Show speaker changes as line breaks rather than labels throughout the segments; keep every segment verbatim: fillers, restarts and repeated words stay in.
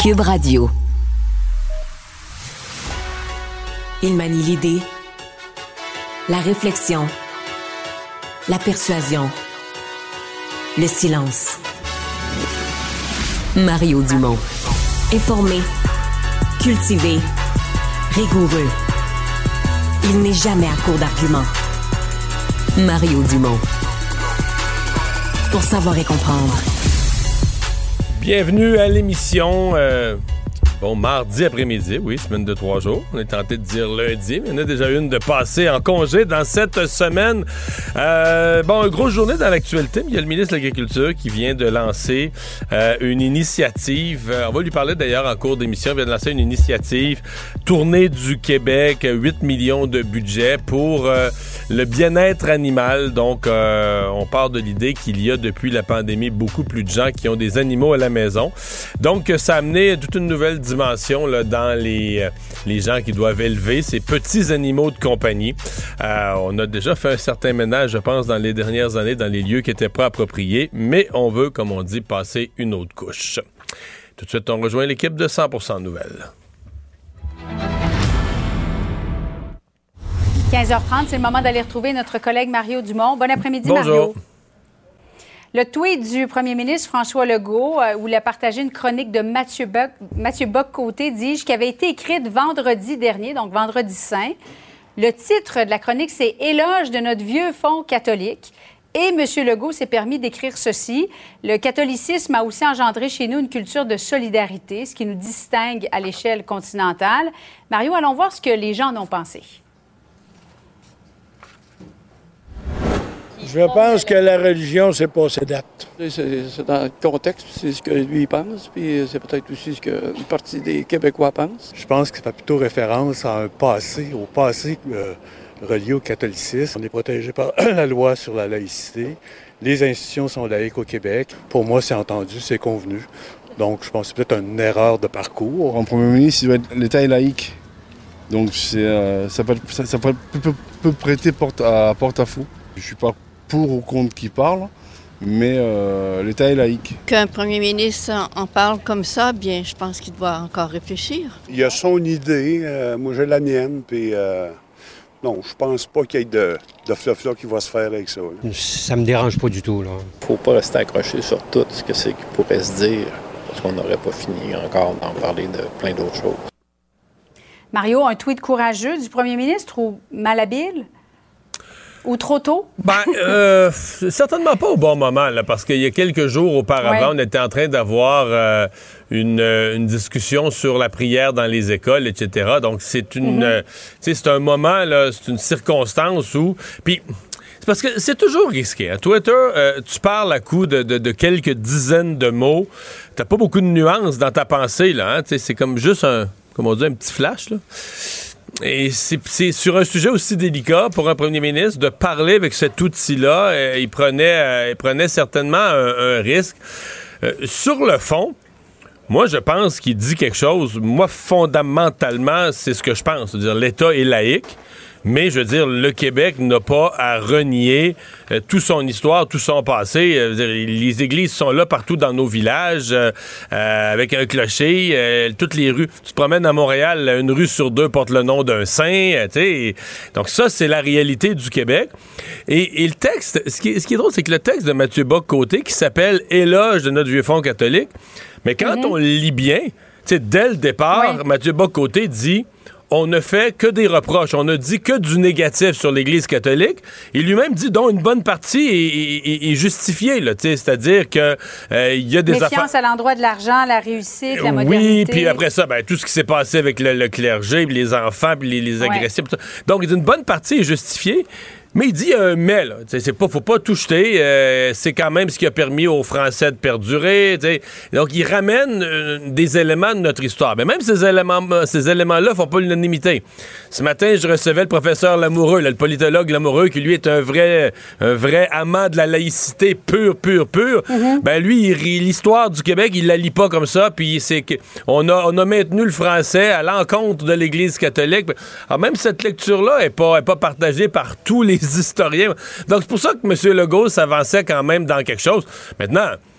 Cube Radio. Il manie l'idée, la réflexion, la persuasion, le silence. Mario Dumont. Informé, cultivé, rigoureux. Il n'est jamais à court d'arguments. Mario Dumont. Pour savoir et comprendre.
Bienvenue à l'émission. Euh, bon, mardi après-midi, oui, semaine de trois jours. On est tenté de dire lundi, mais il y en a déjà une de passée en congé dans cette semaine. Euh, bon, une grosse journée dans l'actualité, mais il y a le ministre de l'Agriculture qui vient de lancer euh, une initiative. Euh, on va lui parler d'ailleurs en cours d'émission. Il vient de lancer une initiative Tournée du Québec, huit millions de budget pour euh, le bien-être animal. Donc, euh, on part de l'idée qu'il y a depuis la pandémie beaucoup plus de gens qui ont des animaux à la maison. Donc, ça a amené toute une nouvelle dimension là, dans les, euh, les gens qui doivent élever ces petits animaux de compagnie. Euh, on a déjà fait un certain ménage, je pense, dans les dernières années, dans les lieux qui n'étaient pas appropriés, mais on veut, comme on dit, passer une autre couche. Tout de suite, on rejoint l'équipe de cent pour cent Nouvelles.
quinze heures trente, c'est le moment d'aller retrouver notre collègue Mario Dumont. Bon après-midi,
Bonjour.
Mario. Le tweet du premier ministre François Legault, euh, où il a partagé une chronique de Mathieu Bock, Mathieu Bock-Côté, dis-je, qui avait été écrite vendredi dernier, donc vendredi saint. Le titre de la chronique, c'est « Éloge de notre vieux fonds catholique ». Et M. Legault s'est permis d'écrire ceci. Le catholicisme a aussi engendré chez nous une culture de solidarité, ce qui nous distingue à l'échelle continentale. Mario, allons voir ce que les gens en ont pensé.
Je pense que la religion, c'est passé date.
C'est, c'est dans le contexte, c'est ce que lui pense, puis c'est peut-être aussi ce qu'une partie des Québécois pensent.
Je pense que ça fait plutôt référence à un passé, au passé euh, relié au catholicisme. On est protégé par la loi sur la laïcité. Les institutions sont laïques au Québec. Pour moi, c'est entendu, c'est convenu. Donc, je pense que c'est peut-être une erreur de parcours.
En premier ministre, il doit être, l'État est laïque. Donc, c'est, euh, ça, peut, ça, ça peut, peut, peut prêter porte à, porte à faux. Je suis pas pour ou contre qui parle, mais euh, l'État est laïque.
Qu'un premier ministre en parle comme ça, bien, je pense qu'il doit encore réfléchir.
Il a son idée, euh, moi j'ai la mienne, puis euh, non, je pense pas qu'il y ait de, de fluff-là qui va se faire avec ça. Là.
Ça me dérange pas du tout, là.
Faut pas rester accroché sur tout ce que c'est qui pourrait se dire, parce qu'on n'aurait pas fini encore d'en parler de plein d'autres choses.
Mario, un tweet courageux du premier ministre ou malhabile? Ou trop tôt?
Ben, euh, certainement pas au bon moment, là, parce qu'il y a quelques jours auparavant, ouais. on était en train d'avoir euh, une, une discussion sur la prière dans les écoles, et cetera. Donc, c'est une, mm-hmm. euh, tu sais, c'est un moment, là, c'est une circonstance où... Puis, c'est parce que c'est toujours risqué. À Twitter, euh, tu parles à coup de, de, de quelques dizaines de mots. T'as pas beaucoup de nuances dans ta pensée, là. Hein? Tu sais, c'est comme juste un, comme on dit, un petit flash, là. Et c'est, c'est sur un sujet aussi délicat pour un premier ministre de parler avec cet outil-là. Euh, il, prenait, euh, il prenait certainement un, un risque. Euh, sur le fond, moi, je pense qu'il dit quelque chose. Moi, fondamentalement, c'est ce que je pense. C'est-à-dire, l'État est laïque. Mais, je veux dire, le Québec n'a pas à renier euh, toute son histoire, tout son passé. Euh, les églises sont là partout dans nos villages, euh, euh, avec un clocher, euh, toutes les rues. Tu te promènes à Montréal, une rue sur deux porte le nom d'un saint. Euh, t'sais. Donc ça, c'est la réalité du Québec. Et, et le texte, ce qui, est, ce qui est drôle, c'est que le texte de Mathieu Bock-Côté, qui s'appelle « Éloge de notre vieux fonds catholique », mais quand mm-hmm. on le lit bien, dès le départ, oui. Mathieu Bock-Côté dit... On ne fait que des reproches. On ne dit que du négatif sur l'Église catholique. Il lui-même dit dont une bonne partie est, est, est justifiée. Là, c'est-à-dire qu'il euh, y a des
méfiance
affaires...
à l'endroit de l'argent, la réussite, la modernité.
Oui, puis après ça, ben, tout ce qui s'est passé avec le, le clergé, puis les enfants, puis les, les agressions. Ouais. Donc, une bonne partie est justifiée. Mais il dit un mais, là. C'est pas, faut pas tout jeter. Euh, c'est quand même ce qui a permis aux Français de perdurer. T'sais. Donc, il ramène euh, des éléments de notre histoire. Mais même ces éléments, ces éléments-là font pas l'unanimité. Ce matin, je recevais le professeur Lamoureux, là, le politologue Lamoureux, qui lui est un vrai, un vrai amant de la laïcité pure, pure, pure. Mm-hmm. Ben lui, il, l'histoire du Québec, il la lit pas comme ça. Puis c'est que on a, on a maintenu le français à l'encontre de l'Église catholique. Alors, même cette lecture-là est pas, est pas partagée par tous les historiens. Donc, c'est pour ça que M. Legault s'avançait quand même dans quelque chose. Maintenant,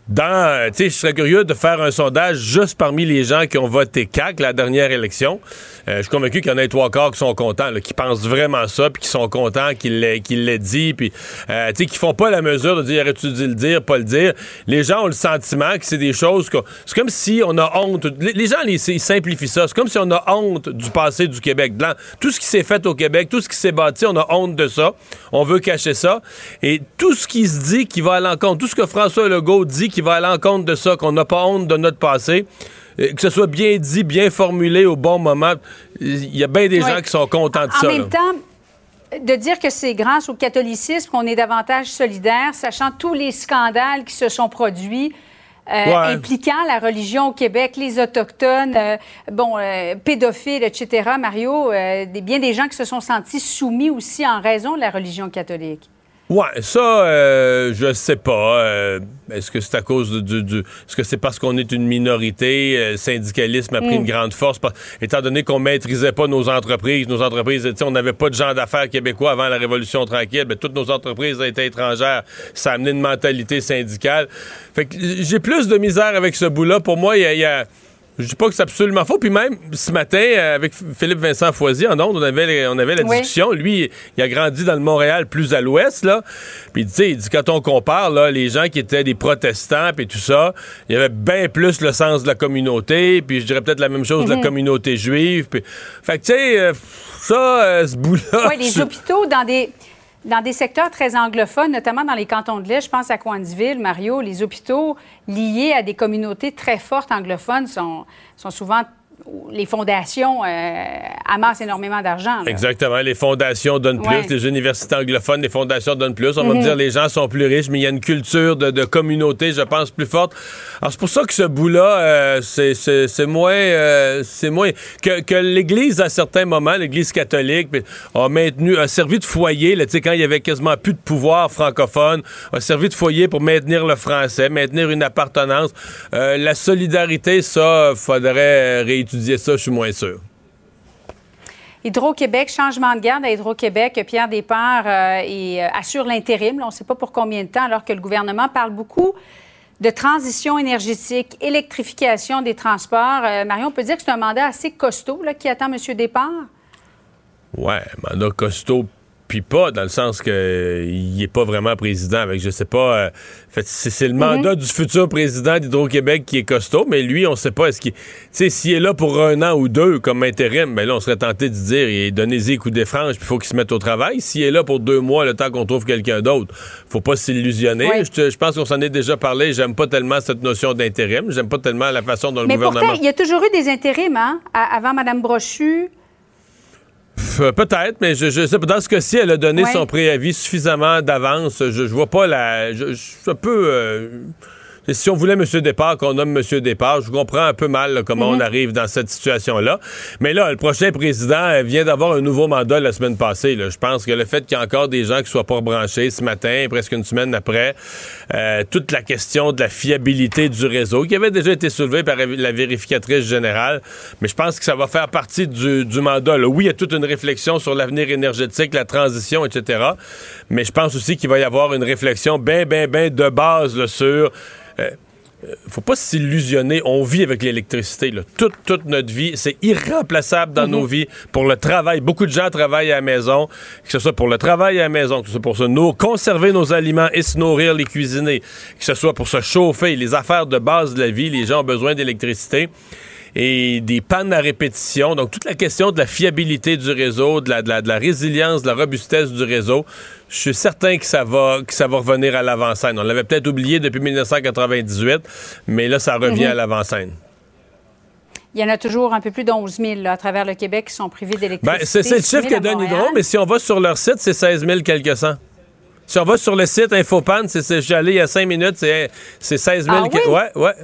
Dans, tu sais, je serais curieux de faire un sondage juste parmi les gens qui ont voté C A Q la dernière élection. Euh, je suis convaincu qu'il y en a trois quarts qui sont contents, là, qui pensent vraiment ça, puis qui sont contents qu'il l'ait, qu'il l'ait dit, puis euh, tu sais, qui font pas la mesure de dire aurais-tu dû le dire, pas le dire. Les gens ont le sentiment que c'est des choses que c'est comme si on a honte. Les, les gens les, ils simplifient ça. C'est comme si on a honte du passé du Québec blanc. Tout ce qui s'est fait au Québec, tout ce qui s'est bâti, on a honte de ça. On veut cacher ça. Et tout ce qui se dit qui va à l'encontre, tout ce que François Legault dit qui va à l'encontre de ça, qu'on n'a pas honte de notre passé, que ce soit bien dit, bien formulé au bon moment, il y a bien des oui. gens qui sont contents de
en
ça.
En même
là.
temps, de dire que c'est grâce au catholicisme qu'on est davantage solidaire, sachant tous les scandales qui se sont produits euh, ouais. impliquant la religion au Québec, les Autochtones, euh, bon, euh, pédophiles, et cetera, Mario, euh, des, bien des gens qui se sont sentis soumis aussi en raison de la religion catholique.
Ouais, ça, euh, je sais pas. Euh, est-ce que c'est à cause de, du, du... Est-ce que c'est parce qu'on est une minorité? Le syndicalisme a pris mm. une grande force, par... étant donné qu'on maîtrisait pas nos entreprises. Nos entreprises, tu sais, on n'avait pas de gens d'affaires québécois avant la Révolution tranquille. Ben, toutes nos entreprises étaient étrangères. Ça a amené une mentalité syndicale. Fait que j'ai plus de misère avec ce bout-là. Pour moi, il y a... Y a... Je dis pas que c'est absolument faux. Puis même, ce matin, avec Philippe Vincent Foisy, en ondes, on avait, on avait la oui. discussion. Lui, il a grandi dans le Montréal plus à l'ouest, là. Puis, tu sais, il dit, quand on compare, là, les gens qui étaient des protestants, puis tout ça, il y avait bien plus le sens de la communauté. Puis, je dirais peut-être la même chose mm-hmm. de la communauté juive. Puis, fait que, tu sais, euh, ça, euh, ce bout-là...
Oui, les hôpitaux dans des... Dans des secteurs très anglophones, notamment dans les cantons de l'Est, je pense à Cowansville, Mario, les hôpitaux liés à des communautés très fortes anglophones sont, sont souvent... Les fondations euh, amassent énormément d'argent. Là.
Exactement. Les fondations donnent
ouais.
plus. Les universités anglophones, les fondations donnent plus. On mm-hmm. va me dire les gens sont plus riches, mais il y a une culture de, de communauté, je pense, plus forte. Alors, c'est pour ça que ce bout-là, euh, c'est, c'est, c'est moins... Euh, c'est moins... Que, que l'Église, à certains moments, l'Église catholique, a maintenu, a servi de foyer, là, tu sais, quand il y avait quasiment plus de pouvoir francophone, a servi de foyer pour maintenir le français, maintenir une appartenance. Euh, la solidarité, ça, faudrait réétudier ça, je suis moins sûr.
Hydro-Québec, changement de garde à Hydro-Québec. Pierre Desparts euh, et, euh, assure l'intérim. Là, on ne sait pas pour combien de temps, alors que le gouvernement parle beaucoup de transition énergétique, électrification des transports. Euh, Marion, on peut dire que c'est un mandat assez costaud là, qui attend M. Desparts?
Oui, mandat costaud. Puis pas, dans le sens qu'il n'est pas vraiment président avec, je sais pas, euh, fait, c'est, c'est le mandat mm-hmm. du futur président d'Hydro-Québec qui est costaud, mais lui, on sait pas, est-ce qu'il, tu sais, s'il est là pour un an ou deux comme intérim, ben là, on serait tenté de dire, et donnez-y coup des franges, puis il faut qu'il se mette au travail. S'il est là pour deux mois, le temps qu'on trouve quelqu'un d'autre, faut pas s'illusionner. Oui. Je, je pense qu'on s'en est déjà parlé, j'aime pas tellement cette notion d'intérim, j'aime pas tellement la façon dont le
mais
gouvernement...
Mais pourtant, il y a toujours eu des intérims, hein, avant Mme Brochu...
Euh, peut-être, mais je, je sais pas. Dans ce cas-ci, elle a donné ouais. son préavis suffisamment d'avance. Je, je vois pas la... Je, je, je peux... Euh, si on voulait M. Desparts, qu'on nomme M. Desparts, je comprends un peu mal là, comment mm-hmm. on arrive dans cette situation-là. Mais là, le prochain président vient d'avoir un nouveau mandat la semaine passée. Là. Je pense que le fait qu'il y a encore des gens qui soient pas rebranchés ce matin, presque une semaine après, euh, toute la question de la fiabilité du réseau, qui avait déjà été soulevée par la vérificatrice générale, mais je pense que ça va faire partie du, du mandat. Là. Oui, il y a toute une réflexion sur l'avenir énergétique, la transition, et cetera. Mais je pense aussi qu'il va y avoir une réflexion bien, bien, bien de base là, sur... Euh, faut pas s'illusionner. On vit avec l'électricité. Là. Toute, toute notre vie, c'est irremplaçable dans mm-hmm. nos vies. Pour le travail, beaucoup de gens travaillent à la maison. Que ce soit pour le travail à la maison, que ce soit pour se nourrir, conserver nos aliments et se nourrir, les cuisiner. Que ce soit pour se chauffer. Les affaires de base de la vie, les gens ont besoin d'électricité. Et des pannes à répétition. Donc, toute la question de la fiabilité du réseau, de la, de la, de la résilience, de la robustesse du réseau, je suis certain que ça va, que ça va revenir à l'avant-scène. On l'avait peut-être oublié depuis dix-neuf cent quatre-vingt-dix-huit, mais là, ça revient mm-hmm. à l'avant-scène. Il
y en a toujours un peu plus d'onze mille là, à travers le Québec qui sont privés d'électricité.
Ben, c'est, c'est le chiffre que donne Hydro, mais si on va sur leur site, c'est seize mille quelques cents. Si on va sur le site Infopan, c'est, c'est, je suis allé il y a cinq minutes, c'est, c'est seize mille.
Ah, oui?
Ouais, ouais.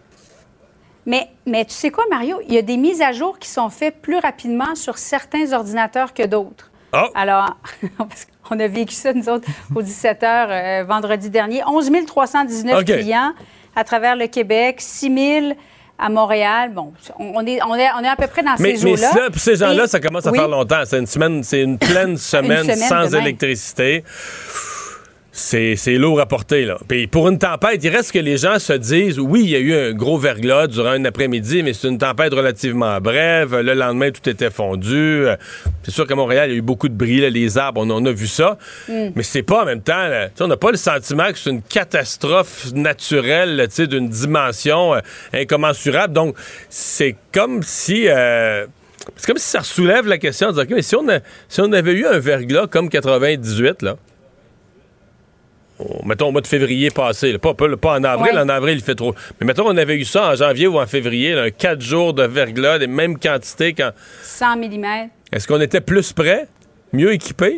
Mais, mais tu sais quoi, Mario? Il y a des mises à jour qui sont faites plus rapidement sur certains ordinateurs que d'autres.
Oh.
Alors, parce qu'on a vécu ça, nous autres, aux dix-sept heures euh, vendredi dernier. onze mille trois cent dix-neuf okay. clients à travers le Québec, six mille à Montréal. Bon, on est, on est, on est à peu près dans
mais,
ces eaux-là.
Mais ça, pour ces gens-là,
Et,
ça commence à
oui.
faire longtemps. C'est une semaine, c'est une pleine semaine, une semaine sans électricité. C'est, c'est lourd à porter, là. Puis pour une tempête, il reste que les gens se disent, oui, il y a eu un gros verglas durant un après-midi, mais c'est une tempête relativement brève. Le lendemain, tout était fondu. C'est sûr qu'à Montréal, il y a eu beaucoup de bris, là, les arbres, on, on a vu ça. Mm. Mais c'est pas en même temps, là, on n'a pas le sentiment que c'est une catastrophe naturelle, là, d'une dimension euh, incommensurable. Donc, c'est comme si... Euh, c'est comme si ça soulève la question de dire, OK, mais si on, a, si on avait eu un verglas comme quatre-vingt-dix-huit, là, mettons au mois de février passé, là, pas, pas, pas en avril, ouais. En avril il fait trop. Mais mettons on avait eu ça en janvier ou en février, là, quatre jours de verglas, les mêmes quantités qu'en...
cent millimètres.
Est-ce qu'on était plus prêts, mieux équipés?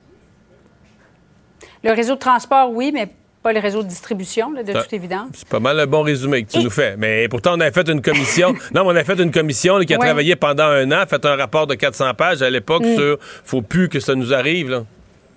Le réseau de transport, oui, mais pas le réseau de distribution, là, de ça, toute évidence.
C'est pas mal un bon résumé que tu Et... nous fais. Mais pourtant, on a fait une commission. non, mais on a fait une commission là, qui a ouais. travaillé pendant un an, fait un rapport de quatre cents pages à l'époque mm. sur « faut plus que ça nous arrive ». Là.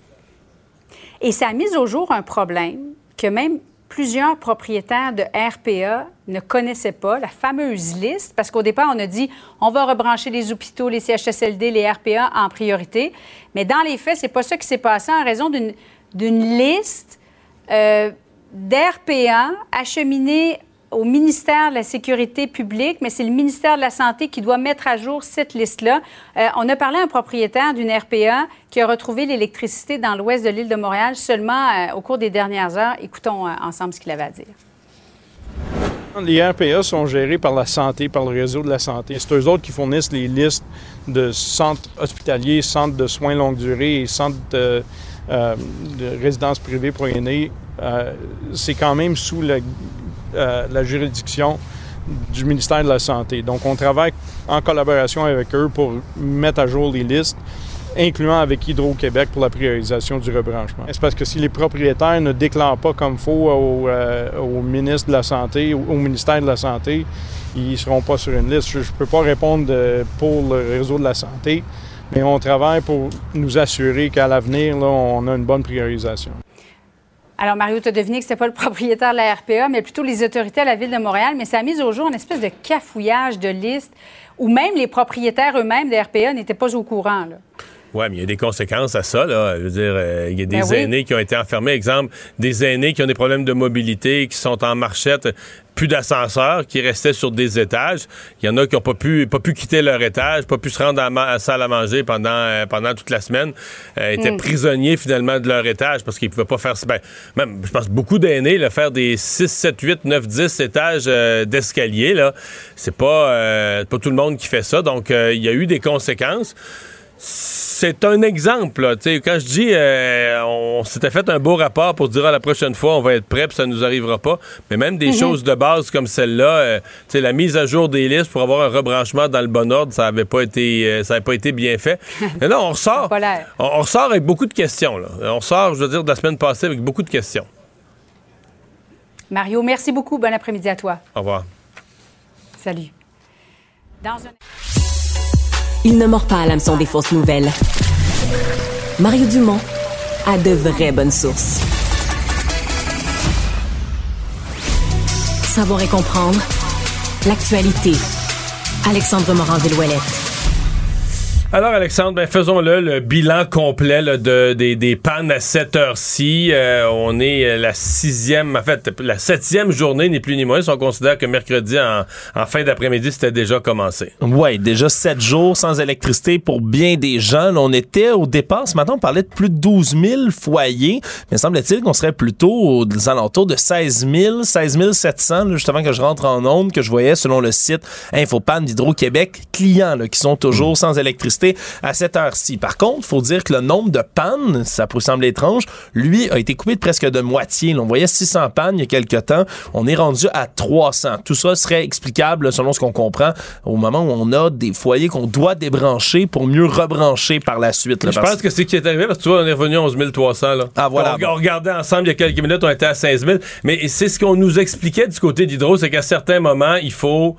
Et ça a mis au jour un problème que même plusieurs propriétaires de R P A ne connaissaient pas, la fameuse liste, parce qu'au départ, on a dit on va rebrancher les hôpitaux, les C H S L D, les R P A en priorité. Mais dans les faits, c'est pas ça qui s'est passé en raison d'une, d'une liste euh, d'R P A acheminée au ministère de la Sécurité publique, mais c'est le ministère de la Santé qui doit mettre à jour cette liste-là. Euh, on a parlé à un propriétaire d'une R P A qui a retrouvé l'électricité dans l'ouest de l'île de Montréal seulement euh, au cours des dernières heures. Écoutons euh, ensemble ce qu'il avait à dire.
Les R P A sont gérés par la santé, par le réseau de la santé. C'est eux autres qui fournissent les listes de centres hospitaliers, centres de soins longue durée et centres de, euh, de résidences privées pour aînés. Euh, c'est quand même sous le Euh, la juridiction du ministère de la Santé. Donc, on travaille en collaboration avec eux pour mettre à jour les listes, incluant avec Hydro-Québec pour la priorisation du rebranchement. C'est parce que si les propriétaires ne déclarent pas comme il faut au, euh, au ministre de la Santé, au, au ministère de la Santé, ils ne seront pas sur une liste. Je ne peux pas répondre de, pour le réseau de la santé, mais on travaille pour nous assurer qu'à l'avenir, là, on a une bonne priorisation.
Alors, Mario, tu as deviné que ce n'était pas le propriétaire de la R P A, mais plutôt les autorités à la Ville de Montréal. Mais ça a mis au jour une espèce de cafouillage de listes où même les propriétaires eux-mêmes de R P A n'étaient pas au courant, là.
Oui, mais il y a des conséquences à ça, là. Je veux dire, euh, il y a des ben oui. aînés qui ont été enfermés. Exemple, des aînés qui ont des problèmes de mobilité, qui sont en marchette, plus d'ascenseur, qui restaient sur des étages. Il y en a qui n'ont pas pu, pas pu quitter leur étage, pas pu se rendre à la salle à manger pendant, euh, pendant toute la semaine, euh, étaient mm. prisonniers, finalement, de leur étage parce qu'ils ne pouvaient pas faire... Ben, même, je pense, beaucoup d'aînés, là, faire des six, sept, huit, neuf, dix étages euh, d'escalier, là, c'est pas, euh, pas tout le monde qui fait ça. Donc, euh, il y a eu des conséquences. C'est un exemple, là. T'sais, quand je dis euh, on s'était fait un beau rapport pour dire à la prochaine fois on va être prêt puis ça nous arrivera pas, mais même des mm-hmm. choses de base comme celle-là, euh, la mise à jour des listes pour avoir un rebranchement dans le bon ordre, ça avait pas été euh, ça avait pas été bien fait. Mais là, on ressort on, on ressort avec beaucoup de questions, là. On ressort, je veux dire, de la semaine passée avec beaucoup de questions.
Mario, merci beaucoup. Bon après-midi à toi.
Au revoir.
Salut. Dans un...
Il ne mord pas à l'hameçon des fausses nouvelles. Mario Dumont a de vraies bonnes sources. Savoir et comprendre l'actualité. Alexandre Morin-Villouellette.
Alors, Alexandre, ben faisons-le, le bilan complet là, de, des, des pannes à cette heure-ci. Euh, on est la sixième, en fait, la septième journée, ni plus ni moins. Si on considère que mercredi, en, en fin d'après-midi, c'était déjà commencé.
Oui, déjà sept jours sans électricité pour bien des gens. Là, on était au départ, ce matin, on parlait de plus de douze mille foyers. Mais semble-t-il qu'on serait plutôt aux alentours de seize mille, seize mille sept cents, là, juste avant que je rentre en onde, que je voyais selon le site Infopanne d'Hydro-Québec, clients là, qui sont toujours mmh. sans électricité à cette heure-ci. Par contre, il faut dire que le nombre de pannes, ça peut sembler étrange, lui a été coupé de presque de moitié. Là, on voyait six cents pannes il y a quelques temps. On est rendu à trois cents. Tout ça serait explicable, selon ce qu'on comprend, au moment où on a des foyers qu'on doit débrancher pour mieux rebrancher par la suite. Là,
Je pense que c'est ce qui est arrivé, parce que tu vois, on est revenu à onze mille trois cents. Là.
Ah, voilà.
On, bon. on regardait ensemble il y a quelques minutes, on était à seize mille. Mais c'est ce qu'on nous expliquait du côté d'Hydro, c'est qu'à certains moments, il faut...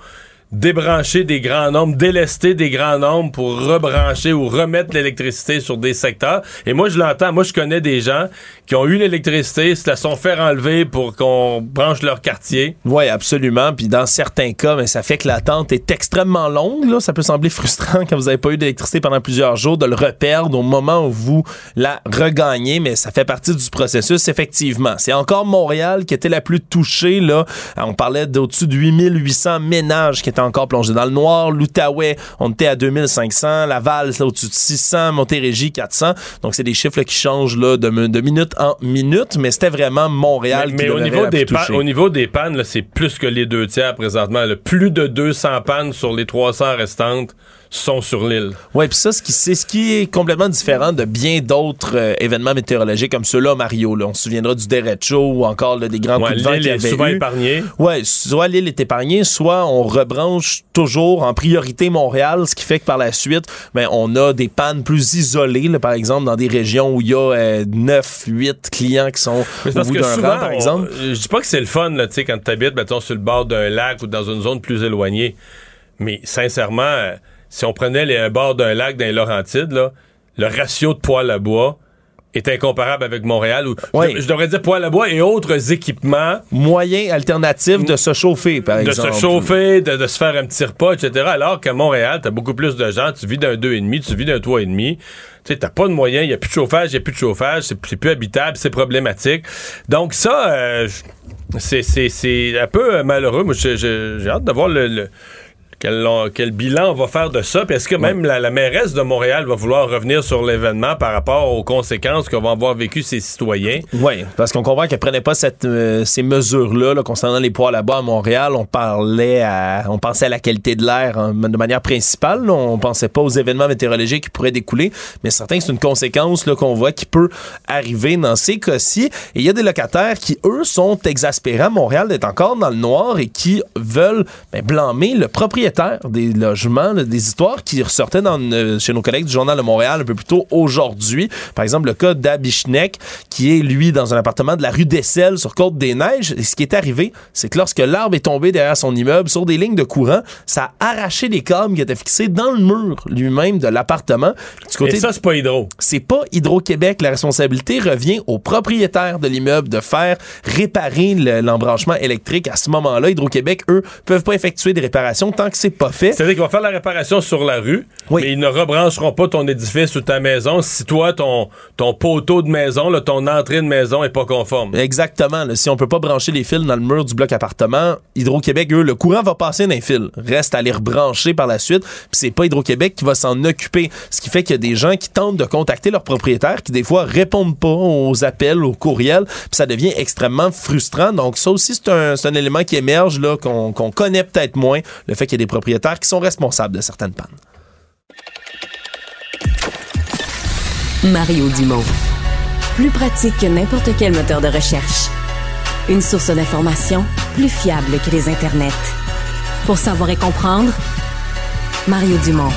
débrancher des grands nombres, délester des grands nombres pour rebrancher ou remettre l'électricité sur des secteurs. Et moi, je l'entends. Moi, je connais des gens qui ont eu l'électricité, se la sont fait enlever pour qu'on branche leur quartier.
Oui, absolument. Puis dans certains cas, mais ça fait que l'attente est extrêmement longue. Là. Ça peut sembler frustrant quand vous n'avez pas eu d'électricité pendant plusieurs jours de le reperdre au moment où vous la regagnez, mais ça fait partie du processus, effectivement. C'est encore Montréal qui était la plus touchée. Là. On parlait d'au-dessus de huit mille huit cents ménages qui étaient encore plongés dans le noir. L'Outaouais, on était à deux mille cinq cents. Laval, c'est au-dessus de six cents. Montérégie, quatre cents. Donc, c'est des chiffres là, qui changent là, de, de minute en minute, mais c'était vraiment Montréal
mais,
qui
mais au niveau,
la
des
plus
pan- au niveau des pannes, là, c'est plus que les deux tiers présentement. Là. Plus de deux cents pannes sur les trois cents restantes sont sur l'île.
Oui, puis ça, ce qui, c'est ce qui est complètement différent de bien d'autres euh, événements météorologiques comme ceux-là, Mario. Là. On se souviendra du derecho ou encore là, des grands
ouais,
coups de vent qu'il y avait
l'île est souvent
eu.
épargnée.
Oui, soit l'île est épargnée, soit on rebranche toujours en priorité Montréal, ce qui fait que par la suite, ben, on a des pannes plus isolées, là, par exemple, dans des régions où il y a euh, neuf, huit clients qui sont au bout d'un
souvent,
rang, par exemple.
On, je dis pas que c'est le fun là, quand tu habites, mettons, sur le bord d'un lac ou dans une zone plus éloignée, mais sincèrement... Euh, si on prenait les, un bord d'un lac dans les Laurentides, là, le ratio de poêle à bois est incomparable avec Montréal. Où,
oui.
je, je devrais dire poêle à bois et autres équipements.
Moyens alternatifs de se chauffer, par
de
exemple.
De se chauffer, de, de se faire un petit repas, et cetera. Alors qu'à Montréal, t'as beaucoup plus de gens. Tu vis d'un deux virgule cinq, tu vis d'un trois virgule cinq. Tu sais, t'as pas de moyens, il n'y a plus de chauffage, il n'y a plus de chauffage, c'est, c'est plus habitable, c'est problématique. Donc ça, euh, c'est, c'est, c'est un peu malheureux. Moi, j'ai, j'ai, j'ai hâte de voir le... le Quel, quel bilan on va faire de ça? Puis est-ce que même ouais. la, la mairesse de Montréal va vouloir revenir sur l'événement par rapport aux conséquences que vont avoir vécu ses citoyens?
Oui, parce qu'on comprend qu'elle prenait pas cette, euh, ces mesures-là là, concernant les poêles à bois à Montréal. On parlait à, on pensait à la qualité de l'air hein, de manière principale. Là. On pensait pas aux événements météorologiques qui pourraient découler, mais certain que c'est une conséquence là, qu'on voit qui peut arriver dans ces cas-ci. Et il y a des locataires qui, eux, sont exaspérés à Montréal d'être encore dans le noir et qui veulent ben, blâmer le propriétaire des logements, là, des histoires qui ressortaient dans, euh, chez nos collègues du Journal de Montréal un peu plus tôt aujourd'hui. Par exemple, le cas d'Abichnek, qui est, lui, dans un appartement de la rue d'Essel sur Côte-des-Neiges. Et ce qui est arrivé, c'est que lorsque l'arbre est tombé derrière son immeuble sur des lignes de courant, ça a arraché les câbles qui étaient fixés dans le mur lui-même de l'appartement.
Du côté, et ça, c'est pas Hydro.
C'est pas Hydro-Québec. La responsabilité revient au propriétaire de l'immeuble de faire réparer le, l'embranchement électrique. À ce moment-là, Hydro-Québec, eux, peuvent pas effectuer des réparations tant que c'est pas fait.
C'est-à-dire qu'ils vont faire la réparation sur la rue,
oui.
mais ils ne rebrancheront pas ton édifice ou ta maison si toi, ton, ton poteau de maison, là, ton entrée de maison est pas conforme.
Exactement. Là, si on peut pas brancher les fils dans le mur du bloc appartement, Hydro-Québec, eux, le courant va passer dans les fils. Reste à les rebrancher par la suite, puis c'est pas Hydro-Québec qui va s'en occuper. Ce qui fait qu'il y a des gens qui tentent de contacter leurs propriétaires qui, des fois, répondent pas aux appels, aux courriels, puis ça devient extrêmement frustrant. Donc, ça aussi, c'est un, c'est un élément qui émerge, là, qu'on, qu'on connaît peut-être moins, le fait qu'il y a des propriétaires qui sont responsables de certaines pannes.
Mario Dumont. Plus pratique que n'importe quel moteur de recherche. Une source d'information plus fiable que les internets. Pour savoir et comprendre, Mario Dumont.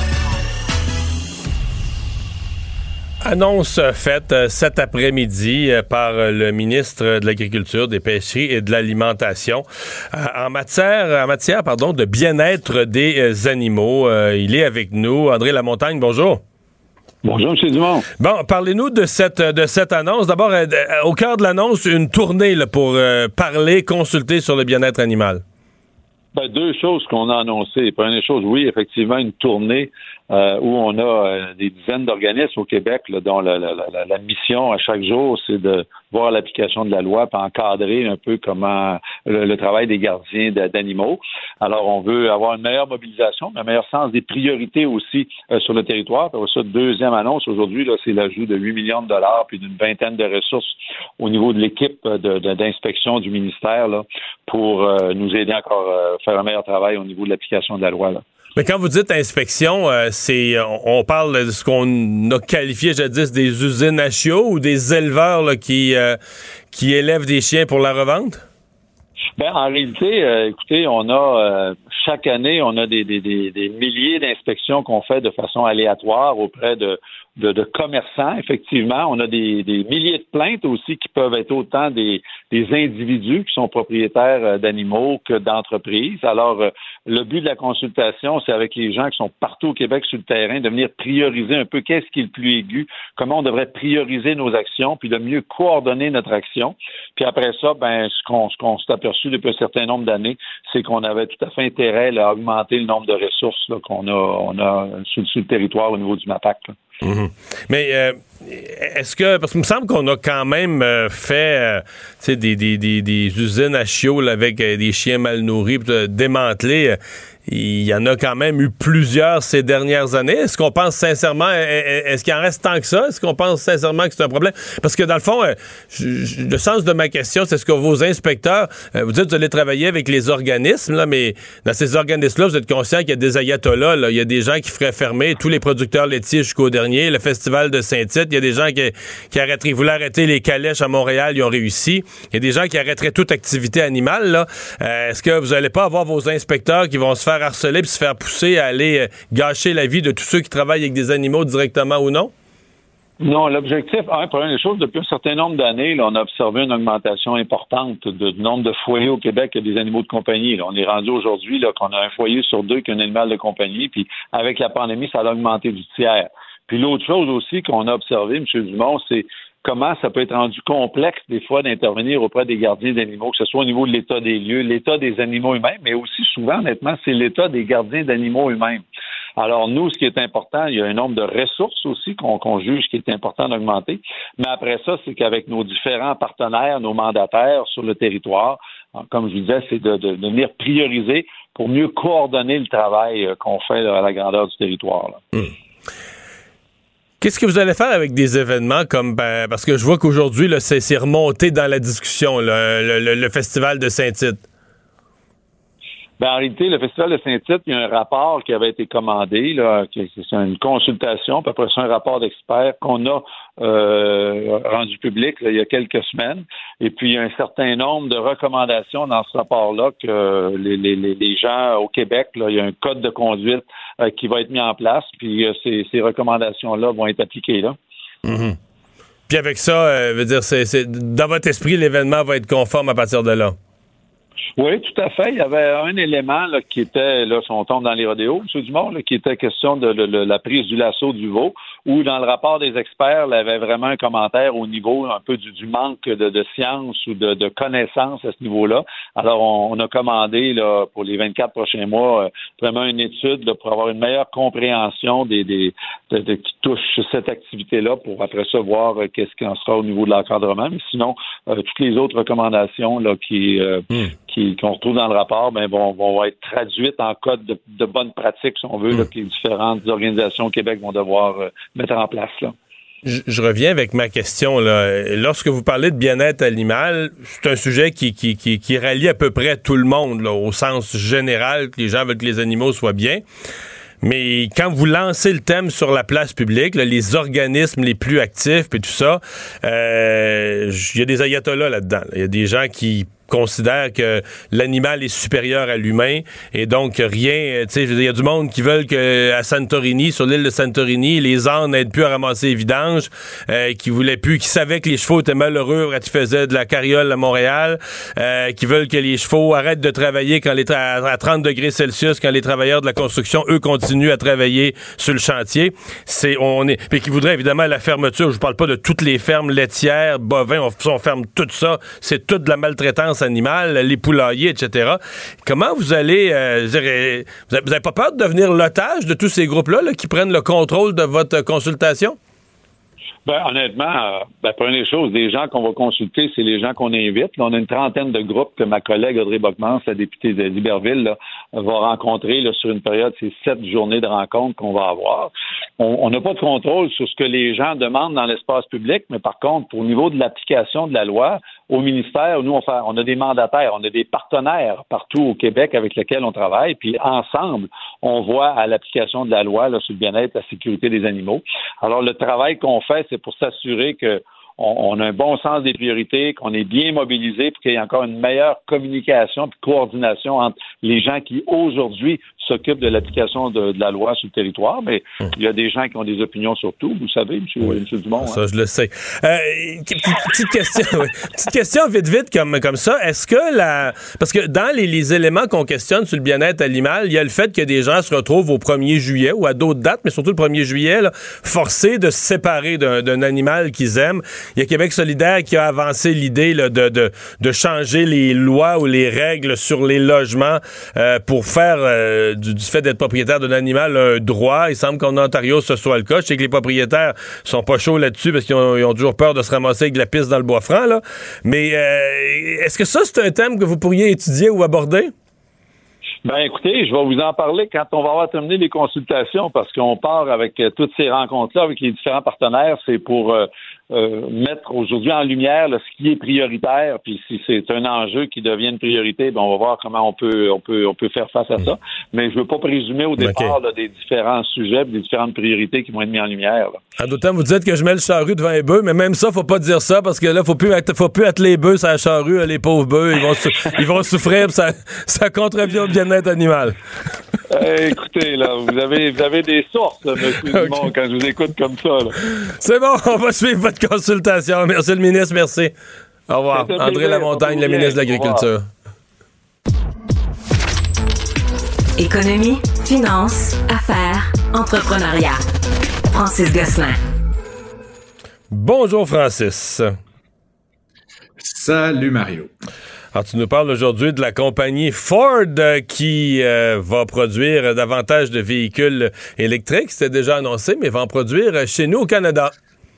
Annonce faite euh, cet après-midi euh, par euh, le ministre de l'Agriculture, des Pêcheries et de l'Alimentation euh, en matière, en matière pardon, de bien-être des euh, animaux. Euh, il est avec nous. André Lamontagne, bonjour.
Bonjour, M. Dumont.
Bon, parlez-nous de cette, de cette annonce. D'abord, euh, au cœur de l'annonce, une tournée là, pour euh, parler, consulter sur le bien-être animal.
Ben, deux choses qu'on a annoncées. Première chose, oui, effectivement, une tournée euh, où on a euh, des dizaines d'organismes au Québec là, dont la, la, la, la mission à chaque jour, c'est de voir l'application de la loi puis encadrer un peu comment le, le travail des gardiens d'animaux. Alors, on veut avoir une meilleure mobilisation, un meilleur sens des priorités aussi euh, sur le territoire. Puis, ça, deuxième annonce aujourd'hui, là, c'est l'ajout de huit millions de dollars puis d'une vingtaine de ressources au niveau de l'équipe de, de, d'inspection du ministère là, pour euh, nous aider encore à euh, faire un meilleur travail au niveau de l'application de la loi. Là.
Mais quand vous dites inspection, euh, c'est on, on parle de ce qu'on a qualifié jadis des usines à chiots ou des éleveurs là, qui, euh, qui élèvent des chiens pour la revente?
Ben, en réalité, euh, écoutez, on a euh, chaque année, on a des, des, des, des milliers d'inspections qu'on fait de façon aléatoire auprès de, de, de commerçants. Effectivement, on a des, des milliers de plaintes aussi qui peuvent être autant des, des individus qui sont propriétaires euh, d'animaux que d'entreprises. Alors, euh, le but de la consultation, c'est avec les gens qui sont partout au Québec sur le terrain, de venir prioriser un peu qu'est-ce qui est le plus aigu, comment on devrait prioriser nos actions, puis de mieux coordonner notre action. Puis après ça, ben ce qu'on, ce qu'on s'est aperçu depuis un certain nombre d'années, c'est qu'on avait tout à fait intérêt là, à augmenter le nombre de ressources là, qu'on a, on a sur, sur le territoire au niveau du MAPAC. Là.
Mmh. Mais euh, est-ce que, parce qu'il me semble qu'on a quand même euh, fait euh, des, des, des, des usines à chiots là, avec euh, des chiens mal nourris euh, démantelés. Euh, il y en a quand même eu plusieurs ces dernières années. Est-ce qu'on pense sincèrement, est-ce qu'il en reste tant que ça? Est-ce qu'on pense sincèrement que c'est un problème? Parce que dans le fond, euh, je, le sens de ma question, c'est ce que vos inspecteurs, euh, vous dites que vous allez travailler avec les organismes, là, mais dans ces organismes-là, vous êtes conscient qu'il y a des ayatollahs, là, il y a des gens qui feraient fermer tous les producteurs laitiers jusqu'au dernier, le festival de Saint-Tite, il y a des gens qui, qui arrêteraient, ils voulaient arrêter les calèches à Montréal, ils ont réussi. Il y a des gens qui arrêteraient toute activité animale, là. Euh, est-ce que vous n'allez pas avoir vos inspecteurs qui vont se faire harceler puis se faire pousser à aller euh, gâcher la vie de tous ceux qui travaillent avec des animaux directement ou non?
Non, l'objectif, hein, première des choses, depuis un certain nombre d'années, là, on a observé une augmentation importante de, du nombre de foyers au Québec qui a des animaux de compagnie. Là. On est rendu aujourd'hui là, qu'on a un foyer sur deux qui a un animal de compagnie, puis avec la pandémie, ça a augmenté du tiers. Puis l'autre chose aussi qu'on a observé, M. Dumont, c'est comment ça peut être rendu complexe des fois d'intervenir auprès des gardiens d'animaux, que ce soit au niveau de l'état des lieux, l'état des animaux eux-mêmes, mais aussi souvent, honnêtement, c'est l'état des gardiens d'animaux eux-mêmes. Alors nous, ce qui est important, il y a un nombre de ressources aussi qu'on, qu'on juge qui est important d'augmenter, mais après ça, c'est qu'avec nos différents partenaires, nos mandataires sur le territoire, comme je vous disais, c'est de, de, de venir prioriser pour mieux coordonner le travail qu'on fait là, à la grandeur du territoire. Là. Mmh.
Qu'est-ce que vous allez faire avec des événements comme, ben, parce que je vois qu'aujourd'hui, là, c'est, c'est remonté dans la discussion, là, le, le, le festival de Saint-Tite?
Ben, en réalité, le Festival de Saint-Tite, il y a un rapport qui avait été commandé, là, qui, c'est une consultation, puis après ça, un rapport d'experts qu'on a euh, rendu public là, il y a quelques semaines. Et puis, il y a un certain nombre de recommandations dans ce rapport-là que les, les, les gens au Québec, là, il y a un code de conduite euh, qui va être mis en place, puis euh, ces, ces recommandations-là vont être appliquées là.
Mm-hmm. Puis avec ça, euh, veut dire, c'est, c'est, dans votre esprit, l'événement va être conforme à partir de là?
Oui, tout à fait. Il y avait un élément là, qui était, là, si on tombe dans les rodéos, M. Dumont, là, qui était question de, de, de la prise du lasso du veau, où dans le rapport des experts, il y avait vraiment un commentaire au niveau un peu du, du manque de, de science ou de, de connaissances à ce niveau-là. Alors, on, on a commandé là, pour les vingt-quatre prochains mois euh, vraiment une étude là, pour avoir une meilleure compréhension des, des de, de, qui touche cette activité-là pour après ça voir euh, qu'est-ce qu'il en sera au niveau de l'encadrement. Mais sinon, euh, toutes les autres recommandations là, qui, euh, mmh. qui qu'on retrouve dans le rapport ben, vont, vont être traduites en code de, de bonnes pratiques, si on veut, mmh. là, que les différentes organisations au Québec vont devoir euh, mettre en place. Là.
Je, je reviens avec ma question. Là. Lorsque vous parlez de bien-être animal, c'est un sujet qui, qui, qui, qui rallie à peu près tout le monde, là, au sens général, que les gens veulent que les animaux soient bien. Mais quand vous lancez le thème sur la place publique, là, les organismes les plus actifs et tout ça, euh, il y a des ayatollahs là-dedans. Il y a des gens qui considère que l'animal est supérieur à l'humain et donc rien, tu sais, il y a du monde qui veulent que à Santorini, sur l'île de Santorini, les ânes n'aident plus à ramasser les vidanges, euh, qui voulaient plus, qui savaient que les chevaux étaient malheureux quand ils faisaient de la carriole à Montréal, euh, qui veulent que les chevaux arrêtent de travailler quand les tra- à trente degrés Celsius, quand les travailleurs de la construction, eux, continuent à travailler sur le chantier. C'est, on est, puis qui voudraient évidemment la fermeture. Je vous parle pas de toutes les fermes laitières, bovins, on, on ferme tout ça. C'est toute de la maltraitance animale, les poulaillers, et cetera. Comment vous allez... Euh, vous n'avez pas peur de devenir l'otage de tous ces groupes-là là, qui prennent le contrôle de votre consultation?
Ben, honnêtement, euh, ben, première chose, les gens qu'on va consulter, c'est les gens qu'on invite. Là, on a une trentaine de groupes que ma collègue Audrey Bockmans, la députée de d'Iberville, là, va rencontrer là, sur une période, c'est sept journées de rencontres qu'on va avoir. On n'a pas de contrôle sur ce que les gens demandent dans l'espace public, mais par contre, au niveau de l'application de la loi, au ministère, nous, on, fait, on a des mandataires, on a des partenaires partout au Québec avec lesquels on travaille, puis ensemble, on voit à l'application de la loi là, sur le bien-être, la sécurité des animaux. Alors, le travail qu'on fait, c'est pour s'assurer que on, on a un bon sens des priorités, qu'on est bien mobilisé pour qu'il y ait encore une meilleure communication et coordination entre les gens qui, aujourd'hui, s'occupent de l'application de, de la loi sur le territoire. Mais hum. il y a des gens qui ont des opinions sur tout, vous savez, M. Oui. Dumont.
Ça,
hein.
je le sais. Euh, petite, petite question, oui. Petite question vite, vite, comme, comme ça. Est-ce que la... Parce que dans les, les éléments qu'on questionne sur le bien-être animal, il y a le fait que des gens se retrouvent au premier juillet ou à d'autres dates, mais surtout le premier juillet, là, forcés de se séparer d'un, d'un animal qu'ils aiment. Il y a Québec solidaire qui a avancé l'idée là, de, de, de changer les lois ou les règles sur les logements euh, pour faire euh, du, du fait d'être propriétaire d'un animal un droit. Il semble qu'en Ontario, ce soit le cas. Je sais que les propriétaires sont pas chauds là-dessus parce qu'ils ont, ils ont toujours peur de se ramasser avec de la pisse dans le bois franc, là. Mais euh, est-ce que ça, c'est un thème que vous pourriez étudier ou aborder?
Ben écoutez, je vais vous en parler quand on va avoir terminé les consultations, parce qu'on part avec euh, toutes ces rencontres-là avec les différents partenaires. C'est pour euh, euh, mettre aujourd'hui en lumière là, ce qui est prioritaire, puis si c'est un enjeu qui devient une priorité, ben on va voir comment on peut on peut on peut faire face à ça. Mais je veux pas présumer au départ okay. là, des différents sujets, des différentes priorités qui vont être mis en lumière. Là.
En d'autant, vous dites que je mets le charrue devant les bœufs, mais même ça, faut pas dire ça, parce que là, faut plus faut plus atteler les bœufs sur la charrue, les pauvres bœufs, ils vont ils vont souffrir, ça ça contrevient au bien-être animal.
Euh, écoutez, là, vous avez, vous avez des sources, là, M. Okay. Dumont, quand je vous écoute comme ça. Là.
C'est bon, on va suivre votre consultation. Merci, le ministre, merci. Au revoir. André Lamontagne, le ministre de l'Agriculture.
Économie, finances, affaires, entrepreneuriat. Francis Gosselin.
Bonjour, Francis.
Salut, Mario.
Alors, tu nous parles aujourd'hui de la compagnie Ford euh, qui euh, va produire davantage de véhicules électriques. C'était déjà annoncé, mais va en produire chez nous au Canada.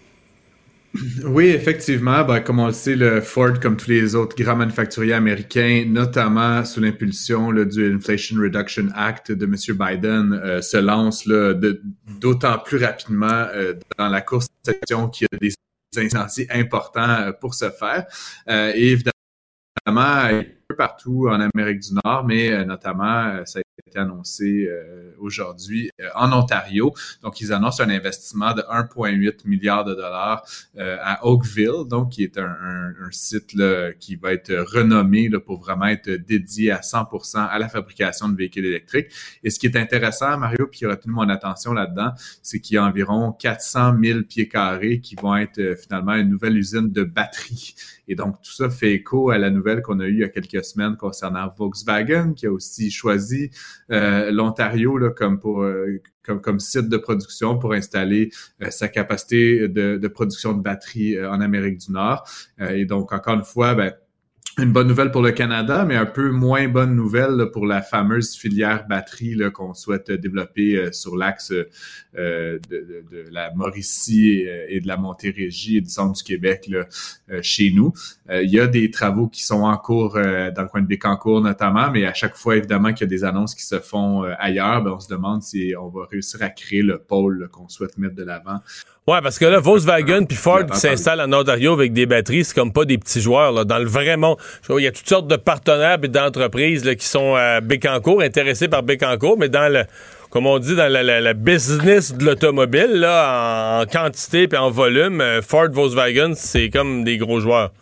Oui, effectivement. Ben, comme on le sait, le Ford, comme tous les autres grands manufacturiers américains, notamment sous l'impulsion là, du Inflation Reduction Act de M. Biden, euh, se lance là, de, d'autant plus rapidement euh, dans la course à l'action qu'il y a des incentives importants pour ce faire. Euh, et évidemment, un peu partout en Amérique du Nord, mais euh, notamment, euh, ça a été annoncé euh, aujourd'hui euh, en Ontario. Donc, ils annoncent un investissement de un virgule huit milliard de dollars euh, à Oakville, donc qui est un, un, un site là, qui va être renommé là, pour vraiment être dédié à cent pour cent à la fabrication de véhicules électriques. Et ce qui est intéressant, Mario, puis qui a retenu mon attention là-dedans, c'est qu'il y a environ quatre cent mille pieds carrés qui vont être euh, finalement une nouvelle usine de batteries. Et donc, tout ça fait écho à la nouvelle qu'on a eue il y a quelques semaines concernant Volkswagen, qui a aussi choisi euh, l'Ontario là, comme, pour, euh, comme, comme site de production pour installer euh, sa capacité de, de production de batteries euh, en Amérique du Nord. Euh, et donc, encore une fois, ben, une bonne nouvelle pour le Canada, mais un peu moins bonne nouvelle là, pour la fameuse filière batterie là, qu'on souhaite développer euh, sur l'axe euh, de, de, de la Mauricie et, et de la Montérégie et du centre du Québec là, euh, chez nous. Euh, il y a des travaux qui sont en cours euh, dans le coin de Bécancour notamment, mais à chaque fois, évidemment, qu'il y a des annonces qui se font euh, ailleurs, ben, on se demande si on va réussir à créer le pôle là, qu'on souhaite mettre de l'avant.
Ouais, parce que là, Volkswagen puis Ford qui s'installent en Ontario avec des batteries, c'est comme pas des petits joueurs, là. Dans le vrai monde, il y a toutes sortes de partenaires et d'entreprises là, qui sont à Bécancour, intéressés par Bécancour, mais dans le, comme on dit, dans la, la, la business de l'automobile, là, en, en quantité et en volume, Ford, Volkswagen, c'est comme des gros joueurs.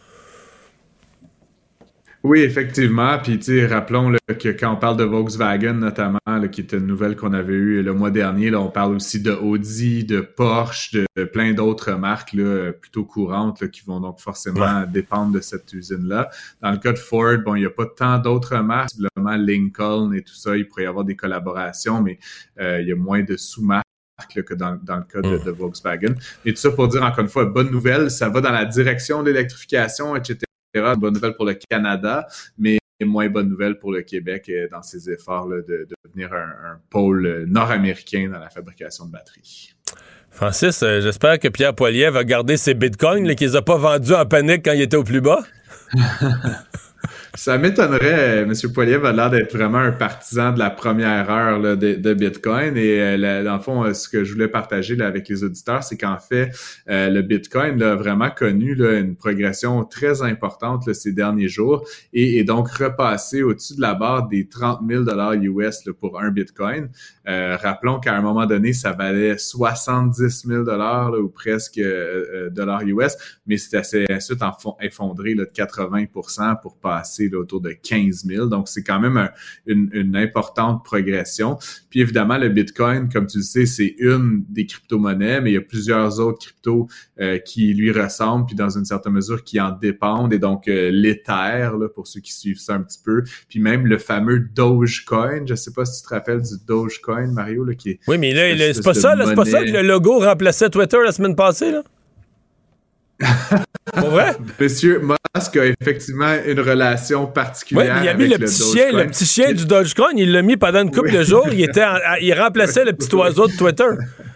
Oui, effectivement. Puis, tu sais, rappelons là, que quand on parle de Volkswagen, notamment, là, qui était une nouvelle qu'on avait eue le mois dernier, là, on parle aussi de Audi, de Porsche, de, de plein d'autres marques là, plutôt courantes là, qui vont donc forcément ouais. dépendre de cette usine-là. Dans le cas de Ford, bon, il n'y a pas tant d'autres marques, simplement Lincoln et tout ça, il pourrait y avoir des collaborations, mais euh, il y a moins de sous-marques là, que dans, dans le cas de, de Volkswagen. Et tout ça pour dire, encore une fois, bonne nouvelle, ça va dans la direction de l'électrification, et cetera. Bonne nouvelle pour le Canada, mais moins bonne nouvelle pour le Québec dans ses efforts là, de, de devenir un, un pôle nord-américain dans la fabrication de batteries.
Francis, euh, j'espère que Pierre Poilievre va garder ses bitcoins, là, qu'il les a pas vendus en panique quand il était au plus bas.
Ça m'étonnerait, M. Poilievre a l'air d'être vraiment un partisan de la première heure là, de, de Bitcoin. Et euh, là, dans le fond, ce que je voulais partager là, avec les auditeurs, c'est qu'en fait, euh, le Bitcoin là, a vraiment connu là, une progression très importante là, ces derniers jours et est donc repassé au-dessus de la barre des trente mille dollars U S là, pour un Bitcoin. Euh, rappelons qu'à un moment donné, ça valait soixante-dix mille dollars ou presque euh, dollars U S, mais c'était assez ensuite effondré là, de quatre-vingts pour cent pour passer là, autour de quinze mille. Donc, c'est quand même un, une, une importante progression. Puis évidemment, le Bitcoin, comme tu le sais, c'est une des crypto-monnaies, mais il y a plusieurs autres cryptos euh, qui lui ressemblent, puis dans une certaine mesure qui en dépendent. Et donc, euh, l'Ether, là, pour ceux qui suivent ça un petit peu, puis même le fameux Dogecoin. Je sais pas si tu te rappelles du Dogecoin, Mario, là, qui est...
Oui, mais là, là c'est pas ça, là, c'est pas ça que le logo remplaçait Twitter la semaine passée, là? Pour vrai?
Monsieur Musk a effectivement une relation particulière.
Oui, il a mis
avec
le petit
le
chien, le petit chien du Dogecoin, il l'a mis pendant une couple de jours, il était en, il remplaçait le petit oiseau de Twitter.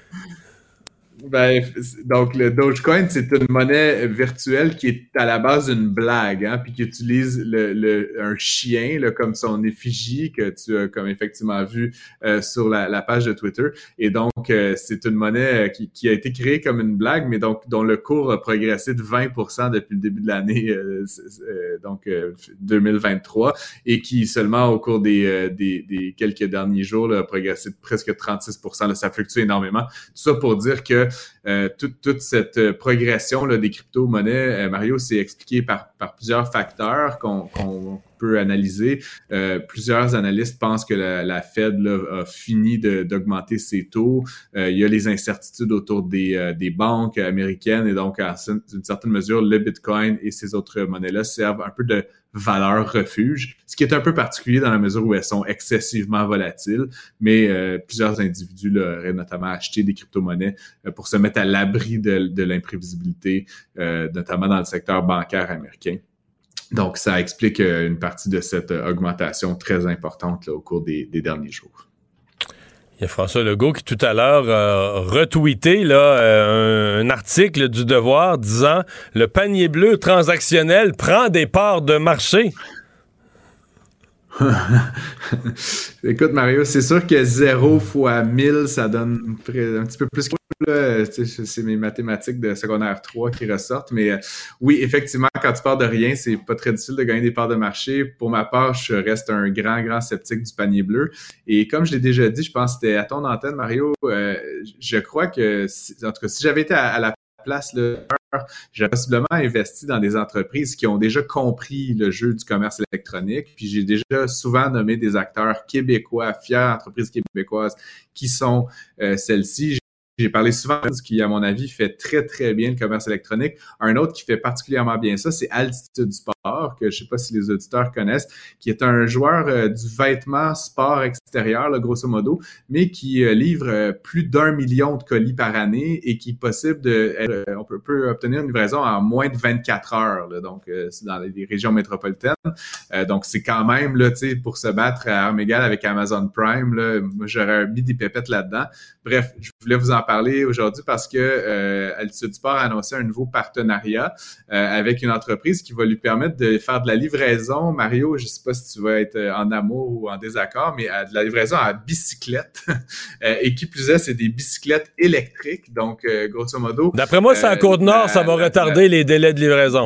Ben, donc, le Dogecoin, c'est une monnaie virtuelle qui est à la base une blague, hein, puis qui utilise le, le, un chien là, comme son effigie que tu as comme effectivement vu euh, sur la, la page de Twitter. Et donc, euh, c'est une monnaie qui, qui a été créée comme une blague, mais donc dont le cours a progressé de vingt pour cent depuis le début de l'année, euh, euh, donc euh, deux mille vingt-trois, et qui seulement au cours des, euh, des, des quelques derniers jours là, a progressé de presque trente-six pour cent. Là, ça fluctue énormément. Tout ça pour dire que Euh, toute, toute cette euh, progression là, des crypto-monnaies, euh, Mario, c'est expliqué par, par plusieurs facteurs qu'on, qu'on peut analyser. Euh, plusieurs analystes pensent que la, la Fed là, a fini de, d'augmenter ses taux. Euh, il y a les incertitudes autour des, euh, des banques américaines et donc, à une certaine mesure, le Bitcoin et ces autres monnaies-là servent un peu de valeur refuge, ce qui est un peu particulier dans la mesure où elles sont excessivement volatiles, mais euh, plusieurs individus là, auraient notamment acheté des crypto-monnaies euh, pour se mettre à l'abri de, de l'imprévisibilité, euh, notamment dans le secteur bancaire américain. Donc, ça explique euh, une partie de cette euh, augmentation très importante là, au cours des, des derniers jours.
Il y a François Legault qui, tout à l'heure, a retweeté là, euh, un, un article du Devoir disant « Le panier bleu transactionnel prend des parts de marché ».
Écoute, Mario, c'est sûr que zéro fois mille, ça donne un petit peu plus que là. C'est mes mathématiques de secondaire trois qui ressortent. Mais euh, oui, effectivement, quand tu pars de rien, c'est pas très difficile de gagner des parts de marché. Pour ma part, je reste un grand, grand sceptique du panier bleu. Et comme je l'ai déjà dit, je pense que c'était à ton antenne, Mario, euh, je crois que, en tout cas, si j'avais été à, à la place, là, j'ai possiblement investi dans des entreprises qui ont déjà compris le jeu du commerce électronique. Puis j'ai déjà souvent nommé des acteurs québécois, fiers entreprises québécoises, qui sont euh, celles-ci. J'ai parlé souvent de ce qui, à mon avis, fait très, très bien le commerce électronique. Un autre qui fait particulièrement bien ça, c'est Altitude Sport, que je sais pas si les auditeurs connaissent, qui est un joueur euh, du vêtement sport extérieur, là, grosso modo, mais qui euh, livre euh, plus d'un million de colis par année et qui est possible de... Euh, on peut, peut obtenir une livraison en moins de vingt-quatre heures, là, donc euh, c'est dans les régions métropolitaines. Euh, donc, c'est quand même, là, tu sais, pour se battre à armes égales avec Amazon Prime, là, moi, j'aurais mis des pépettes là-dedans. Bref, je voulais vous en parler aujourd'hui parce que euh, Altitude Sport a annoncé un nouveau partenariat euh, avec une entreprise qui va lui permettre de faire de la livraison. Mario, je sais pas si tu vas être en amour ou en désaccord, mais euh, de la livraison à bicyclette. euh, et qui plus est, c'est des bicyclettes électriques. Donc, euh, grosso modo...
D'après moi, c'est en Côte-Nord, ça va retarder les délais de livraison.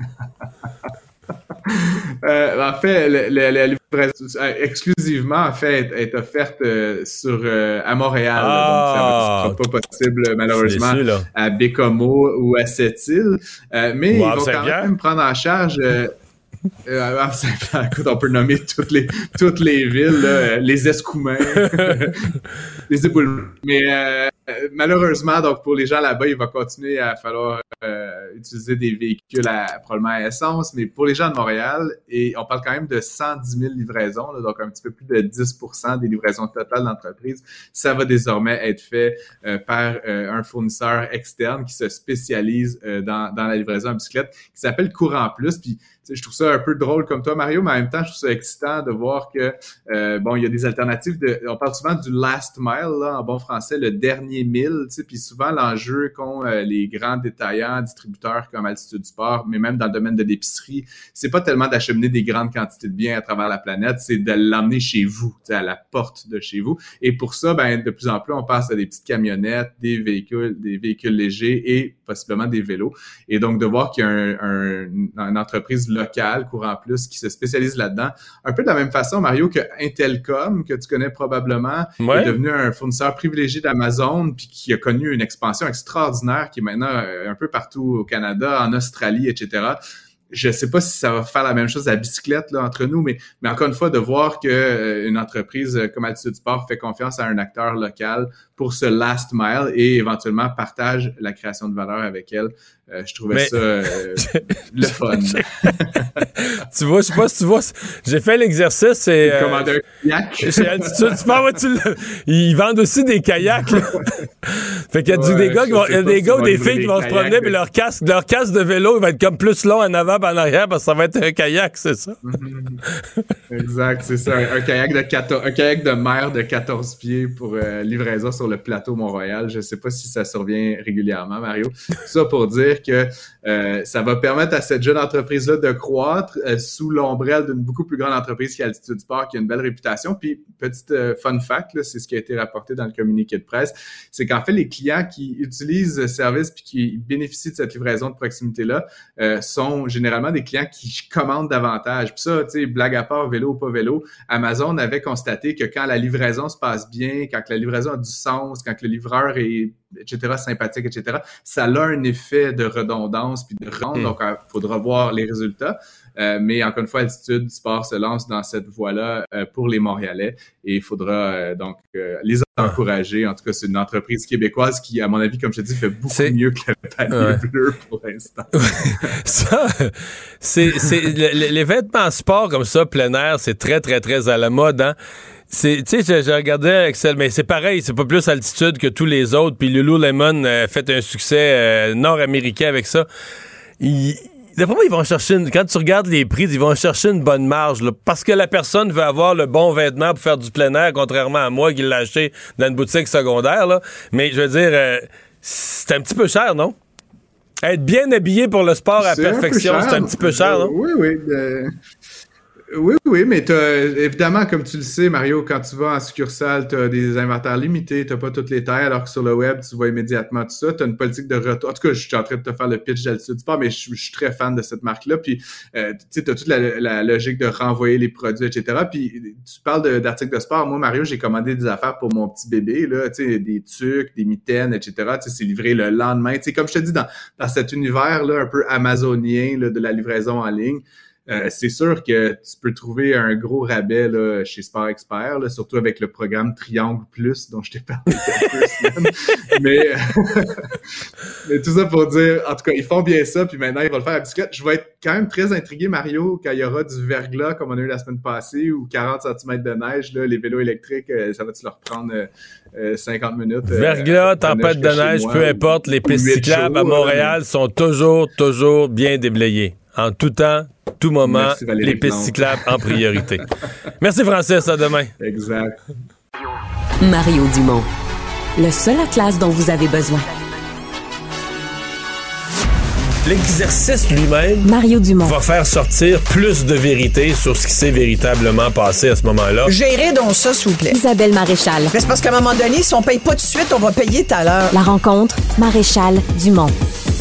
Euh, en fait, la livraison exclusivement en fait est offerte euh, sur euh, à Montréal,
ah,
donc ça ne sera pas possible malheureusement
déçu,
à Bécomo ou à Sept-Îles, euh, mais
wow,
ils vont quand même prendre en charge. Euh, Euh, écoute, on peut nommer toutes les toutes les villes, là, les Escoumins, les éboulements. Mais euh, malheureusement, donc pour les gens là-bas, il va continuer à falloir euh, utiliser des véhicules à probablement à essence. Mais pour les gens de Montréal, et on parle quand même de cent dix mille livraisons, là, donc un petit peu plus de dix pour cent des livraisons totales d'entreprise, ça va désormais être fait euh, par euh, un fournisseur externe qui se spécialise euh, dans dans la livraison en bicyclette, qui s'appelle Courant Plus. Puis je trouve ça un peu drôle comme toi, Mario, mais en même temps, je trouve ça excitant de voir que, euh, bon, il y a des alternatives. De, on parle souvent du last mile, là, en bon français, le dernier dernier mille, tu sais, puis souvent l'enjeu qu'ont euh, les grands détaillants, distributeurs comme Altitude Sport, mais même dans le domaine de l'épicerie, c'est pas tellement d'acheminer des grandes quantités de biens à travers la planète, c'est de l'emmener chez vous, tu sais, à la porte de chez vous. Et pour ça, ben de plus en plus, on passe à des petites camionnettes, des véhicules, des véhicules légers et possiblement des vélos. Et donc de voir qu'il y a un, un, une entreprise locale, Courant Plus, qui se spécialise là-dedans, un peu de la même façon, Mario, que Intelcom, que tu connais probablement, ouais. est devenu un fournisseur privilégié d'Amazon, puis qui a connu une expansion extraordinaire, qui est maintenant un peu partout au Canada, en Australie, et cetera. Je sais pas si ça va faire la même chose à la bicyclette là, entre nous, mais, mais encore une fois, de voir que euh, une entreprise comme Altitude Sport fait confiance à un acteur local pour ce last mile et éventuellement partage la création de valeur avec elle. Euh, je trouvais mais... ça euh, le fun.
Tu vois, je sais pas si tu vois, j'ai fait l'exercice. C'est euh,
commander un kayak.
Chez Altitude Sport, ouais, tu ils vendent aussi des kayaks. Fait qu'il y a ouais, des gars, qui vont, il y a des gars ou des filles qui vont se promener, mais... puis leur casque, leur casque de vélo, il va être comme plus long en avant en arrière parce que ça va être un kayak, c'est ça?
Exact, c'est ça. Un, un kayak de quatorze, un kayak de mer de quatorze pieds pour euh, livraison sur le plateau Mont-Royal. Je sais pas si ça survient régulièrement, Mario. Tout ça pour dire que euh, ça va permettre à cette jeune entreprise-là de croître euh, sous l'ombrelle d'une beaucoup plus grande entreprise qui est Altitude Sport, qui a une belle réputation. Puis, petite euh, fun fact, là, c'est ce qui a été rapporté dans le communiqué de presse, c'est qu'en fait, les clients qui utilisent le service puis qui bénéficient de cette livraison de proximité-là euh, sont généralement des clients qui commandent davantage. Puis ça, tu sais, blague à part, vélo ou pas vélo, Amazon avait constaté que quand la livraison se passe bien, quand la livraison a du sens, quand le livreur est, et cetera, sympathique, et cetera, ça a un effet de redondance puis de rente. Mmh. Donc, il faudra voir les résultats. Euh, mais encore une fois, Altitude Sport se lance dans cette voie-là euh, pour les Montréalais et il faudra euh, donc euh, les encourager. En tout cas, c'est une entreprise québécoise qui, à mon avis, comme je te dis, fait beaucoup c'est... mieux que le panier ouais. bleu pour l'instant.
Ça, c'est, c'est le, les vêtements sport comme ça, plein air, c'est très, très, très à la mode, hein? C'est, tu sais, j'ai regardé Excel, mais c'est pareil, c'est pas plus altitude que tous les autres. Puis Lululemon a fait un succès euh, nord-américain avec ça. Il, d'après moi, ils vont chercher une, quand tu regardes les prix, ils vont chercher une bonne marge, là, parce que la personne veut avoir le bon vêtement pour faire du plein air, contrairement à moi qui l'ai acheté dans une boutique secondaire, là. Mais je veux dire, euh, c'est un petit peu cher, non? Être bien habillé pour le sport à
c'est
perfection,
un
c'est un petit peu cher, non?
Euh, oui, oui. Euh... Oui, oui, mais t'as, évidemment, comme tu le sais, Mario, quand tu vas en succursale, tu as des inventaires limités, tu n'as pas toutes les tailles, alors que sur le web, tu vois immédiatement tout ça. Tu as une politique de retour. En tout cas, je suis en train de te faire le pitch d'Altitude Sport, mais je, je suis très fan de cette marque-là. Puis, euh, tu sais, tu as toute la, la logique de renvoyer les produits, et cetera. Puis, tu parles de, d'articles de sport. Moi, Mario, j'ai commandé des affaires pour mon petit bébé, là, tu sais, des tucs, des mitaines, et cetera. Tu sais, c'est livré le lendemain. Tu sais, comme je te dis, dans, dans cet univers-là un peu amazonien là, de la livraison en ligne, Euh, c'est sûr que tu peux trouver un gros rabais là, chez Sport Expert, là, surtout avec le programme Triangle Plus dont je t'ai parlé il y a deux semaines. Mais, mais tout ça pour dire, en tout cas, ils font bien ça, puis maintenant, ils vont le faire à bicyclette. Je vais être quand même très intrigué, Mario, quand il y aura du verglas, comme on a eu la semaine passée, ou quarante centimètres de neige, là, les vélos électriques, euh, ça va-tu leur prendre euh, euh, cinquante minutes? Euh,
verglas, tempête de neige, peu importe, les pistes cyclables à Montréal euh, sont toujours, toujours bien déblayées. En tout temps, tout moment, merci, les pistes cyclables en priorité. Merci Francis, à demain.
Exact.
Mario Dumont, le seul atlas dont vous avez besoin.
L'exercice lui-même
Mario Dumont
va faire sortir plus de vérité sur ce qui s'est véritablement passé à ce moment-là.
Gérez donc ça, s'il vous plaît.
Isabelle Maréchal.
Mais c'est parce qu'à un moment donné, si on paye pas tout de suite, on va payer tout à l'heure.
La rencontre, Maréchal Dumont.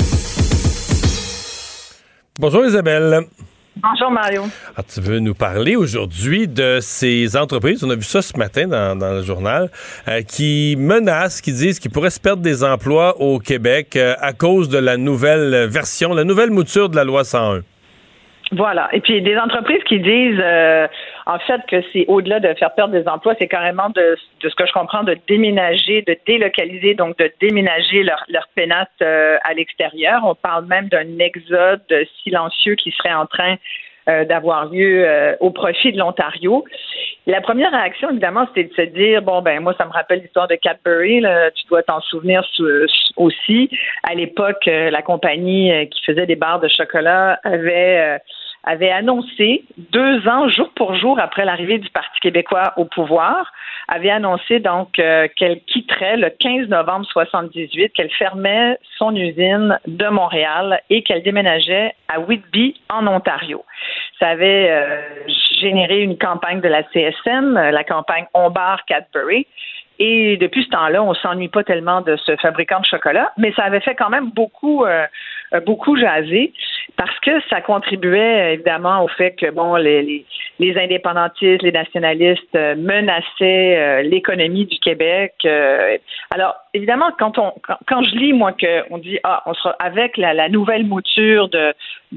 Bonjour Isabelle.
Bonjour Mario.
Alors, tu veux nous parler aujourd'hui de ces entreprises, on a vu ça ce matin dans, dans le journal, euh, qui menacent, qui disent qu'ils pourraient se perdre des emplois au Québec euh, à cause de la nouvelle version, la nouvelle mouture de la loi cent un.
Voilà. Et puis des entreprises qui disent euh, en fait que c'est au-delà de faire perdre des emplois, c'est carrément de, de ce que je comprends de déménager, de délocaliser, donc de déménager leur, leur pénates euh, à l'extérieur. On parle même d'un exode silencieux qui serait en train euh, d'avoir lieu euh, au profit de l'Ontario. La première réaction, évidemment, c'était de se dire, bon, ben moi, ça me rappelle l'histoire de Cadbury, là, tu dois t'en souvenir aussi. À l'époque, euh, la compagnie euh, qui faisait des barres de chocolat avait... Euh, avait annoncé, deux ans, jour pour jour après l'arrivée du Parti québécois au pouvoir, avait annoncé donc euh, qu'elle quitterait le quinze novembre soixante-dix-huit, qu'elle fermait son usine de Montréal et qu'elle déménageait à Whitby, en Ontario. Ça avait euh, généré une campagne de la C S N, la campagne On Bar Cadbury. Et depuis ce temps-là, on s'ennuie pas tellement de ce fabricant de chocolat, mais ça avait fait quand même beaucoup, euh, beaucoup jaser parce que ça contribuait évidemment au fait que bon, les, les, les indépendantistes, les nationalistes euh, menaçaient euh, l'économie du Québec. Euh, alors évidemment, quand on, quand, quand je lis moi que on dit ah, on sera avec la, la nouvelle mouture de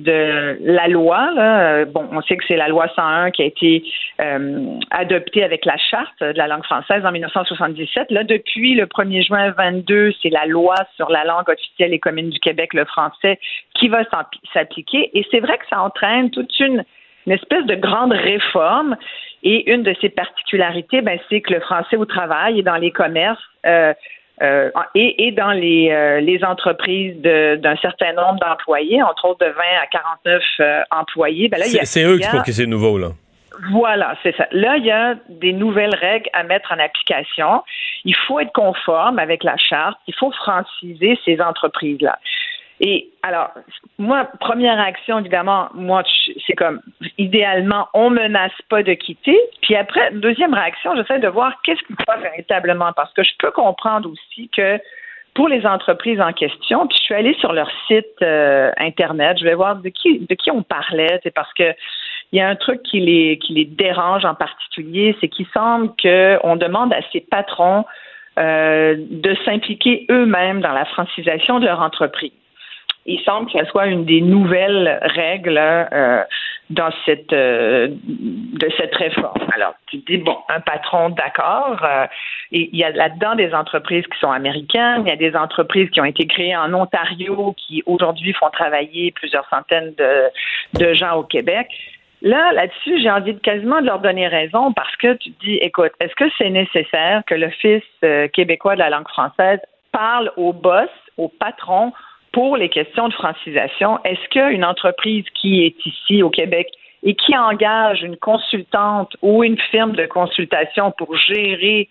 de la loi, là, bon, on sait que c'est la loi cent un qui a été euh, adoptée avec la charte de la langue française en dix-neuf cent soixante-dix-sept. Là, depuis le premier juin vingt-deux, c'est la loi sur la langue officielle et commune du Québec, le français, qui va s'appliquer. Et c'est vrai que ça entraîne toute une, une espèce de grande réforme. Et une de ses particularités, ben, c'est que le français au travail et dans les commerces euh, Euh, et, et dans les, euh, les entreprises de, d'un certain nombre d'employés, entre autres de vingt à quarante-neuf euh, employés. Ben là,
c'est,
il y a,
c'est eux
il y a,
pour qui c'est nouveau, là.
Voilà, c'est ça. Là, il y a des nouvelles règles à mettre en application. Il faut être conforme avec la charte. Il faut franciser ces entreprises-là. Et alors, moi, première réaction, évidemment, moi, c'est comme, idéalement, on menace pas de quitter. Puis après, deuxième réaction, j'essaie de voir qu'est-ce qu'il faut véritablement. Parce que je peux comprendre aussi que pour les entreprises en question, puis je suis allée sur leur site euh, Internet, je vais voir de qui de qui on parlait. C'est parce que il y a un truc qui les, qui les dérange en particulier, c'est qu'il semble qu'on demande à ces patrons euh, de s'impliquer eux-mêmes dans la francisation de leur entreprise. Il semble que ce soit une des nouvelles règles euh, dans cette euh, de cette réforme. Alors, tu te dis, bon, un patron, d'accord, euh, et il y a là-dedans des entreprises qui sont américaines, il y a des entreprises qui ont été créées en Ontario qui, aujourd'hui, font travailler plusieurs centaines de, de gens au Québec. Là, là-dessus, j'ai envie de quasiment de leur donner raison parce que tu te dis, écoute, est-ce que c'est nécessaire que l'Office euh, québécois de la langue française parle au boss, au patron, pour les questions de francisation? Est-ce qu'une entreprise qui est ici au Québec et qui engage une consultante ou une firme de consultation pour gérer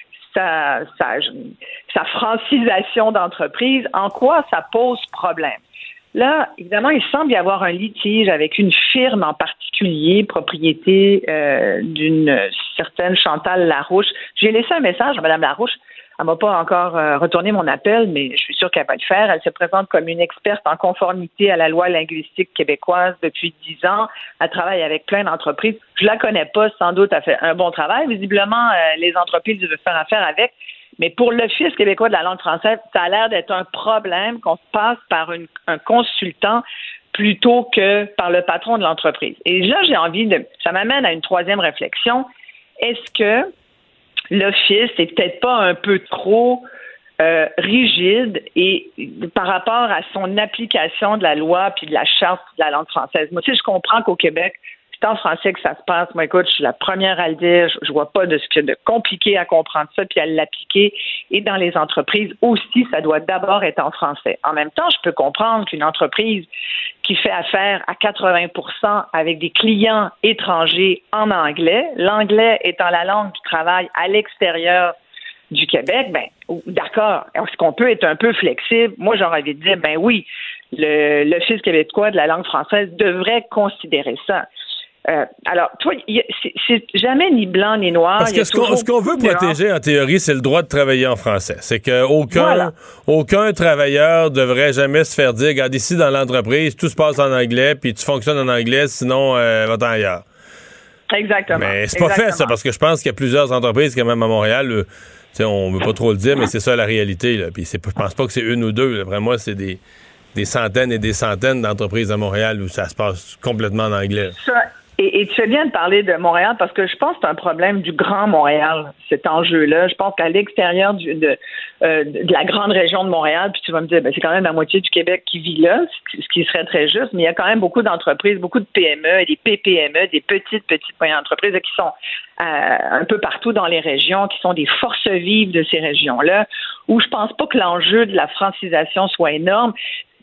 sa, sa, sa francisation d'entreprise, en quoi ça pose problème? Là, évidemment, il semble y avoir un litige avec une firme en particulier, propriété euh, d'une certaine Chantal Larouche. J'ai laissé un message à Mme Larouche. Elle m'a pas encore euh, retourné mon appel, mais je suis sûre qu'elle va le faire. Elle se présente comme une experte en conformité à la loi linguistique québécoise depuis dix ans. Elle travaille avec plein d'entreprises. Je la connais pas, sans doute, elle fait un bon travail. Visiblement, euh, les entreprises veulent faire affaire avec. Mais pour l'Office québécois de la langue française, ça a l'air d'être un problème qu'on passe par une, un consultant plutôt que par le patron de l'entreprise. Et là, j'ai envie de... Ça m'amène à une troisième réflexion. Est-ce que l'Office est peut-être pas un peu trop euh, rigide et par rapport à son application de la loi puis de la charte de la langue française? Moi, tu sais, je comprends qu'au Québec, c'est en français que ça se passe. Moi, écoute, je suis la première à le dire. Je, je vois pas de ce qu'il y a de compliqué à comprendre ça puis à l'appliquer. Et dans les entreprises aussi, ça doit d'abord être en français. En même temps, je peux comprendre qu'une entreprise qui fait affaire à quatre-vingts pour cent avec des clients étrangers en anglais, l'anglais étant la langue du travail à l'extérieur du Québec, ben d'accord. Est-ce qu'on peut être un peu flexible? Moi, j'aurais envie de dire, ben oui, le, l'Office québécois de la langue française devrait considérer ça. Euh, alors, toi, y a, c'est, c'est jamais ni blanc ni noir.
Parce que ce qu'on, ce qu'on veut protéger, en théorie, c'est le droit de travailler en français. C'est qu'aucun voilà. aucun travailleur devrait jamais se faire dire, regarde, ici, dans l'entreprise, tout se passe en anglais, puis tu fonctionnes en anglais, sinon, euh, va-t'en ailleurs.
Exactement.
Mais c'est pas
Exactement.
fait, ça, parce que je pense qu'il y a plusieurs entreprises, quand même, à Montréal, euh, t'sais, on veut pas trop le dire, mais c'est ça la réalité, là. Puis c'est, je pense pas que c'est une ou deux. Là. Vraiment, c'est des, des centaines et des centaines d'entreprises à Montréal où ça se passe complètement en anglais.
Ça, Et, et tu fais bien de parler de Montréal parce que je pense que c'est un problème du Grand Montréal, cet enjeu-là. Je pense qu'à l'extérieur du, de, euh, de la grande région de Montréal, puis tu vas me dire, ben, c'est quand même la moitié du Québec qui vit là, ce qui serait très juste, mais il y a quand même beaucoup d'entreprises, beaucoup de P M E, des P P M E, des petites, petites moyennes entreprises là, qui sont euh, un peu partout dans les régions, qui sont des forces vives de ces régions-là, où je pense pas que l'enjeu de la francisation soit énorme.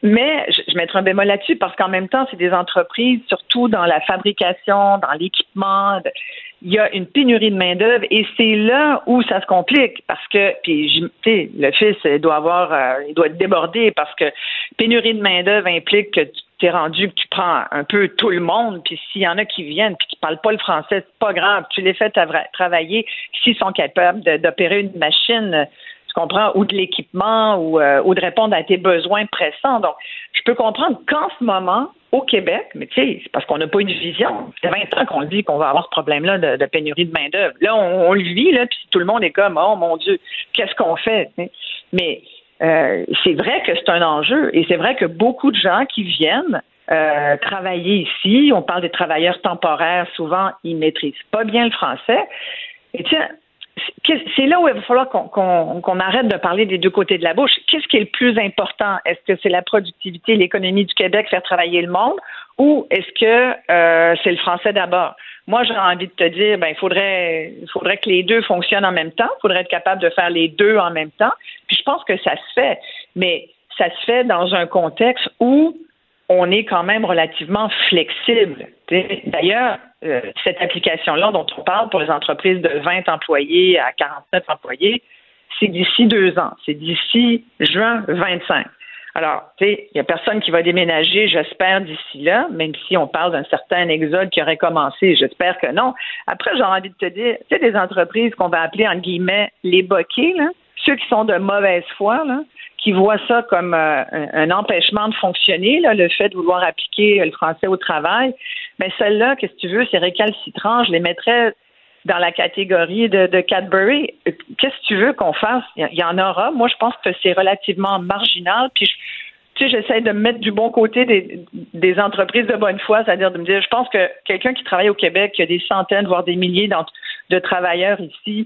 Mais je, je mettrai un bémol là-dessus parce qu'en même temps, c'est des entreprises, surtout dans la fabrication, dans l'équipement. De, il y a une pénurie de main-d'œuvre et c'est là où ça se complique parce que, puis, tu sais, le fils doit avoir, euh, il doit être débordé parce que pénurie de main-d'œuvre implique que tu t'es rendu que tu prends un peu tout le monde, puis s'il y en a qui viennent puis qui parlent pas le français, c'est pas grave, tu les fais tra- travailler s'ils sont capables de, d'opérer une machine. Tu comprends, ou de l'équipement, ou, euh, ou de répondre à tes besoins pressants. Donc, je peux comprendre qu'en ce moment, au Québec, mais tu sais, c'est parce qu'on n'a pas une vision. Ça fait vingt ans qu'on le dit qu'on va avoir ce problème-là de, de pénurie de main-d'œuvre. Là, on, on le vit, là, puis tout le monde est comme, oh mon Dieu, qu'est-ce qu'on fait? T'sais? Mais euh, c'est vrai que c'est un enjeu, et c'est vrai que beaucoup de gens qui viennent euh, travailler ici, on parle des travailleurs temporaires, souvent, ils maîtrisent pas bien le français. Et tiens, c'est là où il va falloir qu'on, qu'on, qu'on arrête de parler des deux côtés de la bouche. Qu'est-ce qui est le plus important? Est-ce que c'est la productivité, l'économie du Québec, faire travailler le monde, ou est-ce que euh, c'est le français d'abord? Moi, j'ai envie de te dire, ben, il faudrait, il faudrait que les deux fonctionnent en même temps. Il faudrait être capable de faire les deux en même temps. Puis je pense que ça se fait, mais ça se fait dans un contexte où on est quand même relativement flexible. D'ailleurs, euh, cette application-là dont on parle pour les entreprises de vingt employés à quarante-neuf employés, c'est d'ici deux ans. C'est d'ici juin vingt-cinq. Alors, tu sais, il n'y a personne qui va déménager, j'espère, d'ici là, même si on parle d'un certain exode qui aurait commencé. J'espère que non. Après, j'ai envie de te dire, tu sais, des entreprises qu'on va appeler, entre guillemets, les boquets, là, ceux qui sont de mauvaise foi, là, qui voient ça comme euh, un, un empêchement de fonctionner, là, le fait de vouloir appliquer le français au travail, mais celles-là, qu'est-ce que tu veux, c'est récalcitrant, je les mettrais dans la catégorie de, de Cadbury. Qu'est-ce que tu veux qu'on fasse? Il y en aura. Moi, je pense que c'est relativement marginal, puis je, tu sais, j'essaie de me mettre du bon côté des, des entreprises de bonne foi, c'est-à-dire de me dire, je pense que quelqu'un qui travaille au Québec, qui a des centaines, voire des milliers de travailleurs ici,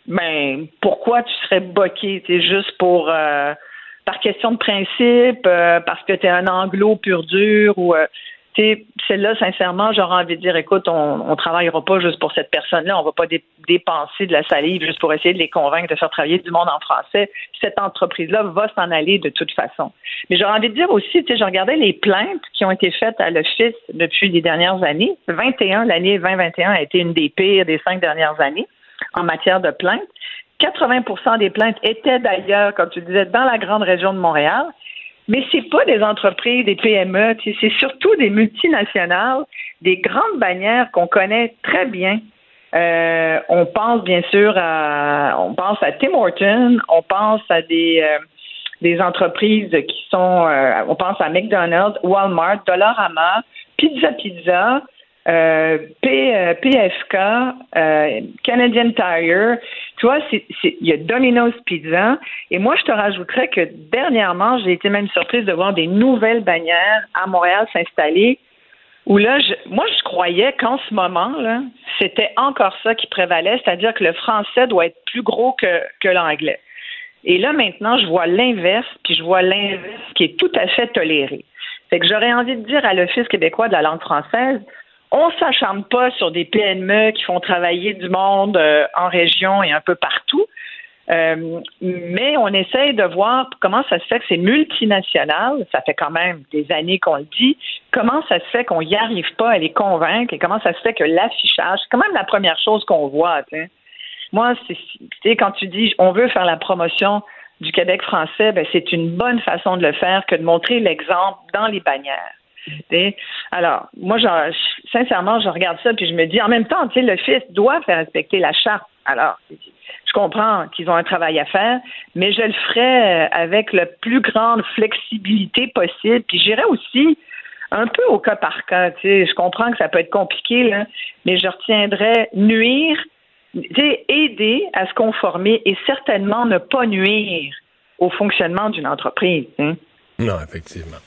ben, pourquoi tu serais boqué? C'est juste pour... Euh, par question de principe, euh, parce que tu es un anglo pur dur, ou euh, tu sais, celle-là, sincèrement, j'aurais envie de dire, écoute, on ne travaillera pas juste pour cette personne-là, on va pas dé- dépenser de la salive juste pour essayer de les convaincre de faire travailler du monde en français. Cette entreprise-là va s'en aller de toute façon. Mais j'aurais envie de dire aussi, tu sais, je regardais les plaintes qui ont été faites à l'Office depuis les dernières années. vingt et un, l'année vingt vingt et un a été une des pires des cinq dernières années en matière de plaintes. quatre-vingts pour cent des plaintes étaient d'ailleurs, comme tu disais, dans la grande région de Montréal. Mais c'est pas des entreprises, des P M E, c'est surtout des multinationales, des grandes bannières qu'on connaît très bien. Euh, on pense bien sûr à, on pense à Tim Hortons, on pense à des euh, des entreprises qui sont, euh, on pense à McDonald's, Walmart, Dollarama, Pizza Pizza. Euh, P, euh, P F K, euh, Canadian Tire, tu vois, c'est, c'est, il y a Domino's Pizza, et moi je te rajouterais que dernièrement, j'ai été même surprise de voir des nouvelles bannières à Montréal s'installer, où là, je, moi je croyais qu'en ce moment, là, c'était encore ça qui prévalait, c'est-à-dire que le français doit être plus gros que, que l'anglais. Et là maintenant, je vois l'inverse, puis je vois l'inverse qui est tout à fait toléré. Fait que j'aurais envie de dire à l'Office québécois de la langue française, on s'acharne pas sur des P M E qui font travailler du monde euh, en région et un peu partout, euh, mais on essaye de voir comment ça se fait que c'est multinational, ça fait quand même des années qu'on le dit, comment ça se fait qu'on n'y arrive pas à les convaincre et comment ça se fait que l'affichage, c'est quand même la première chose qu'on voit. T'sais. Moi, c'est, c'est quand tu dis on veut faire la promotion du Québec français, ben, c'est une bonne façon de le faire que de montrer l'exemple dans les bannières. T'sais. Alors, moi, genre, je, sincèrement, je regarde ça puis je me dis, en même temps, tu sais, le fils doit faire respecter la charte. Alors, je comprends qu'ils ont un travail à faire, mais je le ferai avec la plus grande flexibilité possible. Puis j'irai aussi un peu au cas par cas. Tu sais, je comprends que ça peut être compliqué, là, mais je retiendrai nuire, tu sais, aider à se conformer et certainement ne pas nuire au fonctionnement d'une entreprise. Hein.
Non, effectivement.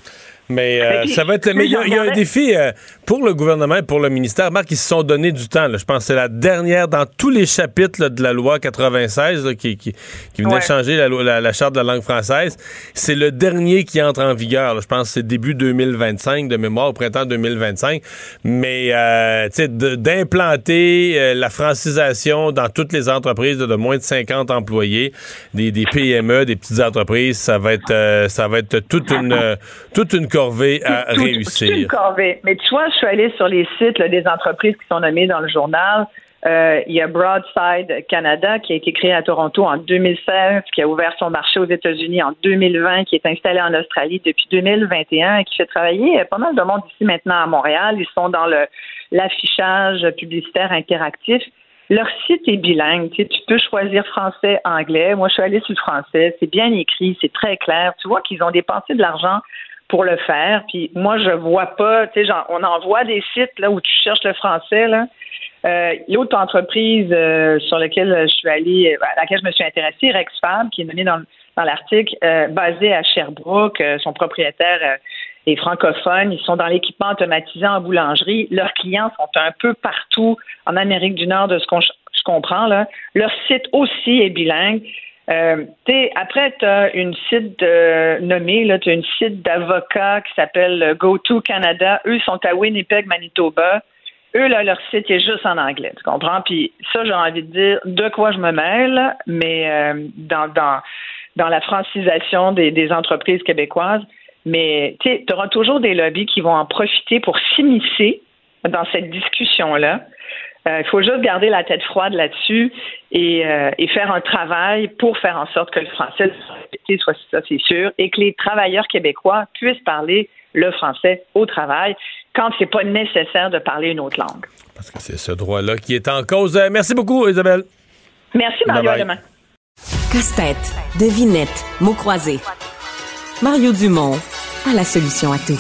Mais euh, ça va être. Mais il y, y a un défi euh, pour le gouvernement et pour le ministère. Marc, ils se sont donné du temps. Là. Je pense que c'est la dernière dans tous les chapitres là, de la loi quatre-vingt-seize là, qui, qui, qui venait ouais. changer la, la, la charte de la langue française. C'est le dernier qui entre en vigueur. Là. Je pense que c'est début deux mille vingt-cinq de mémoire, au printemps deux mille vingt-cinq. Mais euh, tu sais, d'implanter euh, la francisation dans toutes les entreprises de, de moins de cinquante employés, des, des P M E, des petites entreprises, ça va être euh, ça va être toute une euh, toute une corvée à tout, réussir.
Toute une corvée. Mais tu vois, je suis allée sur les sites là, des entreprises qui sont nommées dans le journal. Euh, il y a Broadside Canada qui a été créé à Toronto en deux mille seize, qui a ouvert son marché aux États-Unis en deux mille vingt, qui est installé en Australie depuis deux mille vingt et un et qui fait travailler pas mal de monde ici maintenant à Montréal. Ils sont dans le l'affichage publicitaire interactif. Leur site est bilingue. Tu sais, tu peux choisir français, anglais. Moi, je suis allée sur le français. C'est bien écrit, c'est très clair. Tu vois qu'ils ont dépensé de l'argent pour le faire. Puis moi, je vois pas, tu sais, genre, on envoie des sites là où tu cherches le français, là. Euh, l'autre entreprise euh, sur laquelle je suis allée, à laquelle je me suis intéressée, Rexfab, qui est nommée dans, dans l'article, euh, basée à Sherbrooke, euh, son propriétaire euh, est francophone, ils sont dans l'équipement automatisé en boulangerie. Leurs clients sont un peu partout en Amérique du Nord, de ce qu'on je comprends, là. Leur site aussi est bilingue. Euh, après, tu as une site de, nommée, tu as une site d'avocats qui s'appelle GoTo Canada. Eux sont à Winnipeg, Manitoba. Eux, là, leur site est juste en anglais, tu comprends? Puis ça, j'ai envie de dire de quoi je me mêle, mais euh, dans, dans, dans la francisation des, des entreprises québécoises. Mais tu auras toujours des lobbies qui vont en profiter pour s'immiscer dans cette discussion-là. Il euh, faut juste garder la tête froide là-dessus et, euh, et faire un travail pour faire en sorte que le français soit ça, c'est sûr, et que les travailleurs québécois puissent parler le français au travail quand c'est pas nécessaire de parler une autre langue.
Parce que c'est ce droit-là qui est en cause. Euh, merci beaucoup, Isabelle.
Merci, Mario. Bye bye. À demain.
Casse-tête, devinette, mots croisés. Mario Dumont a la solution à tout.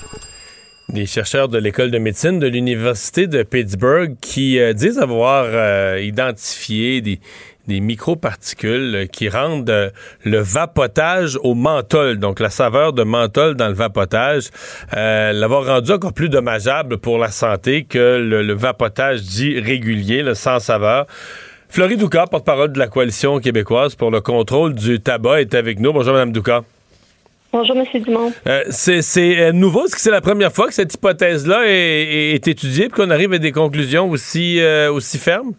Des chercheurs de l'École de médecine de l'Université de Pittsburgh qui euh, disent avoir euh, identifié des, des microparticules qui rendent euh, le vapotage au menthol, donc la saveur de menthol dans le vapotage, euh, l'avoir rendu encore plus dommageable pour la santé que le, le vapotage dit régulier, là, sans saveur. Florie Doucard, porte-parole de la Coalition québécoise pour le contrôle du tabac, est avec nous. Bonjour, Mme Doucard.
Bonjour, M. Dumont.
Euh, c'est, c'est nouveau. Est-ce que c'est la première fois que cette hypothèse-là est, est étudiée et qu'on arrive à des conclusions aussi, euh, aussi fermes?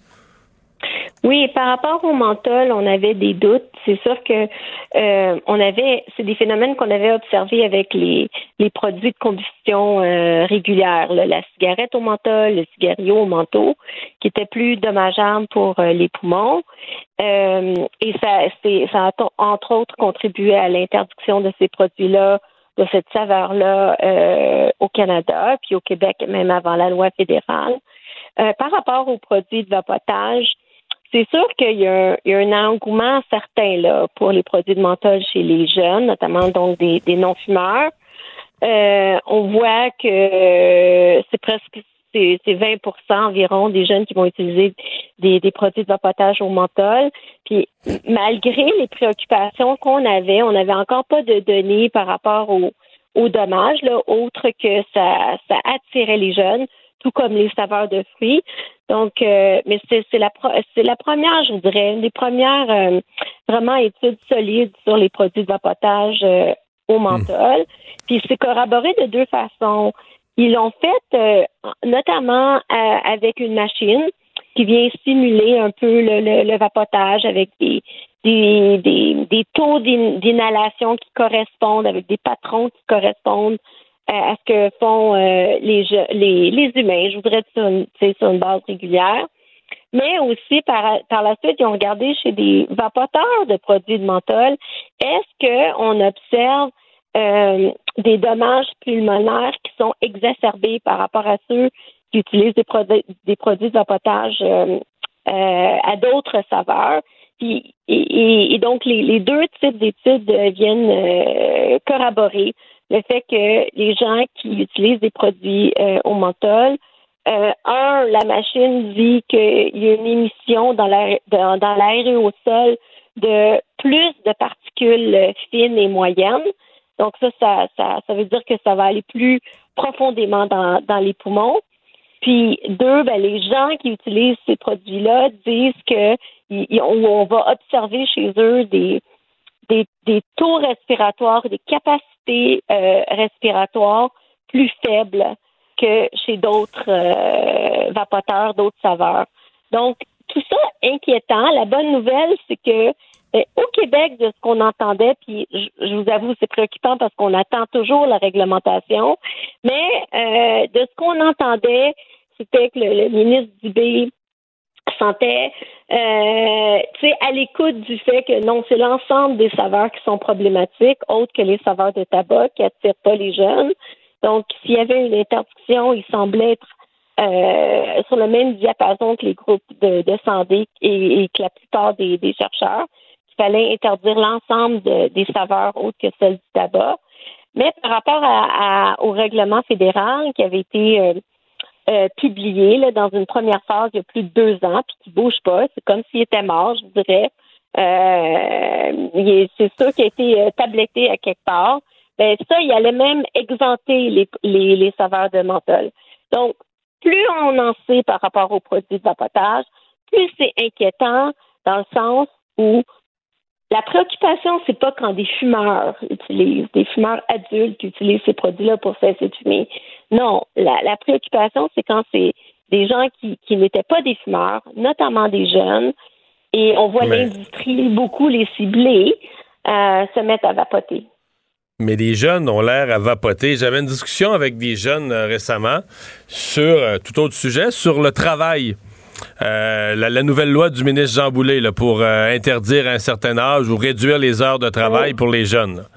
Oui, par rapport au menthol, on avait des doutes. C'est sûr que euh, on avait, c'est des phénomènes qu'on avait observés avec les, les produits de combustion euh, régulière, là, la cigarette au menthol, le cigario au menthol, qui étaient plus dommageables pour euh, les poumons. Euh, et ça, c'est, ça a entre autres contribué à l'interdiction de ces produits-là, de cette saveur-là euh, au Canada, puis au Québec, même avant la loi fédérale. Euh, par rapport aux produits de vapotage, c'est sûr qu'il y a, un, il y a un engouement certain là pour les produits de menthol chez les jeunes, notamment donc des, des non-fumeurs. Euh, on voit que c'est presque c'est, c'est vingt pour cent environ des jeunes qui vont utiliser des, des produits de vapotage au menthol. Puis malgré les préoccupations qu'on avait, on n'avait encore pas de données par rapport aux au dommages, là, autre que ça, ça attirait les jeunes, tout comme les saveurs de fruits. Donc, euh, mais c'est, c'est, la pro- c'est la première, je dirais, une des premières euh, vraiment études solides sur les produits de vapotage euh, au menthol. Mmh. Puis c'est corroboré de deux façons. Ils l'ont fait euh, notamment euh, avec une machine qui vient simuler un peu le, le, le vapotage avec des, des, des, des taux d'in- d'inhalation qui correspondent, avec des patrons qui correspondent à ce que font euh, les, les les humains, je voudrais dire sur une, sur une base régulière. Mais aussi, par, par la suite, ils ont regardé chez des vapoteurs de produits de menthol, est-ce qu'on observe euh, des dommages pulmonaires qui sont exacerbés par rapport à ceux qui utilisent des, produ- des produits de vapotage euh, euh, à d'autres saveurs. Puis, et, et, et donc, les, les deux types d'études viennent euh, corroborer le fait que les gens qui utilisent des produits euh, au menthol, euh, un, la machine dit qu'il y a une émission dans l'air, dans, dans l'aéréosol de plus de particules fines et moyennes Donc ça, ça, ça, ça veut dire que ça va aller plus profondément dans, dans les poumons. Puis deux, ben, les gens qui utilisent ces produits-là disent que y, on, on va observer chez eux des, des, des taux respiratoires, des capacités euh, respiratoires plus faibles que chez d'autres euh, vapoteurs, d'autres saveurs. Donc, tout ça inquiétant. La bonne nouvelle, c'est que euh, au Québec, de ce qu'on entendait, puis je, je vous avoue, c'est préoccupant parce qu'on attend toujours la réglementation, mais euh, de ce qu'on entendait, c'était que le, le ministre Dubé sentait euh, tu sais, à l'écoute du fait que non, c'est l'ensemble des saveurs qui sont problématiques, autres que les saveurs de tabac qui attirent pas les jeunes. Donc, s'il y avait une interdiction, il semblait être euh, sur le même diapason que les groupes de, de santé et, et que la plupart des, des chercheurs, qu'il fallait interdire l'ensemble de, des saveurs autres que celles du tabac. Mais par rapport à, à, au règlement fédéral qui avait été euh, euh, publié là, dans une première phase il y a plus de deux ans, puis qui bouge pas, c'est comme s'il était mort, je dirais. Euh, il est, c'est sûr qu'il a été euh, tabletté à quelque part. Ben ça, il allait même exempter les, les, les saveurs de menthol. Donc, plus on en sait par rapport aux produits de vapotage, plus c'est inquiétant dans le sens où la préoccupation, c'est pas quand des fumeurs utilisent, des fumeurs adultes utilisent ces produits-là pour cesser de fumer. Non, la, la préoccupation, c'est quand c'est des gens qui, qui n'étaient pas des fumeurs, notamment des jeunes, et on voit
Mais...
l'industrie beaucoup les cibler, euh, se mettre à vapoter.
Mais les jeunes ont l'air à vapoter. J'avais une discussion avec des jeunes euh, récemment sur euh, tout autre sujet, sur le travail. Euh, la, la nouvelle loi du ministre Jean Boulet là, pour euh, interdire à un certain âge ou réduire les heures de travail pour les jeunes. Là.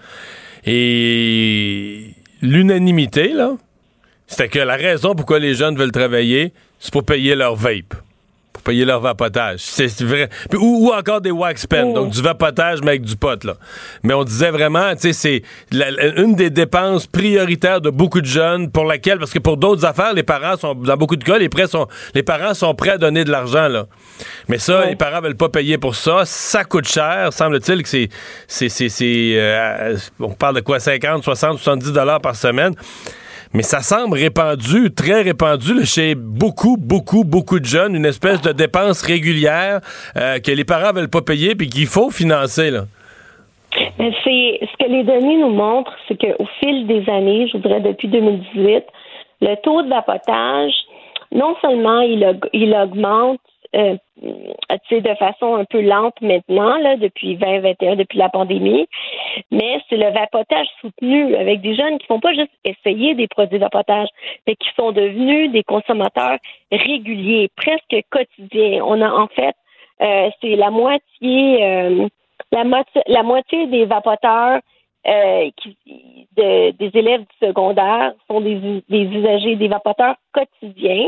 Et l'unanimité, là, c'était que la raison pourquoi les jeunes veulent travailler, c'est pour payer leur vape. Pour payer leur vapotage. C'est vrai. Ou, ou encore des wax pens, oh. Donc du vapotage, mais avec du pot, là. Mais on disait vraiment, tu sais, c'est la, une des dépenses prioritaires de beaucoup de jeunes pour laquelle, parce que pour d'autres affaires, les parents sont, dans beaucoup de cas, les, prêts sont, les parents sont prêts à donner de l'argent, là. Mais ça, ouais. Les parents veulent pas payer pour ça. Ça coûte cher. Semble-t-il que c'est, c'est, c'est, c'est euh, on parle de quoi, cinquante, soixante, soixante-dix dollars par semaine. Mais ça semble répandu, très répandu là, chez beaucoup, beaucoup, beaucoup de jeunes, une espèce de dépense régulière euh, que les parents veulent pas payer puis qu'il faut financer, là.
Mais c'est ce que les données nous montrent, c'est qu'au fil des années, je voudrais depuis deux mille dix-huit, le taux de vapotage, non seulement il, il augmente, euh, tu sais, de façon un peu lente maintenant, là, depuis vingt vingt et un, depuis la pandémie, mais c'est le vapotage soutenu avec des jeunes qui font pas juste essayer des produits de vapotage, mais qui sont devenus des consommateurs réguliers, presque quotidiens. On a en fait, euh, c'est la moitié, euh, la moitié, la moitié des vapoteurs euh, qui, de, des élèves du secondaire sont des, des usagers, des vapoteurs quotidiens.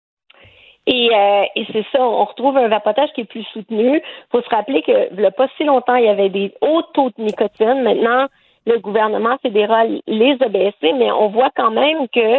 Et, euh, et c'est ça, on retrouve un vapotage qui est plus soutenu. Il faut se rappeler que il n'y a pas si longtemps, il y avait des hauts taux de nicotine. Maintenant, le gouvernement fédéral les a baissés, mais on voit quand même que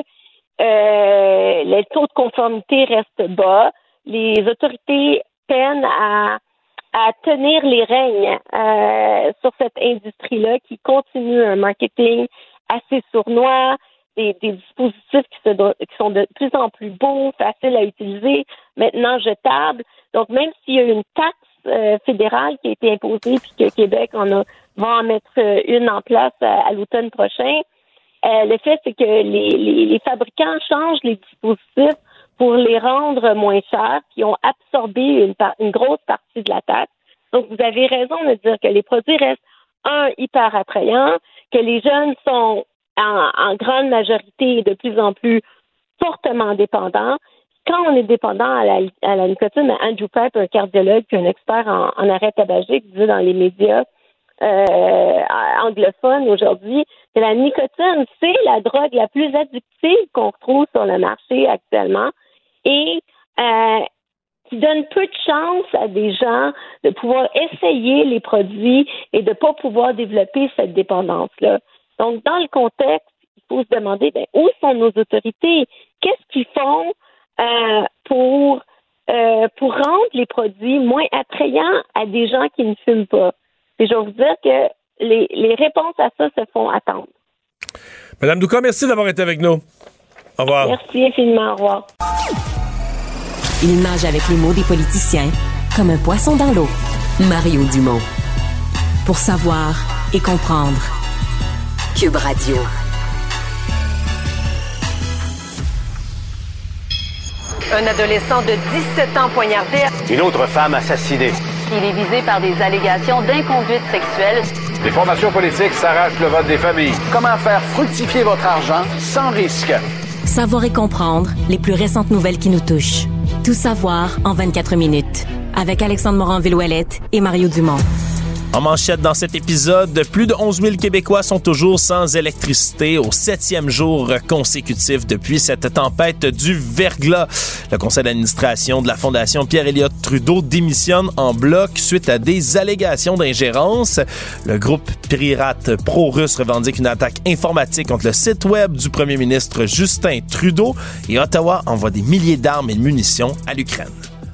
euh, les taux de conformité restent bas. Les autorités peinent à, à tenir les règnes euh, sur cette industrie-là qui continue un marketing assez sournois. Des, des dispositifs qui, se, qui sont de plus en plus beaux, faciles à utiliser, maintenant jetables. Donc, même s'il y a une taxe euh, fédérale qui a été imposée, puis que Québec en a, va en mettre une en place à, à l'automne prochain, euh, le fait, c'est que les, les, les fabricants changent les dispositifs pour les rendre moins chers, puis ont absorbé une, par, une grosse partie de la taxe. Donc, vous avez raison de dire que les produits restent, un, hyper attrayants, que les jeunes sont En, en grande majorité de plus en plus fortement dépendants. Quand on est dépendant à la, à la nicotine, Andrew Pep, un cardiologue puis un expert en, en arrêt tabagique, disait dans les médias euh, anglophones aujourd'hui que la nicotine, c'est la drogue la plus addictive qu'on retrouve sur le marché actuellement et euh, qui donne peu de chance à des gens de pouvoir essayer les produits et de ne pas pouvoir développer cette dépendance-là. Donc, dans le contexte, il faut se demander, ben, où sont nos autorités? Qu'est-ce qu'ils font euh, pour, euh, pour rendre les produits moins attrayants à des gens qui ne fument pas? Et je vais vous dire que les, les réponses à ça se font attendre.
Madame Douka, merci d'avoir été avec nous. Au revoir.
Merci infiniment. Au revoir.
Il nage avec les mots des politiciens comme un poisson dans l'eau. Mario Dumont. Pour savoir et comprendre. Cube Radio.
Un adolescent de dix-sept ans poignardé.
Une autre femme assassinée.
Il est visé par des allégations d'inconduite sexuelle.
Les formations politiques s'arrachent le vote des familles.
Comment faire fructifier votre argent sans risque?
Savoir et comprendre les plus récentes nouvelles qui nous touchent. Tout savoir en vingt-quatre minutes. Avec Alexandre Morin-Villouellette et Mario Dumont.
En manchette dans cet épisode, plus de onze mille Québécois sont toujours sans électricité au septième jour consécutif depuis cette tempête du verglas. Le conseil d'administration de la Fondation Pierre-Éliott Trudeau démissionne en bloc suite à des allégations d'ingérence. Le groupe pirate pro-russe revendique une attaque informatique contre le site web du premier ministre Justin Trudeau et Ottawa envoie des milliers d'armes et de munitions à l'Ukraine.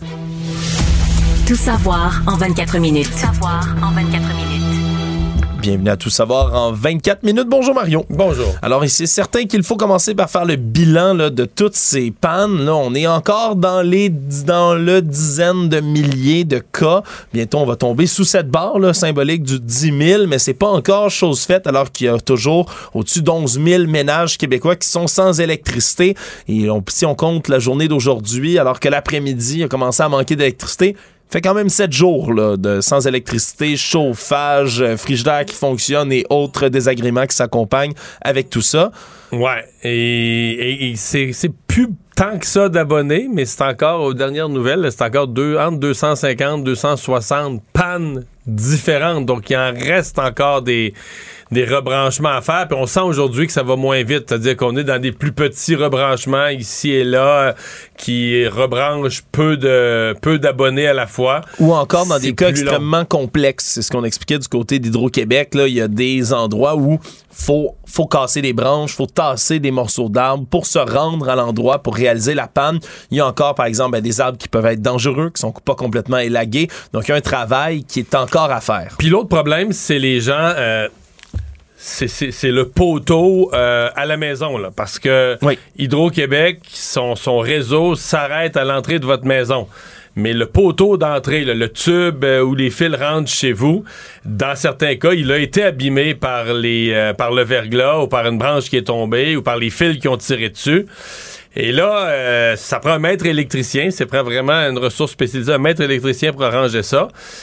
Tout savoir en vingt-quatre minutes. Tout savoir en vingt-quatre minutes.
Bienvenue à Tout savoir en vingt-quatre minutes. Bonjour Mario.
Bonjour.
Alors, c'est certain qu'il faut commencer par faire le bilan là, de toutes ces pannes. Là, on est encore dans les dans le dizaine de milliers de cas. Bientôt, on va tomber sous cette barre là, symbolique du dix mille, mais c'est pas encore chose faite alors qu'il y a toujours au-dessus d'onze mille ménages québécois qui sont sans électricité. Et on, si on compte la journée d'aujourd'hui, alors que l'après-midi a commencé à manquer d'électricité, fait quand même sept jours là, de sans électricité, chauffage, frigidaire qui fonctionne et autres désagréments qui s'accompagnent avec tout ça.
Ouais, et, et, et c'est, c'est plus tant que ça d'abonnés, mais c'est encore, aux dernières nouvelles, c'est encore deux, entre deux cent cinquante et deux cent soixante pannes différentes. Donc, il en reste encore des, des rebranchements à faire. Puis on sent aujourd'hui que ça va moins vite. C'est-à-dire qu'on est dans des plus petits rebranchements ici et là qui rebranchent peu de peu d'abonnés à la fois.
Ou encore dans
c'est
des cas
long.
extrêmement complexes. C'est ce qu'on expliquait du côté d'Hydro-Québec. Là, il y a des endroits où faut faut casser des branches, faut tasser des morceaux d'arbres pour se rendre à l'endroit pour réaliser la panne. Il y a encore, par exemple, ben, des arbres qui peuvent être dangereux, qui sont pas complètement élagués. Donc, il y a un travail qui est encore à faire.
Puis l'autre problème, c'est les gens... Euh C'est, c'est, c'est le poteau euh, à la maison, là, parce que oui. Hydro-Québec, son, son réseau s'arrête à l'entrée de votre maison. Mais le poteau d'entrée, là, le tube euh, où les fils rentrent chez vous, dans certains cas, il a été abîmé par, les, euh, par le verglas ou par une branche qui est tombée ou par les fils qui ont tiré dessus. Et là, euh, ça prend un maître électricien, ça prend vraiment une ressource spécialisée, un maître électricien pour arranger ça.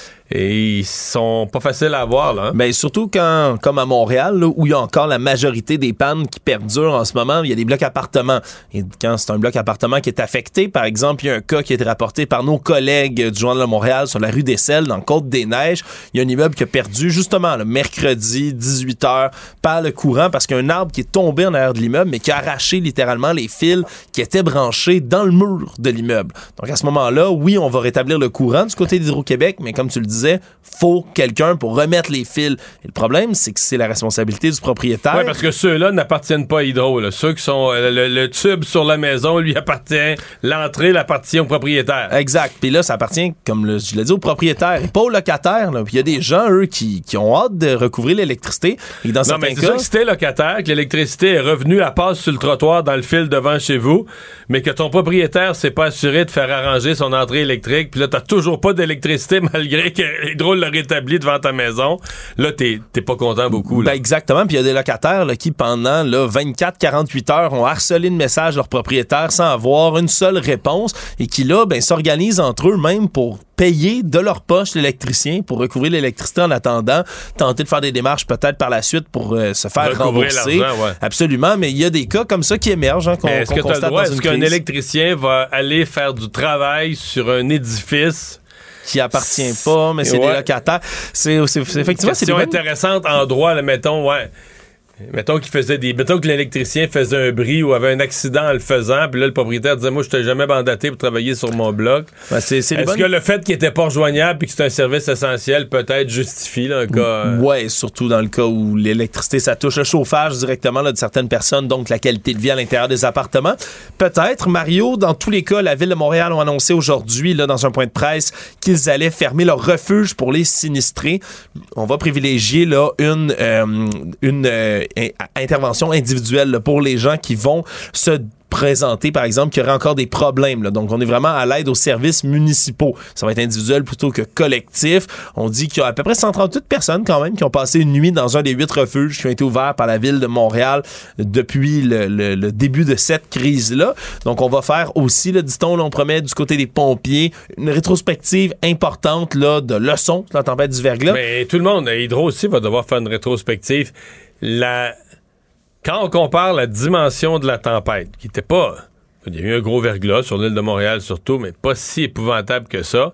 Et ils sont pas faciles à avoir, là. Hein?
Ben, surtout quand, comme à Montréal, là, où il y a encore la majorité des pannes qui perdurent en ce moment, il y a des blocs appartements. Et quand c'est un bloc appartement qui est affecté, par exemple, il y a un cas qui a été rapporté par nos collègues du Journal de Montréal sur la rue des Selles, dans le Côte-des-Neiges. Il y a un immeuble qui a perdu, justement, le mercredi, dix-huit heures, par le courant, parce qu'il y a un arbre qui est tombé en arrière de l'immeuble, mais qui a arraché littéralement les fils qui étaient branchés dans le mur de l'immeuble. Donc, à ce moment-là, oui, on va rétablir le courant du côté d'Hydro-Québec, mais comme tu le dis, disait, faut quelqu'un pour remettre les fils. Et le problème, c'est que c'est la responsabilité du propriétaire.
Oui, parce que ceux-là n'appartiennent pas à Hydro. Là. Ceux qui sont... Le, le tube sur la maison lui appartient. L'entrée l'appartient au propriétaire.
Exact. Puis là, ça appartient, comme le, je l'ai dit, au propriétaire et pas au locataire. Puis il y a des gens, eux, qui, qui ont hâte de recouvrir l'électricité. Et dans
non,
certains
mais c'est
cas...
ça que si t'es locataire, que l'électricité est revenue, elle passe sur le trottoir dans le fil devant chez vous, mais que ton propriétaire s'est pas assuré de faire arranger son entrée électrique, puis là, t'as toujours pas d'électricité malgré que Hydro l'a rétabli devant ta maison. Là, t'es, t'es pas content beaucoup. Là.
Ben exactement. Puis il y a des locataires là, qui, pendant là, vingt-quatre à quarante-huit heures, ont harcelé de messages à leur propriétaire sans avoir une seule réponse et qui, là, ben, s'organisent entre eux-mêmes pour payer de leur poche l'électricien pour recouvrir l'électricité en attendant, tenter de faire des démarches peut-être par la suite pour euh, se faire
recouvrir
rembourser.
Ouais.
Absolument, mais il y a des cas comme ça qui émergent, hein, qu'on,
est-ce
qu'on
que
constate
t'as le droit,
dans
est-ce
une
qu'un
crise.
électricien va aller faire du travail sur un édifice
qui appartient pas, mais c'est
ouais.
des locataires. C'est, c'est, c'est effectivement
c'est une question intéressante en droit, là, mettons, ouais. Mettons qu'il faisait des. Mettons que l'électricien faisait un bris ou avait un accident en le faisant, puis là, le propriétaire disait, moi, je t'ai jamais mandaté pour travailler sur mon bloc.
Ben, c'est, c'est
Est-ce
bonnes...
que le fait qu'il était pas rejoignable puis que c'est un service essentiel peut-être justifie, là, un cas. Euh...
Ouais, surtout dans le cas où l'électricité, ça touche le chauffage directement là, de certaines personnes, donc la qualité de vie à l'intérieur des appartements. Peut-être, Mario, dans tous les cas, la Ville de Montréal ont annoncé aujourd'hui, là, dans un point de presse, qu'ils allaient fermer leur refuge pour les sinistrés. On va privilégier là, une, euh, une euh, intervention individuelle là, pour les gens qui vont se présenter, par exemple, qu'il y aurait encore des problèmes. Là. Donc, on est vraiment à l'aide aux services municipaux. Ça va être individuel plutôt que collectif. On dit qu'il y a à peu près cent trente-huit personnes quand même qui ont passé une nuit dans un des huit refuges qui ont été ouverts par la Ville de Montréal depuis le, le, le début de cette crise-là. Donc, on va faire aussi, là, dit-on, là, on promet du côté des pompiers, une rétrospective importante là, de leçons de la tempête du verglas.
Mais tout le monde, Hydro aussi va devoir faire une rétrospective. La... Quand on compare la dimension de la tempête, qui n'était pas... Il y a eu un gros verglas sur l'île de Montréal surtout, mais pas si épouvantable que ça,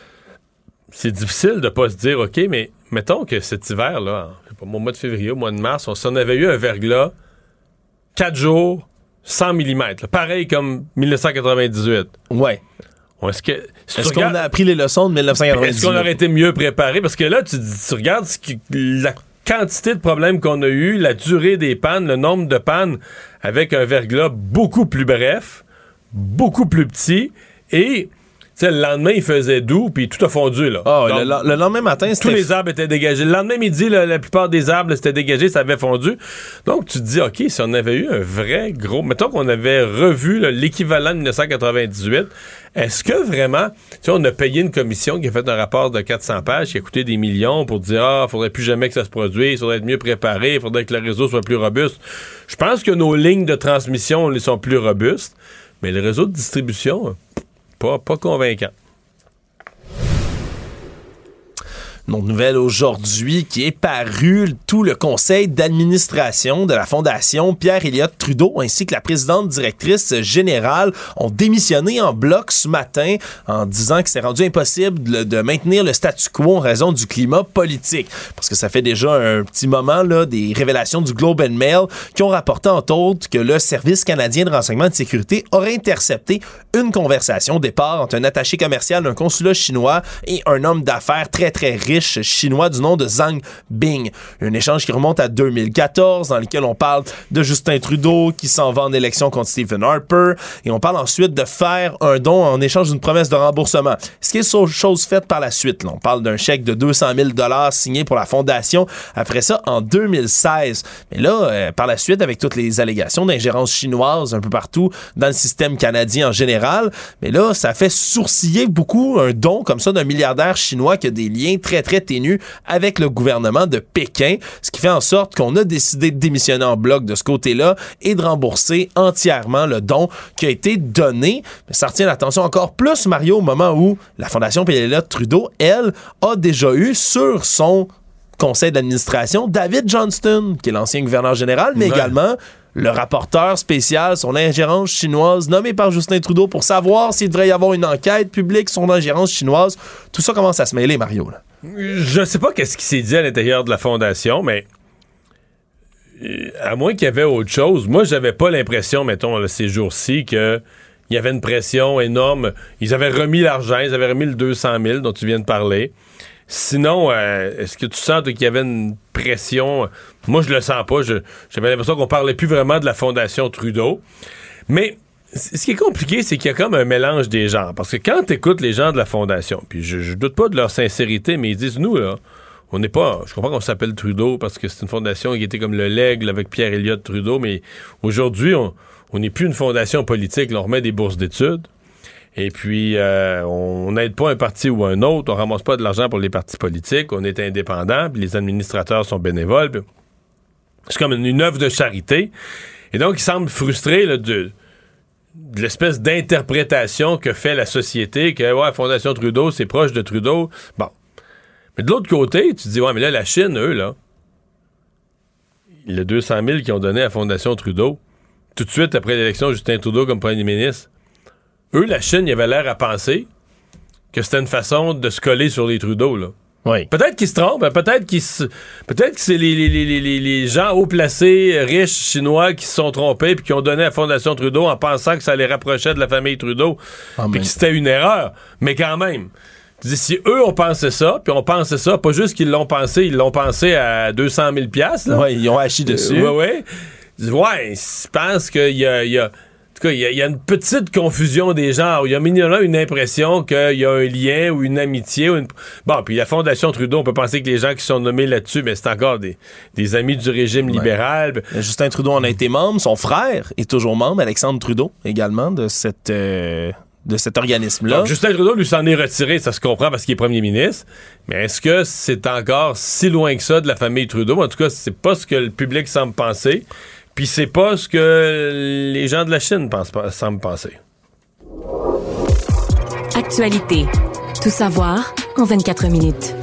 c'est difficile de pas se dire, OK, mais mettons que cet hiver-là, je sais pas, au mois de février, au mois de mars, on s'en avait eu un verglas, quatre jours, cent millimètres. Là, pareil comme dix-neuf cent quatre-vingt-dix-huit.
Ouais.
Est-ce, que, si
est-ce
regardes,
qu'on a appris les leçons de dix-neuf cent quatre-vingt-dix-huit?
Est-ce qu'on aurait été mieux préparé? Parce que là, tu, tu regardes ce qui, la quantité de problèmes qu'on a eu, la durée des pannes, le nombre de pannes avec un verglas beaucoup plus bref, beaucoup plus petit, et le lendemain, il faisait doux, puis tout a fondu. Là.
Oh,
Donc,
le, le lendemain matin, c'était...
tous les arbres étaient dégagés. Le lendemain midi, là, la plupart des arbres là, c'était dégagé, ça avait fondu. Donc, tu te dis, OK, si on avait eu un vrai gros... Mettons qu'on avait revu là, l'équivalent de dix-neuf cent quatre-vingt-dix-huit, est-ce que vraiment... Tu sais, on a payé une commission qui a fait un rapport de quatre cents pages qui a coûté des millions pour dire, ah, faudrait plus jamais que ça se produise, il faudrait être mieux préparé, il faudrait que le réseau soit plus robuste. Je pense que nos lignes de transmission les sont plus robustes, mais le réseau de distribution, pas, pas convaincant.
Une autre nouvelle aujourd'hui qui est paru, tout le conseil d'administration de la Fondation Pierre-Éliott Trudeau ainsi que la présidente directrice générale ont démissionné en bloc ce matin en disant que c'est rendu impossible de, de maintenir le statu quo en raison du climat politique. Parce que ça fait déjà un petit moment là, des révélations du Globe and Mail qui ont rapporté entre autres que le Service canadien de renseignement et de sécurité aurait intercepté une conversation au départ entre un attaché commercial d'un consulat chinois et un homme d'affaires très très riche chinois du nom de Zhang Bing. Un échange qui remonte à deux mille quatorze dans lequel on parle de Justin Trudeau qui s'en va en élection contre Stephen Harper et on parle ensuite de faire un don en échange d'une promesse de remboursement. Ce qui est chose faite par la suite. Là. On parle d'un chèque de deux cent mille dollars signé pour la fondation après ça en deux mille seize. Mais là, euh, par la suite, avec toutes les allégations d'ingérence chinoise un peu partout dans le système canadien en général, mais là, ça fait sourciller beaucoup un don comme ça d'un milliardaire chinois qui a des liens très très ténu avec le gouvernement de Pékin, ce qui fait en sorte qu'on a décidé de démissionner en bloc de ce côté-là et de rembourser entièrement le don qui a été donné. Mais ça retient l'attention encore plus, Mario, au moment où la Fondation Pierre-Éliott Trudeau, elle, a déjà eu sur son conseil d'administration David Johnston, qui est l'ancien gouverneur général, mais ouais. également le rapporteur spécial sur l'ingérence chinoise nommé par Justin Trudeau pour savoir s'il devrait y avoir une enquête publique sur l'ingérence chinoise. Tout ça commence à se mêler, Mario. Là.
Je sais pas qu'est-ce qui s'est dit à l'intérieur de la Fondation, mais à moins qu'il y avait autre chose, moi, j'avais pas l'impression, mettons, là, ces jours-ci, qu'il y avait une pression énorme. Ils avaient remis l'argent, ils avaient remis le deux cent mille dont tu viens de parler. Sinon, euh, est-ce que tu sens qu'il y avait une pression? Moi, je le sens pas. Je, j'avais l'impression qu'on parlait plus vraiment de la Fondation Trudeau. Mais ce qui est compliqué, c'est qu'il y a comme un mélange des genres. Parce que quand tu écoutes les gens de la Fondation, puis je, je doute pas de leur sincérité, mais ils disent, nous, là, on n'est pas... Je comprends qu'on s'appelle Trudeau parce que c'est une fondation qui était comme le L'Aigle avec Pierre-Éliott Trudeau, mais aujourd'hui, on n'est plus une fondation politique. Là, on remet des bourses d'études. Et puis, euh, on n'aide pas un parti ou un autre, on ramasse pas de l'argent pour les partis politiques, on est indépendant, puis les administrateurs sont bénévoles. Puis c'est comme une, une œuvre de charité. Et donc, il semble frustré là, de, de l'espèce d'interprétation que fait la société, que ouais, Fondation Trudeau, c'est proche de Trudeau. Bon. Mais de l'autre côté, tu te dis, ouais, mais là, la Chine, eux, là, le deux cent mille qu'ils ont donné à Fondation Trudeau, tout de suite après l'élection de Justin Trudeau comme premier ministre, eux, la Chine, il avait l'air à penser que c'était une façon de se coller sur les Trudeau, là.
Oui.
Peut-être qu'ils se trompent, peut-être qu'ils se... peut-être que c'est les, les, les, les, les gens haut placés, riches, chinois qui se sont trompés puis qui ont donné à la Fondation Trudeau en pensant que ça les rapprochait de la famille Trudeau,
ah,
puis que c'était une erreur. Mais quand même, si eux ont pensé ça, puis on pensait ça, pas juste qu'ils l'ont pensé, ils l'ont pensé à deux cent mille dollars.
Oui, ils ont haché dessus.
Euh, oui, oui. Ouais, je pense qu'il y a... Il y a En tout cas, il y, y a une petite confusion des genres. Il y a minimum une impression qu'il y a un lien ou une amitié. Ou une... Bon, puis la Fondation Trudeau, on peut penser que les gens qui sont nommés là-dessus, mais c'est encore des, des amis du régime ouais. libéral.
Justin Trudeau en a été membre. Son frère est toujours membre, Alexandre Trudeau, également, de cette... Euh... de cet organisme-là.
Donc, Justin Trudeau, lui, s'en est retiré, ça se comprend parce qu'il est premier ministre, mais est-ce que c'est encore si loin que ça de la famille Trudeau? En tout cas, c'est pas ce que le public semble penser, puis c'est pas ce que les gens de la Chine pensent, semblent penser.
Actualité. Tout savoir en vingt-quatre minutes.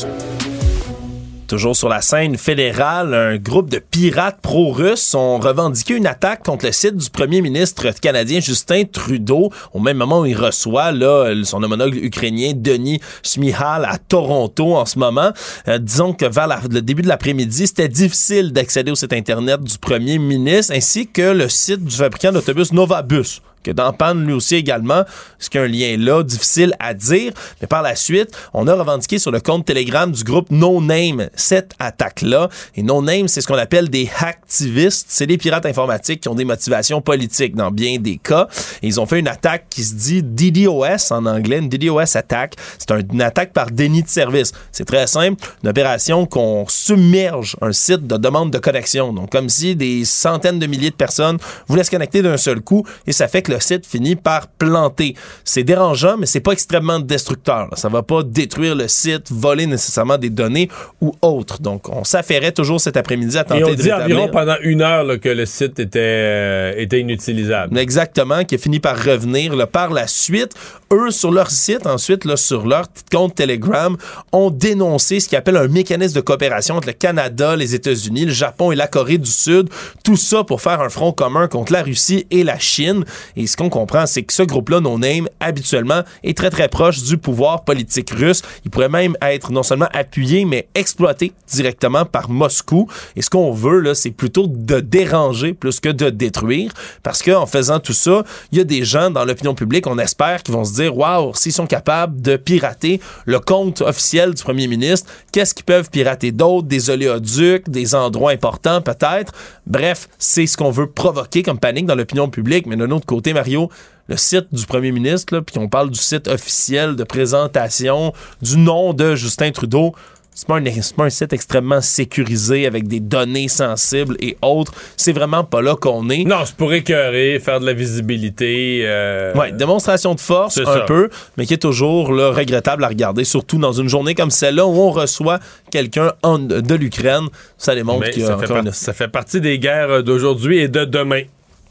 Toujours sur la scène fédérale, un groupe de pirates pro-russes ont revendiqué une attaque contre le site du premier ministre canadien Justin Trudeau, au même moment où il reçoit là, son homologue ukrainien Denis Shmyhal à Toronto en ce moment. Euh, disons que vers la, le début de l'après-midi, c'était difficile d'accéder au site Internet du premier ministre, ainsi que le site du fabricant d'autobus Novabus, que dans panne lui aussi également, ce qu'il y a un lien là, difficile à dire, mais par la suite, on a revendiqué sur le compte Telegram du groupe No Name cette attaque-là, et No Name, c'est ce qu'on appelle des hacktivistes, c'est des pirates informatiques qui ont des motivations politiques dans bien des cas, et ils ont fait une attaque qui se dit D DoS en anglais, une D DoS attaque, c'est un, une attaque par déni de service, c'est très simple, une opération qu'on submerge un site de demande de connexion, donc comme si des centaines de milliers de personnes voulaient se connecter d'un seul coup, et ça fait que le site finit par planter. C'est dérangeant, mais c'est pas extrêmement destructeur. Là. Ça va pas détruire le site, voler nécessairement des données ou autres. Donc, on s'affairait toujours cet après-midi à tenter
Et on
de
dit
rétablir.
environ pendant une heure là, que le site était, euh, était inutilisable.
Exactement, qui a fini par revenir là, par la suite. Eux, sur leur site, ensuite, là, sur leur compte Telegram, ont dénoncé ce qu'ils appellent un mécanisme de coopération entre le Canada, les États-Unis, le Japon et la Corée du Sud. Tout ça pour faire un front commun contre la Russie et la Chine. Et ce qu'on comprend, c'est que ce groupe-là, No Name, habituellement, est très, très proche du pouvoir politique russe. Il pourrait même être non seulement appuyé, mais exploité directement par Moscou. Et ce qu'on veut, là, c'est plutôt de déranger plus que de détruire. Parce qu'en faisant tout ça, il y a des gens dans l'opinion publique, on espère, qui vont se dire « Wow, s'ils sont capables de pirater le compte officiel du premier ministre, qu'est-ce qu'ils peuvent pirater d'autres? Des oléoducs, des endroits importants peut-être? » Bref, c'est ce qu'on veut provoquer comme panique dans l'opinion publique. Mais d'un autre côté, Mario, le site du premier ministre, puis on parle du site officiel de présentation du nom de Justin Trudeau, c'est pas, un, c'est pas un site extrêmement sécurisé avec des données sensibles et autres. C'est vraiment pas là qu'on est.
Non, c'est pour écœurer, faire de la visibilité. Euh...
Oui, démonstration de force
c'est
un
ça.
peu, mais qui est toujours là, regrettable à regarder, surtout dans une journée comme celle-là où on reçoit quelqu'un en, de l'Ukraine. Ça démontre
Mais
qu'il y a
ça, fait
encore
par-
une...
ça fait partie des guerres d'aujourd'hui et de demain.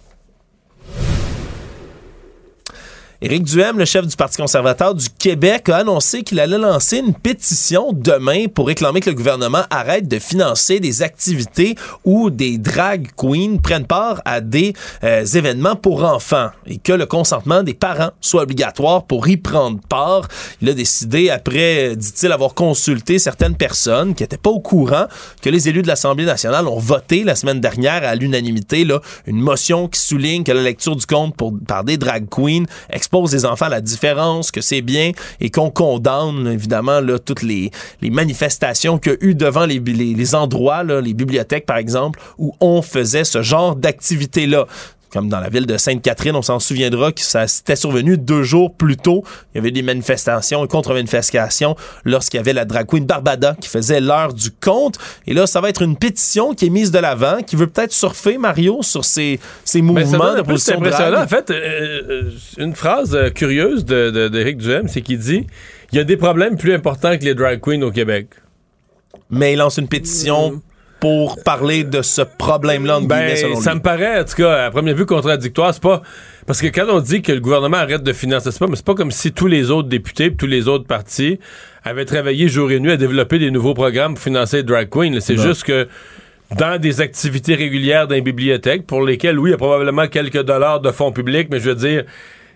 Éric Duhaime, le chef du Parti conservateur du Québec, a annoncé qu'il allait lancer une pétition demain pour réclamer que le gouvernement arrête de financer des activités où des drag queens prennent part à des euh, événements pour enfants et que le consentement des parents soit obligatoire pour y prendre part. Il a décidé, après, dit-il, avoir consulté certaines personnes qui n'étaient pas au courant que les élus de l'Assemblée nationale ont voté la semaine dernière à l'unanimité là, une motion qui souligne que la lecture du compte pour, par des drag queens expose les enfants à la différence, que c'est bien et qu'on condamne évidemment là, toutes les, les manifestations qu'il y a eu devant les, les, les endroits, là, les bibliothèques par exemple, où on faisait ce genre d'activité-là. Comme dans la ville de Sainte-Catherine, on s'en souviendra que ça s'était survenu deux jours plus tôt. Il y avait des manifestations et contre-manifestations lorsqu'il y avait la drag queen Barbada qui faisait l'heure du compte. Et là, ça va être une pétition qui est mise de l'avant, qui veut peut-être surfer, Mario, sur ces, ces mouvements de position
impressionnant.
drag.
En fait, euh, euh, une phrase euh, curieuse de, de, d'Éric Duhaime, c'est qu'il dit « Il y a des problèmes plus importants que les drag queens au Québec. »
Mais il lance une pétition... Mmh. pour parler de ce problème-là, entre guillemets, selon lui.
Ça me paraît, en tout cas, à première vue, contradictoire. C'est pas... Parce que quand on dit que le gouvernement arrête de financer, c'est pas, mais c'est pas comme si tous les autres députés et tous les autres partis avaient travaillé jour et nuit à développer des nouveaux programmes pour financer les drag queens. C'est non. juste que dans des activités régulières dans les bibliothèques, pour lesquelles, oui, il y a probablement quelques dollars de fonds publics, mais je veux dire...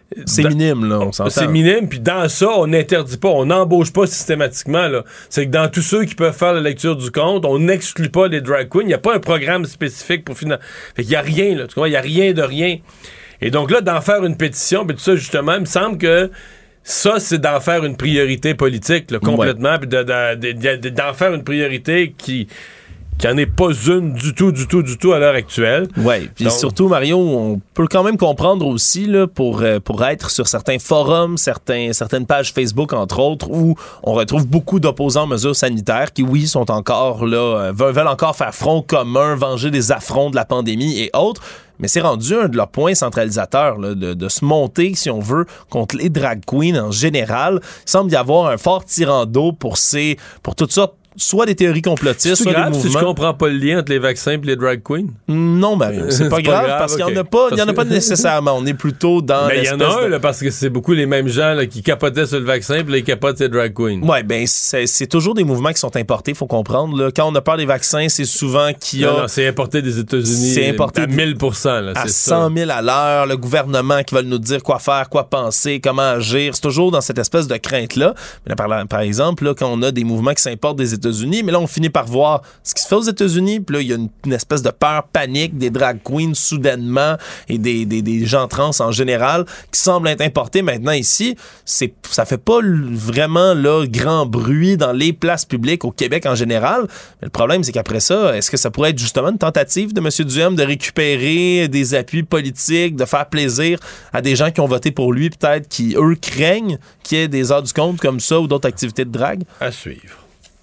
C'est
dans,
minime, là, on s'entend.
C'est minime, puis dans ça, on n'interdit pas, on n'embauche pas systématiquement, là. C'est que dans tous ceux qui peuvent faire la lecture du compte, on n'exclut pas les drag queens. Il n'y a pas un programme spécifique pour financer. Fait qu'il n'y a rien, là. Tu vois, il n'y a rien de rien. Et donc là, d'en faire une pétition, puis tout ça, justement, il me semble que ça, c'est d'en faire une priorité politique, là, complètement, ouais. Puis de, de, de, de, d'en faire une priorité qui... qu'il n'y en ait pas une du tout, du tout, du tout à l'heure actuelle.
Oui, puis
Donc...
surtout, Mario, on peut quand même comprendre aussi, là, pour, euh, pour être sur certains forums, certains, certaines pages Facebook, entre autres, où on retrouve beaucoup d'opposants aux mesures sanitaires qui, oui, sont encore là, euh, veulent encore faire front commun, venger des affronts de la pandémie et autres. Mais c'est rendu un de leurs points centralisateurs, là, de, de se monter, si on veut, contre les drag queens en général. Il semble y avoir un fort tirant d'eau pour, ces, pour toutes sortes, soit des théories complotistes, soit
grave
des mouvements.
Si je comprends pas le lien entre les vaccins et les drag queens?
Non, Mario, c'est pas, c'est grave, pas grave parce okay. qu'il n'y en a pas, il y en a pas nécessairement. On est plutôt dans
mais il y en a un,
de...
là, parce que c'est beaucoup les mêmes gens là, qui capotaient sur le vaccin puis là, ils capotent ces drag queens.
Oui, ben c'est, c'est toujours des mouvements qui sont importés, il faut comprendre. Là. Quand on a peur des vaccins, c'est souvent qu'il y a...
Non, non, c'est importé des États-Unis c'est importé à mille pour cent. Là,
à
c'est
cent mille à l'heure, le gouvernement qui va nous dire quoi faire, quoi penser, comment agir. C'est toujours dans cette espèce de crainte-là. Mais là, par, par exemple, là, quand on a des mouvements qui s'importent des États-Unis, mais là, on finit par voir ce qui se fait aux États-Unis, puis là, il y a une, une espèce de peur panique des drag queens soudainement et des, des, des gens trans en général qui semblent être importés maintenant ici. C'est, ça fait pas vraiment là, grand bruit dans les places publiques au Québec en général, mais le problème, c'est qu'après ça, est-ce que ça pourrait être justement une tentative de M. Duhem de récupérer des appuis politiques, de faire plaisir à des gens qui ont voté pour lui, peut-être, qui, eux, craignent qu'il y ait des heures du compte comme ça ou d'autres activités de drague?
À suivre.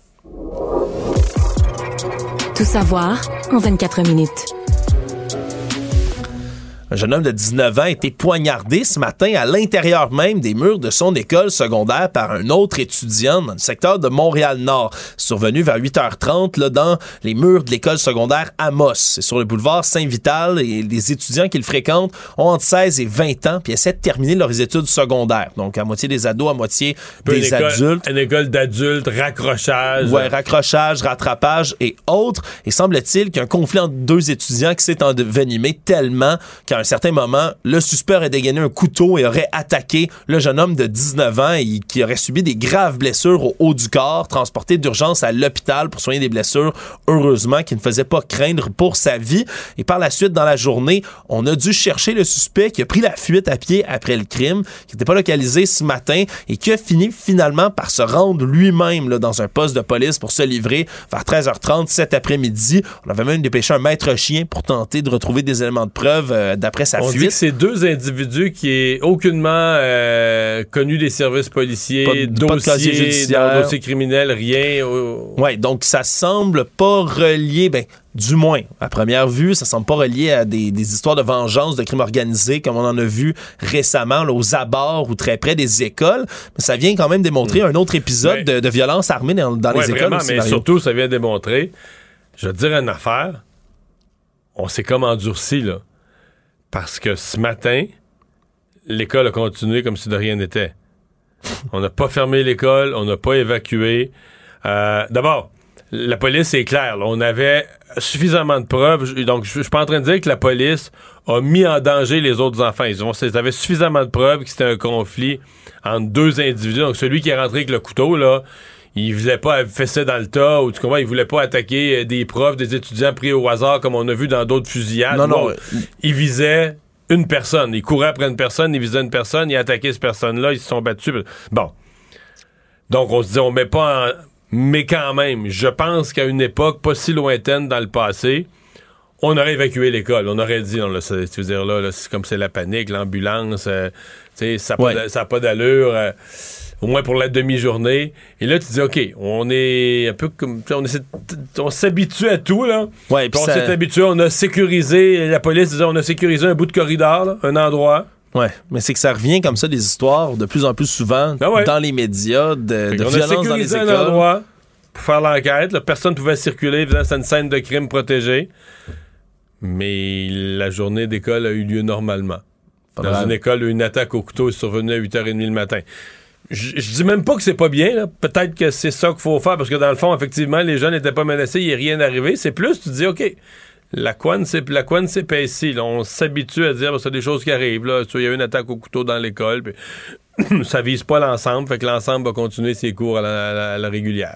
Tout savoir en vingt-quatre minutes.
Un jeune homme de dix-neuf ans a été poignardé ce matin à l'intérieur même des murs de son école secondaire par un autre étudiant dans le secteur de Montréal-Nord. Survenu vers huit heures trente là, dans les murs de l'école secondaire Amos. C'est sur le boulevard Saint-Vital et les étudiants qui le fréquentent ont entre seize et vingt ans puis essaient de terminer leurs études secondaires. Donc à moitié des ados, à moitié des
une école,
adultes.
Une école d'adultes, raccrochage.
Ouais, raccrochage, rattrapage et autres. Et semble-t-il qu'il y a un conflit entre deux étudiants qui s'est envenimé tellement qu'à un certain moment, le suspect aurait dégainé un couteau et aurait attaqué le jeune homme de dix-neuf ans et qui aurait subi des graves blessures au haut du corps, transporté d'urgence à l'hôpital pour soigner des blessures, heureusement, qui ne faisaient pas craindre pour sa vie. Et par la suite, dans la journée, on a dû chercher le suspect qui a pris la fuite à pied après le crime, qui n'était pas localisé ce matin et qui a fini finalement par se rendre lui-même là, dans un poste de police pour se livrer vers treize heures trente cet après-midi. On avait même dépêché un maître chien pour tenter de retrouver des éléments de preuve euh, d'après sa
on
fuite.
dit que c'est deux individus qui est aucunement euh, connus des services policiers,
pas, dossier,
pas de casier judiciaire, dossier criminel, rien.
Oh. Ouais, donc ça semble pas relié, ben du moins, à première vue, ça semble pas relié à des, des histoires de vengeance, de crimes organisés, comme on en a vu récemment là, aux abords ou très près des écoles. Mais ça vient quand même démontrer mmh. un autre épisode mais, de, de violence armée dans, dans
ouais,
les
vraiment,
écoles aussi,
mais
Mario.
Surtout, ça vient démontrer, je vais te dire une affaire, on s'est comme endurci, là. Parce que ce matin, l'école a continué comme si de rien n'était. On n'a pas fermé l'école, on n'a pas évacué. Euh, d'abord, la police est claire. Là, on avait suffisamment de preuves. Donc, je, je suis pas en train de dire que la police a mis en danger les autres enfants. Ils, ont, ils avaient suffisamment de preuves que c'était un conflit entre deux individus. Donc, celui qui est rentré avec le couteau, là, il voulait pas fesser dans le tas, ou tu comprends, il voulait pas attaquer des profs, des étudiants pris au hasard, comme on a vu dans d'autres fusillades.
Non, non.
Bon, il visait une personne. Il courait après une personne, il visait une personne, il a attaqué cette personne-là, ils se sont battus. Bon. Donc, on se dit, on met pas en... Mais quand même, je pense qu'à une époque pas si lointaine dans le passé, on aurait évacué l'école. On aurait dit, on, là, c'est, tu veux dire, là, là c'est comme c'est la panique, l'ambulance, euh, tu sais, ça n'a ouais. pas, pas d'allure... Euh, au moins pour la demi-journée. Et là, tu dis, OK, on est un peu comme... On, essaie, on s'habitue à tout, là.
Ouais,
puis on
ça...
s'est habitué, on a sécurisé, la police disait, on a sécurisé un bout de corridor, là, un endroit.
Ouais, mais c'est que ça revient comme ça, des histoires, de plus en plus souvent, ah ouais. dans les médias, de, de violence dans les écoles.
On a sécurisé un endroit pour faire l'enquête. Là, personne ne pouvait circuler, c'était une scène de crime protégée. Mais la journée d'école a eu lieu normalement. Dans grave. Une école où une attaque au couteau est survenue à huit heures trente le matin. Je, je dis même pas que c'est pas bien, là. Peut-être que c'est ça qu'il faut faire, parce que dans le fond, effectivement, les gens n'étaient pas menacés, il n'y a rien arrivé. C'est plus, tu dis, OK, la couenne s'épaissit. On s'habitue à dire, ben, c'est des choses qui arrivent. Là. Il y a eu une attaque au couteau dans l'école, puis ça vise pas l'ensemble, fait que l'ensemble va continuer ses cours à la, à la, à la régulière.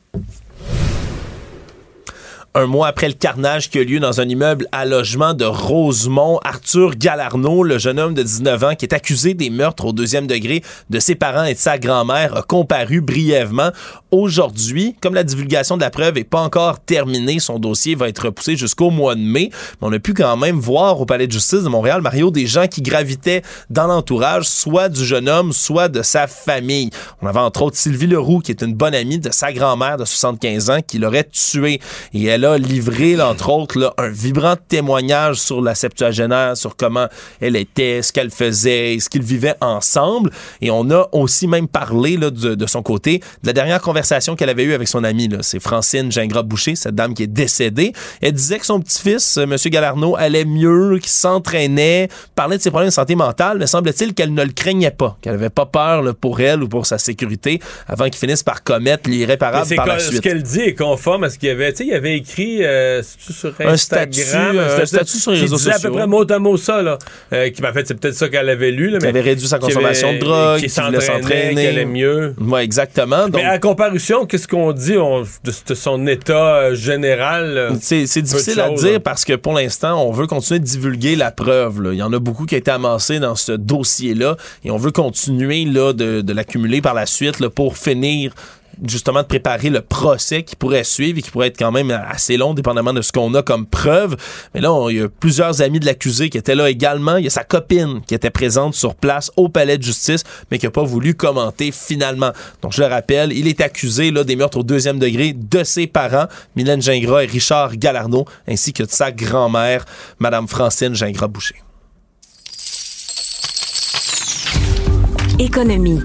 Un mois après le carnage qui a lieu dans un immeuble à logement de Rosemont, Arthur Galarneau, le jeune homme de dix-neuf ans qui est accusé des meurtres au deuxième degré de ses parents et de sa grand-mère, a comparu brièvement. Aujourd'hui, comme la divulgation de la preuve n'est pas encore terminée, son dossier va être repoussé jusqu'au mois de mai. Mais on a pu quand même voir au Palais de justice de Montréal, Mario, des gens qui gravitaient dans l'entourage, soit du jeune homme, soit de sa famille. On avait entre autres Sylvie Leroux, qui est une bonne amie de sa grand-mère de soixante-quinze ans, qui l'aurait tué. Et elle a livré, là, entre autres, là, un vibrant témoignage sur la septuagénaire, sur comment elle était, ce qu'elle faisait, ce qu'ils vivaient ensemble. Et on a aussi même parlé là, de, de son côté de la dernière conversation qu'elle avait eue avec son amie. Là. C'est Francine Gingras-Boucher, cette dame qui est décédée. Elle disait que son petit-fils, M. Galarneau, allait mieux, qu'il s'entraînait, parlait de ses problèmes de santé mentale, mais semble-t-il qu'elle ne le craignait pas, qu'elle n'avait pas peur là, pour elle ou pour sa sécurité avant qu'il finisse par commettre l'irréparable par la suite.
Ce qu'elle dit est conforme à ce qu'il y avait. Tu sais, il avait écrit euh, sur Instagram,
un statut, un statut sur les réseaux sociaux.
Qui disait à peu près mot à mot ça, là. Euh, qui m'a fait, c'est peut-être ça qu'elle avait lu. Là,
qui
mais
avait réduit sa consommation
avait,
de drogue,
qui,
qui voulait s'entraîner.
Qui allait mieux.
Oui, exactement. Donc,
mais à la comparution, qu'est-ce qu'on dit on, de, de son état euh, général?
C'est, c'est difficile à
chose,
dire
là.
Parce que pour l'instant, on veut continuer de divulguer la preuve. Là. Il y en a beaucoup qui a été amassé dans ce dossier-là et on veut continuer là, de, de l'accumuler par la suite là, pour finir justement de préparer le procès qui pourrait suivre et qui pourrait être quand même assez long, dépendamment de ce qu'on a comme preuve. Mais là, on, il y a plusieurs amis de l'accusé qui étaient là également. Il y a sa copine qui était présente sur place au palais de justice, mais qui n'a pas voulu commenter finalement. Donc, je le rappelle, il est accusé là, des meurtres au deuxième degré de ses parents, Mylène Gingras et Richard Galarneau, ainsi que de sa grand-mère, Mme Francine Gingras-Boucher.
Économie.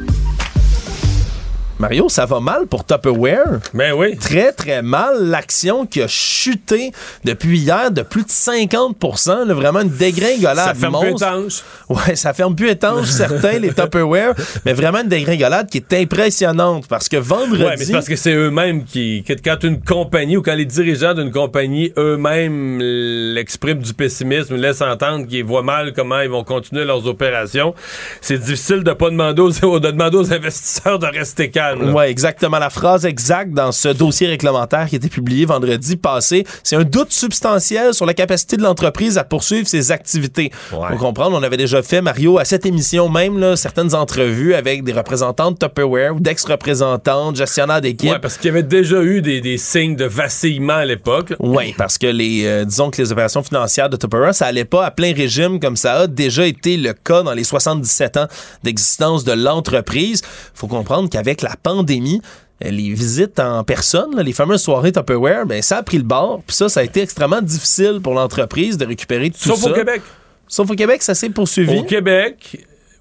Mario, ça va mal pour Tupperware.
Ben oui.
Très, très mal. L'action qui a chuté depuis hier de plus de cinquante pour cent. Là, vraiment une dégringolade.
Ça ferme
monstre.
plus étanche.
Ouais, ça ferme plus étanche, certains, les Tupperware. Mais vraiment une dégringolade qui est impressionnante parce que vendredi...
Ouais, mais c'est parce que c'est eux-mêmes qui... Quand une compagnie ou quand les dirigeants d'une compagnie eux-mêmes l'expriment du pessimisme, laissent entendre qu'ils voient mal comment ils vont continuer leurs opérations, c'est difficile de pas demander aux, de demander aux investisseurs de rester calmes.
Oui, exactement. La phrase exacte dans ce dossier réglementaire qui a été publié vendredi passé, c'est un doute substantiel sur la capacité de l'entreprise à poursuivre ses activités. Ouais. Faut comprendre, on avait déjà fait, Mario, à cette émission même, là, certaines entrevues avec des représentants de Tupperware ou d'ex-représentants, gestionnaires d'équipe.
Oui, parce qu'il y avait déjà eu des, des signes de vacillement à l'époque.
Oui, parce que les, euh, disons que les opérations financières de Tupperware, ça allait pas à plein régime comme ça a déjà été le cas dans les soixante-dix-sept ans d'existence de l'entreprise. Faut comprendre qu'avec la pandémie, les visites en personne, là, les fameuses soirées Tupperware, ben, ça a pris le bord. Puis ça, ça a été extrêmement difficile pour l'entreprise de récupérer tout
Sauf
ça.
Sauf au Québec.
Sauf au Québec, ça s'est poursuivi.
Au Québec,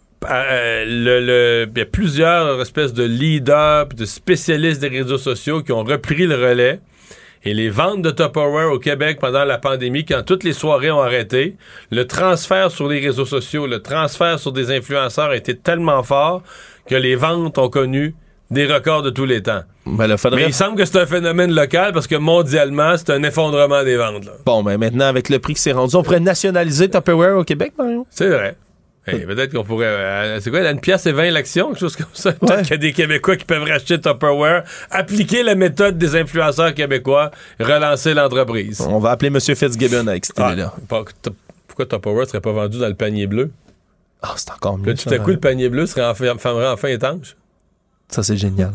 euh, le, le, il y a plusieurs espèces de leaders, de spécialistes des réseaux sociaux qui ont repris le relais. Et les ventes de Tupperware au Québec pendant la pandémie, quand toutes les soirées ont arrêté, le transfert sur les réseaux sociaux, le transfert sur des influenceurs a été tellement fort que les ventes ont connu des records de tous les temps.
Ben là, faudrait...
Mais il semble que c'est un phénomène local parce que mondialement, c'est un effondrement des ventes. Là.
Bon, ben maintenant, avec le prix qui s'est rendu, on pourrait nationaliser Tupperware au Québec, Mario?
C'est vrai. Hey, peut-être qu'on pourrait... Euh, c'est quoi, une pièce et vingt l'action? Quelque chose comme ça. Peut-être ouais. qu'il y a des Québécois qui peuvent racheter Tupperware, appliquer la méthode des influenceurs québécois, relancer l'entreprise.
On va appeler M. Fitzgibbon avec cette ah, idée-là.
Pourquoi Tupperware serait pas vendu dans le panier bleu?
Ah, c'est encore mieux.
Là, tout à coup, le panier bleu serait enfin, fermerait enfin étanche.
Ça, c'est génial.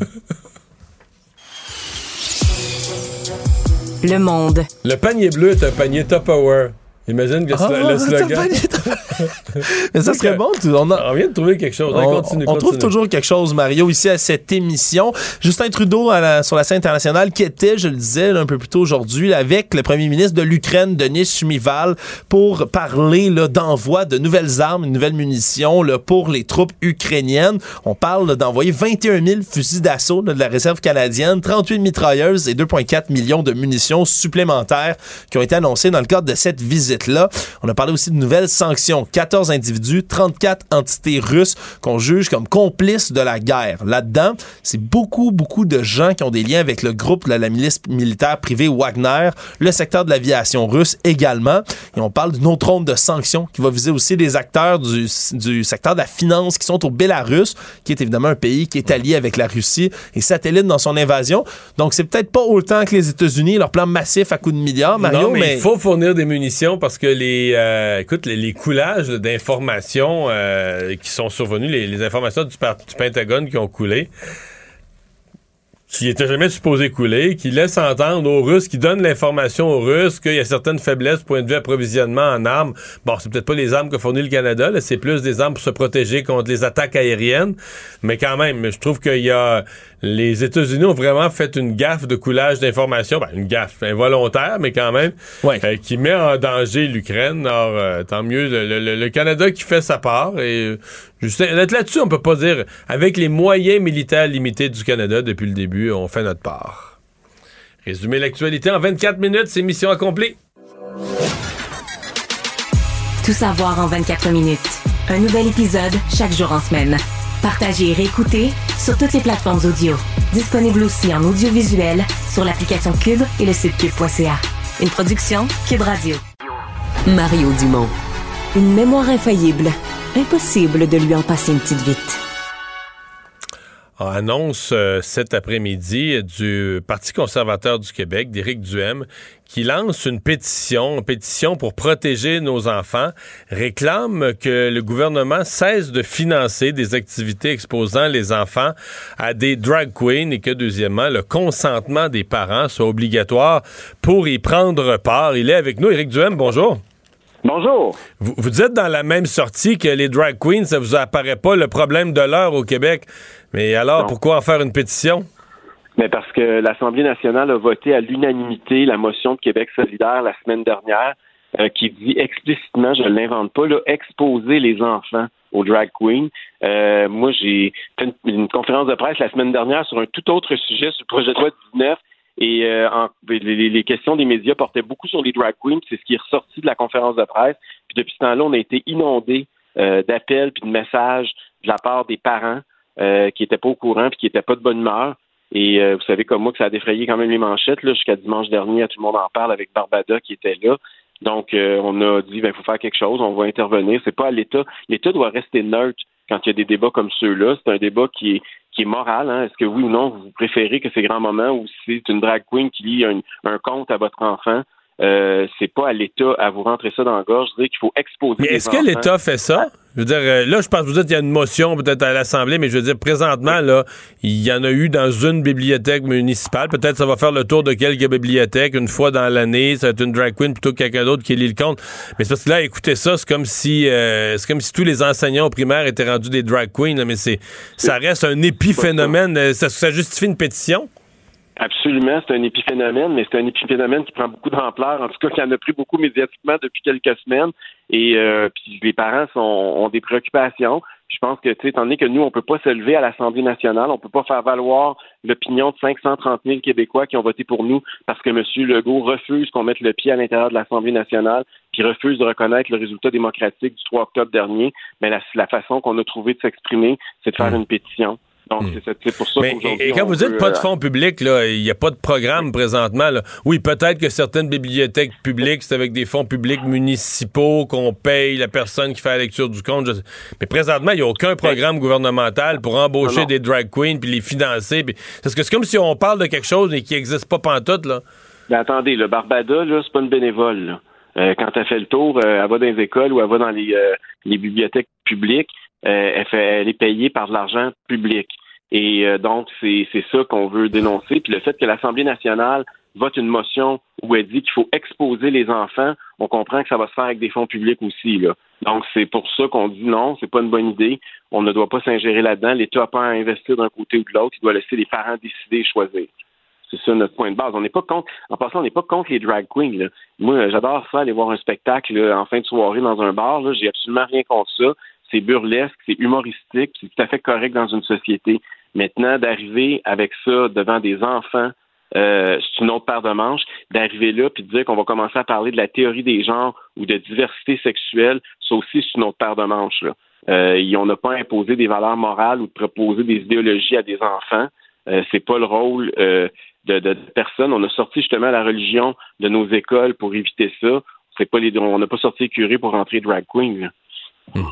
Le Monde.
Le panier bleu est un panier Tupperware. Imagine que ah, le slogan.
Mais ça serait bon. Tout, on, a,
on vient de trouver quelque chose.
On,
on, continue,
on
continue.
trouve toujours quelque chose, Mario, ici à cette émission. Justin Trudeau à la, sur la scène internationale qui était, je le disais là, un peu plus tôt aujourd'hui, avec le premier ministre de l'Ukraine, Denis Shmyhal, pour parler là, d'envoi de nouvelles armes, de nouvelles munitions là, pour les troupes ukrainiennes. On parle là, d'envoyer vingt et un mille fusils d'assaut là, de la réserve canadienne, trente-huit mitrailleuses et deux virgule quatre millions de munitions supplémentaires qui ont été annoncées dans le cadre de cette visite. site-là. On a parlé aussi de nouvelles sanctions. quatorze individus, trente-quatre entités russes qu'on juge comme complices de la guerre. Là-dedans, c'est beaucoup, beaucoup de gens qui ont des liens avec le groupe de la milice militaire privée Wagner, le secteur de l'aviation russe également. Et on parle d'une autre ronde de sanctions qui va viser aussi les acteurs du, du secteur de la finance qui sont au Bélarus, qui est évidemment un pays qui est allié avec la Russie et satellite dans son invasion. Donc, c'est peut-être pas autant que les États-Unis, leur plan massif à coups de milliards, Mario,
non, mais,
mais...
il faut fournir des munitions parce que les, euh, écoute, les, les coulages d'informations euh, qui sont survenus, les, les informations du, du Pentagone qui ont coulé, qui n'était jamais supposé couler, qui laisse entendre aux Russes, qui donne l'information aux Russes qu'il y a certaines faiblesses point de vue approvisionnement en armes. Bon, c'est peut-être pas les armes que fournit le Canada, là, c'est plus des armes pour se protéger contre les attaques aériennes, mais quand même, je trouve qu'il y a... Les États-Unis ont vraiment fait une gaffe de coulage d'informations, ben, une gaffe involontaire, mais quand même,
ouais.
euh, qui met en danger l'Ukraine. Alors, euh, tant mieux, le, le, le Canada qui fait sa part, et euh, juste, là-dessus, on peut pas dire, avec les moyens militaires limités du Canada depuis le début, on fait notre part. Résumer l'actualité en vingt-quatre minutes, c'est mission accomplie.
Tout savoir en vingt-quatre minutes. Un nouvel épisode chaque jour en semaine. Partagez et réécoutez sur toutes les plateformes audio. Disponible aussi en audiovisuel sur l'application Cube et le site cube point c a. Une production Cube Radio. Mario Dumont. Une mémoire infaillible. Impossible de lui en passer une petite vite.
On annonce euh, cet après-midi du Parti conservateur du Québec, d'Éric Duhaime, qui lance une pétition, une pétition pour protéger nos enfants, réclame que le gouvernement cesse de financer des activités exposant les enfants à des drag queens et que, deuxièmement, le consentement des parents soit obligatoire pour y prendre part. Il est avec nous, Éric Duhaime, bonjour.
Bonjour.
Vous, vous êtes dans la même sortie que les drag queens, ça vous apparaît pas le problème de l'heure au Québec. Mais alors, non. Pourquoi en faire une pétition?
Mais parce que l'Assemblée nationale a voté à l'unanimité la motion de Québec solidaire la semaine dernière euh, qui dit explicitement, je ne l'invente pas, là, exposer les enfants aux drag queens. Euh, moi, j'ai fait une, une conférence de presse la semaine dernière sur un tout autre sujet, sur le projet de loi dix-neuf. Et euh, en, les, les questions des médias portaient beaucoup sur les drag queens, c'est ce qui est ressorti de la conférence de presse. Puis depuis ce temps-là, on a été inondés euh, d'appels puis de messages de la part des parents euh, qui n'étaient pas au courant puis qui n'étaient pas de bonne humeur. Et euh, vous savez comme moi que ça a défrayé quand même les manchettes là, jusqu'à dimanche dernier, tout le monde en parle avec Barbada qui était là. Donc euh, on a dit ben il faut faire quelque chose, on va intervenir. C'est pas à l'État. L'État doit rester neutre quand il y a des débats comme ceux-là. C'est un débat qui est qui est moral. Hein? Est-ce que oui ou non, vous préférez que ces grands moments où c'est une drag queen qui lit un, un conte à votre enfant, euh, c'est pas à l'État à vous rentrer ça dans la gorge, dire qu'il faut exposer
mais
les
est-ce
enfants.
Que l'État fait ça? Je veux dire, là, je pense que vous dites qu'il y a une motion peut-être à l'Assemblée, mais je veux dire, présentement, là, il y en a eu dans une bibliothèque municipale. Peut-être ça va faire le tour de quelques bibliothèques une fois dans l'année. Ça va être une drag queen plutôt que quelqu'un d'autre qui lit le conte. Mais c'est parce que là, écoutez ça, c'est comme si euh, c'est comme si tous les enseignants au primaire étaient rendus des drag queens, là, mais c'est ça reste un épiphénomène. Ça, ça justifie une pétition?
Absolument, c'est un épiphénomène, mais c'est un épiphénomène qui prend beaucoup d'ampleur, en tout cas qui en a pris beaucoup médiatiquement depuis quelques semaines. Et euh, puis les parents sont, ont des préoccupations. Je pense que, tu sais, étant donné que nous, on peut pas se lever à l'Assemblée nationale, on peut pas faire valoir l'opinion de cinq cent trente mille Québécois qui ont voté pour nous parce que M. Legault refuse qu'on mette le pied à l'intérieur de l'Assemblée nationale, puis refuse de reconnaître le résultat démocratique du trois octobre dernier. Mais la, la façon qu'on a trouvé de s'exprimer, c'est de faire une pétition. Donc, mmh. c'est, c'est pour ça
mais,
qu'aujourd'hui...
Et quand vous dites
peut,
pas de fonds publics, là, il n'y a pas de programme présentement. Là. Oui, peut-être que certaines bibliothèques publiques, c'est avec des fonds publics municipaux qu'on paye la personne qui fait la lecture du compte. Je... Mais présentement, il n'y a aucun programme mais... gouvernemental pour embaucher non, non. des drag queens puis les financer. Pis... Parce que c'est comme si on parle de quelque chose et qui n'existe pas pantoute, là.
Ben attendez, le Barbada, là, c'est pas une bénévole, là. Euh, quand elle fait le tour, euh, elle va dans les écoles ou elle va dans les, euh, les bibliothèques publiques, euh, elle, fait, elle est payée par de l'argent public. Et euh, donc, c'est, c'est ça qu'on veut dénoncer. Puis le fait que l'Assemblée nationale vote une motion où elle dit qu'il faut exposer les enfants, on comprend que ça va se faire avec des fonds publics aussi, là. Donc, c'est pour ça qu'on dit non, c'est pas une bonne idée. On ne doit pas s'ingérer là-dedans. L'État n'a pas à investir d'un côté ou de l'autre. Il doit laisser les parents décider et choisir. C'est ça notre point de base. On n'est pas contre, en passant, on n'est pas contre les drag queens, là. Moi, j'adore ça, aller voir un spectacle là, en fin de soirée dans un bar, là. J'ai absolument rien contre ça. C'est burlesque, c'est humoristique, c'est tout à fait correct dans une société. Maintenant, d'arriver avec ça devant des enfants euh, c'est une autre paire de manches d'arriver là puis de dire qu'on va commencer à parler de la théorie des genres ou de diversité sexuelle. Ça aussi, c'est une autre paire de manches, là. Euh, on n'a pas imposé des valeurs morales ou de proposer des idéologies à des enfants. Euh, c'est pas le rôle euh, de, de, de personne. On a sorti justement la religion de nos écoles pour éviter ça. C'est pas les, on n'a pas sorti les curés pour rentrer drag queen, là.
Hum.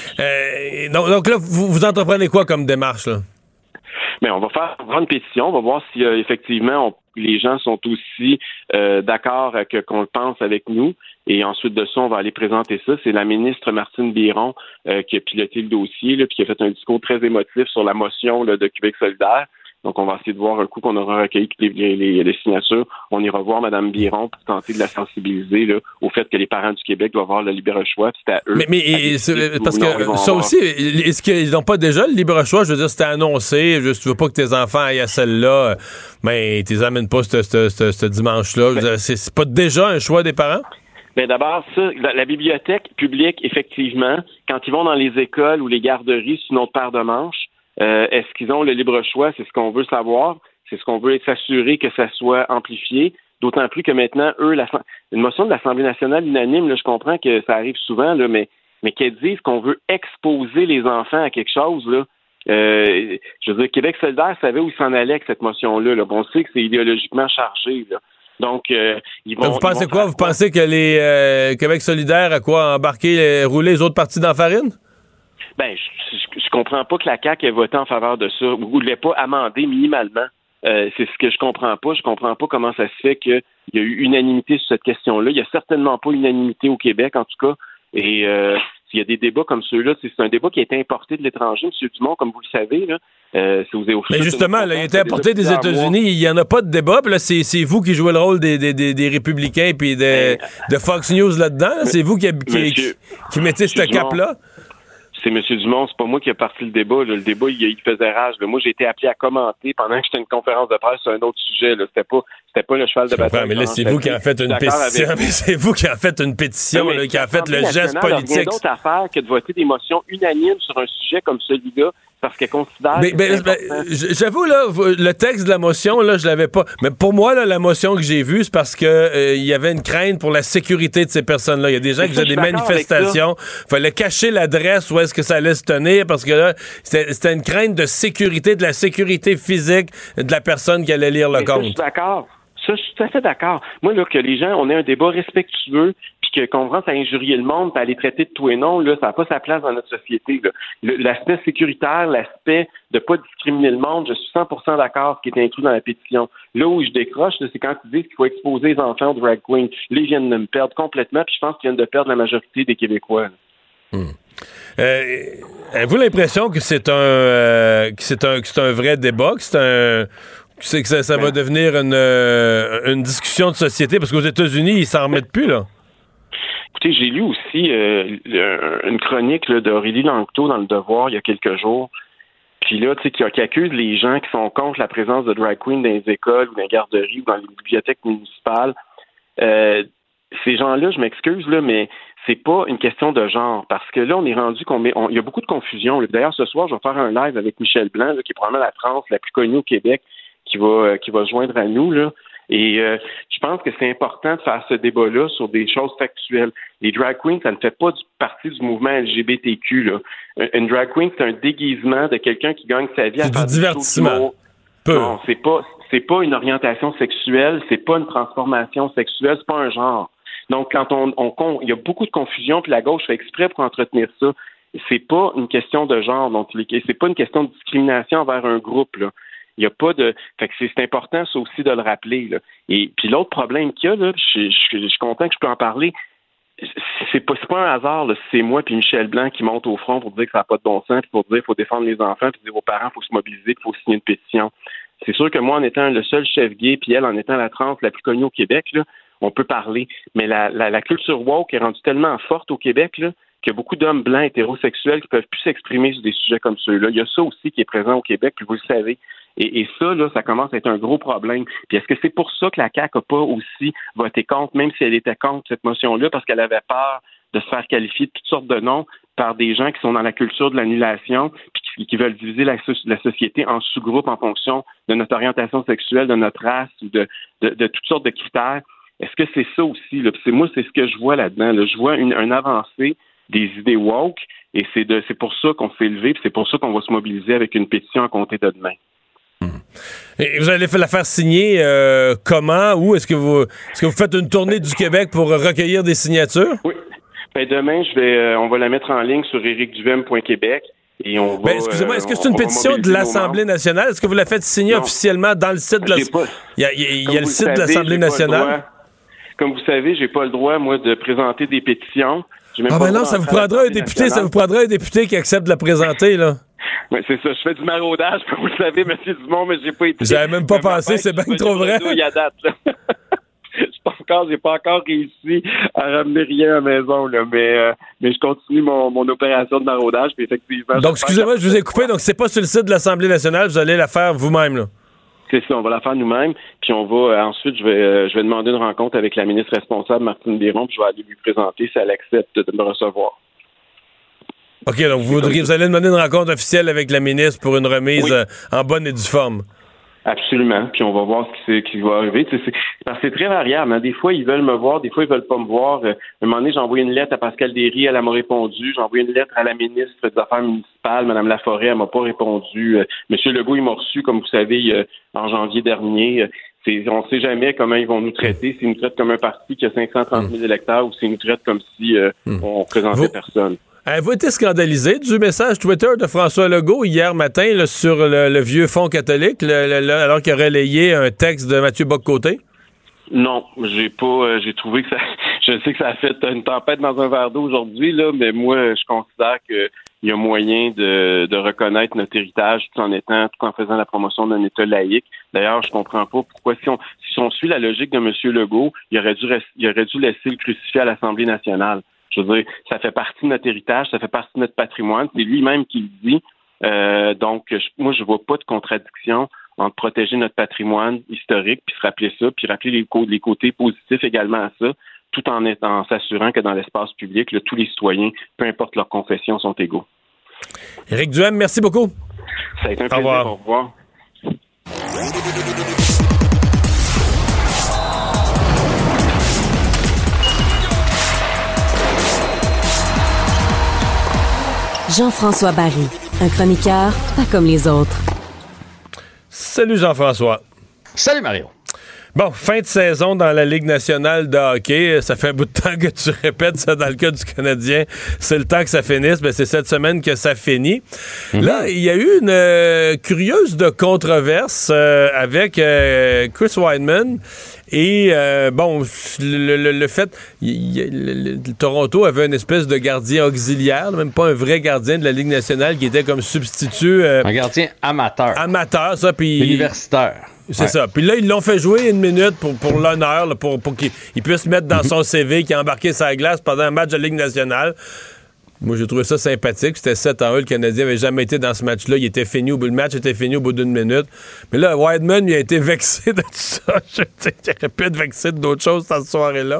Euh, donc, donc là, vous, vous entreprenez quoi comme démarche, là?
Mais on va faire une grande pétition, on va voir si euh, effectivement on, les gens sont aussi euh, d'accord que, qu'on le pense avec nous. Et ensuite de ça, on va aller présenter ça. C'est la ministre Martine Biron euh, qui a piloté le dossier, là, puis qui a fait un discours très émotif sur la motion là, de Québec solidaire. Donc, on va essayer de voir un coup qu'on aura recueilli les, les, les signatures. On ira voir Mme Biron pour tenter de la sensibiliser là, au fait que les parents du Québec doivent avoir le libre choix. Puis c'est à eux.
Mais, mais et, c'est, parce que ça avoir... aussi, est-ce qu'ils n'ont pas déjà le libre choix? Je veux dire, c'était annoncé. Juste, tu veux pas que tes enfants aillent à celle-là, mais tu les amènes pas ce, ce, ce, ce dimanche-là. Je veux dire, c'est, c'est pas déjà un choix des parents?
Bien, d'abord, ça, la, la bibliothèque publique, effectivement, quand ils vont dans les écoles ou les garderies, c'est une autre paire de manches. Euh, est-ce qu'ils ont le libre choix? C'est ce qu'on veut savoir. C'est ce qu'on veut s'assurer que ça soit amplifié. D'autant plus que maintenant, eux, la, une motion de l'Assemblée nationale unanime, là, je comprends que ça arrive souvent, là, mais, mais qu'elles disent qu'on veut exposer les enfants à quelque chose, là. Euh, je veux dire, Québec solidaire savait où il s'en allait avec cette motion-là. Là. Bon, on sait que c'est idéologiquement chargé, là. Donc, euh, ils vont.
Donc, vous pensez
vont
quoi? Vous pensez que les euh, Québec solidaire a quoi? Embarquer, euh, rouler les autres partis dans la farine?
Ben, je, je, je comprends pas que la C A Q ait voté en faveur de ça, ou ne l'ait pas amendé minimalement. Euh, c'est ce que je comprends pas. Je comprends pas comment ça se fait qu'il y a eu unanimité sur cette question-là. Il y a certainement pas unanimité au Québec, en tout cas. Et euh, s'il y a des débats comme ceux-là, c'est, c'est un débat qui a été importé de l'étranger, M. Dumont, comme vous le savez, là. Euh, c'est aux
Mais justement, là, il a été importé des États-Unis. Il n'y en a pas de débat. Puis là, c'est, c'est vous qui jouez le rôle des, des, des, des républicains puis de, de Fox News là-dedans. Là. C'est vous qui, qui, Monsieur, qui, qui mettez ce cap-là.
C'est M. Dumont, c'est pas moi qui ai parti le débat. Là. Le débat, il, il faisait rage. Là. Moi, j'ai été appelé à commenter pendant que j'étais à une conférence de presse sur un autre sujet. Là. C'était pas, c'était pas le cheval de bataille.
Mais là, c'est vous qui en faites une pétition. C'est vous qui en faites une pétition, là, qui en fait le geste politique.
Il n'y a rien d'autre à faire que de voter des motions unanimes sur un sujet comme celui-là. Parce qu'elle considère
mais,
que
mais, mais, j'avoue, là, le texte de la motion, là, je l'avais pas. Mais pour moi, là, la motion que j'ai vue, c'est parce que euh, il y avait une crainte pour la sécurité de ces personnes-là. Il y a des gens qui faisaient des manifestations. Il fallait cacher l'adresse où est-ce que ça allait se tenir parce que là, c'était, c'était une crainte de sécurité, de la sécurité physique de la personne qui allait lire le mais compte.
Ça, je suis d'accord. Ça, je suis tout à fait d'accord. Moi, là, que les gens, on ait un débat respectueux, puis qu'on commence à injurier le monde, puis à les traiter de tout et non, là, ça n'a pas sa place dans notre société. Là. Le, l'aspect sécuritaire, l'aspect de ne pas discriminer le monde, je suis cent pour cent d'accord, ce qui est inclus dans la pétition. Là où je décroche, là, c'est quand ils disent qu'il faut exposer les enfants aux drag queens. Là, ils viennent de me perdre complètement, puis je pense qu'ils viennent de perdre la majorité des Québécois.
Hmm. Euh, avez-vous l'impression que c'est un, euh, que c'est un, que c'est un vrai débat, que c'est un... C'est que ça, ça va devenir une, euh, une discussion de société, parce qu'aux États-Unis, ils s'en remettent plus, là.
Écoutez, j'ai lu aussi euh, une chronique là, d'Aurélie Langteau dans Le Devoir il y a quelques jours, puis là, tu sais, qui, qui accuse les gens qui sont contre la présence de drag queens dans les écoles ou dans les garderies ou dans les bibliothèques municipales. Euh, ces gens-là, je m'excuse, là, mais c'est pas une question de genre, parce que là, on est rendu qu'on met... On, il y a beaucoup de confusion. Là. D'ailleurs, ce soir, je vais faire un live avec Michel Blanc, là, qui est probablement la trans la plus connue au Québec, qui va euh, qui va se joindre à nous, là. Et euh, je pense que c'est important de faire ce débat-là sur des choses factuelles. Les drag queens, ça ne fait pas du, partie du mouvement L G B T Q, là. Une drag queen, c'est un déguisement de quelqu'un qui gagne sa vie à
c'est
faire
du divertissement.
Peu. Non, c'est pas c'est pas une orientation sexuelle, c'est pas une transformation sexuelle, c'est pas un genre. Donc, quand on, on il y a beaucoup de confusion, puis la gauche fait exprès pour entretenir ça. C'est pas une question de genre, donc c'est pas une question de discrimination envers un groupe, là. Il n'y a pas de. Fait que c'est, c'est important, ça aussi, de le rappeler, là. Et puis l'autre problème qu'il y a, là, je, je, je suis content que je peux en parler. C'est pas, c'est pas un hasard, là, c'est moi puis Michel Blanc qui monte au front pour dire que ça n'a pas de bon sens, puis pour dire qu'il faut défendre les enfants, puis dire aux parents qu'il faut se mobiliser, qu'il faut signer une pétition. C'est sûr que moi, en étant le seul chef gay, puis elle, en étant la trans la plus connue au Québec, là, on peut parler. Mais la, la, la culture woke est rendue tellement forte au Québec, là, qu'il y a beaucoup d'hommes blancs hétérosexuels qui peuvent plus s'exprimer sur des sujets comme ceux-là. Il y a ça aussi qui est présent au Québec, puis vous le savez. Et, et ça, là, ça commence à être un gros problème. Puis est-ce que c'est pour ça que la C A Q n'a pas aussi voté contre, même si elle était contre cette motion-là, parce qu'elle avait peur de se faire qualifier de toutes sortes de noms par des gens qui sont dans la culture de l'annulation, puis qui qui veulent diviser la, la société en sous-groupes en fonction de notre orientation sexuelle, de notre race ou de, de, de toutes sortes de critères. Est-ce que c'est ça aussi? Là? C'est, moi, c'est ce que je vois là-dedans. Là. Je vois une, une avancée des idées woke et c'est, de, c'est pour ça qu'on s'est levé et c'est pour ça qu'on va se mobiliser avec une pétition à compter de demain.
Et vous allez la faire signer euh, comment? Où? Est-ce que vous est-ce que vous faites une tournée du Québec pour recueillir des signatures?
Oui. Ben demain, je vais, euh, on va la mettre en ligne sur éric duhem point québec et on va.
Ben, excusez-moi, est-ce que c'est
euh,
une pétition de l'Assemblée nationale? Est-ce que vous la faites signer non. officiellement dans le site de l'Assemblée? Il y a, il y a, il y a le site savez, de l'Assemblée nationale.
Comme vous savez, j'ai pas le droit, moi, de présenter des pétitions.
Ah ben non, ça vous prendra un député, ça vous prendra un député qui accepte de la présenter, là.
Oui, c'est ça. Je fais du maraudage, comme vous le savez, M. Dumont, mais j'ai pas été.
J'avais même pas pensé, c'est bien trop vrai.
Il y a date, là. Encore, j'ai pas encore réussi à ramener rien à la maison, là, mais, euh, mais je continue mon, mon opération de maraudage, puis effectivement.
Donc, excusez-moi, je vous ai coupé, donc c'est pas sur le site de l'Assemblée nationale, vous allez la faire vous-même, là.
C'est ça, on va la faire nous-mêmes, puis on va, euh, ensuite, je vais, euh, je vais demander une rencontre avec la ministre responsable, Martine Biron, puis je vais aller lui présenter si elle accepte de me recevoir.
OK, donc vous, vous allez demander une rencontre officielle avec la ministre pour une remise oui. euh, en bonne et due forme.
Absolument, puis on va voir ce qui, qui va arriver. C'est, c'est, parce que c'est très variable. Hein. Des fois, ils veulent me voir, des fois, ils veulent pas me voir. Euh, un moment donné, j'ai envoyé une lettre à Pascal Derry, elle m'a répondu. J'ai envoyé une lettre à la ministre des Affaires municipales, Mme Laforêt, elle m'a pas répondu. Euh, M. Legault, il m'a reçu, comme vous savez, euh, en janvier dernier. C'est, on ne sait jamais comment ils vont nous traiter. S'ils nous traitent comme un parti qui a cinq cent trente mille mmh. électeurs ou s'ils nous traitent comme si euh, mmh. on représentait vous... personne.
Avez-vous été scandalisé du message Twitter de François Legault hier matin là, sur le, le vieux fonds catholique, le, le, alors qu'il a relayé un texte de Mathieu Bock-Côté?
Non, j'ai pas. Euh, j'ai trouvé que ça. Je sais que ça a fait une tempête dans un verre d'eau aujourd'hui, là, mais moi, je considère qu'il y a moyen de, de reconnaître notre héritage tout en étant, tout en faisant la promotion d'un État laïque. D'ailleurs, je comprends pas pourquoi, si on, si on suit la logique de M. Legault, il aurait dû, il aurait dû laisser le crucifié à l'Assemblée nationale. Je veux dire, ça fait partie de notre héritage, ça fait partie de notre patrimoine. C'est lui-même qui le dit. Euh, donc, je, moi, je vois pas de contradiction entre protéger notre patrimoine historique, puis se rappeler ça, puis rappeler les, les côtés positifs également à ça, tout en, en s'assurant que dans l'espace public, là, tous les citoyens, peu importe leur confession, sont égaux.
Éric Duhem, merci beaucoup.
Ça a été un plaisir. Au revoir. Au revoir.
Jean-François Barry, un chroniqueur pas comme les autres.
Salut Jean-François.
Salut Mario.
Bon, fin de saison dans la Ligue nationale de hockey. Ça fait un bout de temps que tu répètes ça dans le cas du Canadien. C'est le temps que ça finisse. Ben, c'est cette semaine que ça finit. Mm-hmm. Là, il y a eu une euh, curieuse de controverse euh, avec euh, Chris Wideman. Et, euh, bon, le, le, le fait... Y, y, le, le, le Toronto avait une espèce de gardien auxiliaire, même pas un vrai gardien de la Ligue nationale qui était comme substitut... Euh,
un gardien amateur.
Amateur, ça, puis...
Universitaire.
C'est
ouais.
ça. Puis là, ils l'ont fait jouer une minute pour, pour l'honneur, là, pour, pour qu'il il puisse mettre dans son C V qu'il a embarqué sa glace pendant un match de Ligue nationale. Moi, j'ai trouvé ça sympathique. C'était sept à un. Le Canadien n'avait jamais été dans ce match-là. Il était fini au bout. Le match était fini au bout d'une minute. Mais là, Wideman, il a été vexé de tout ça. Je sais qu'il aurait pu être vexé d'autres choses cette soirée-là.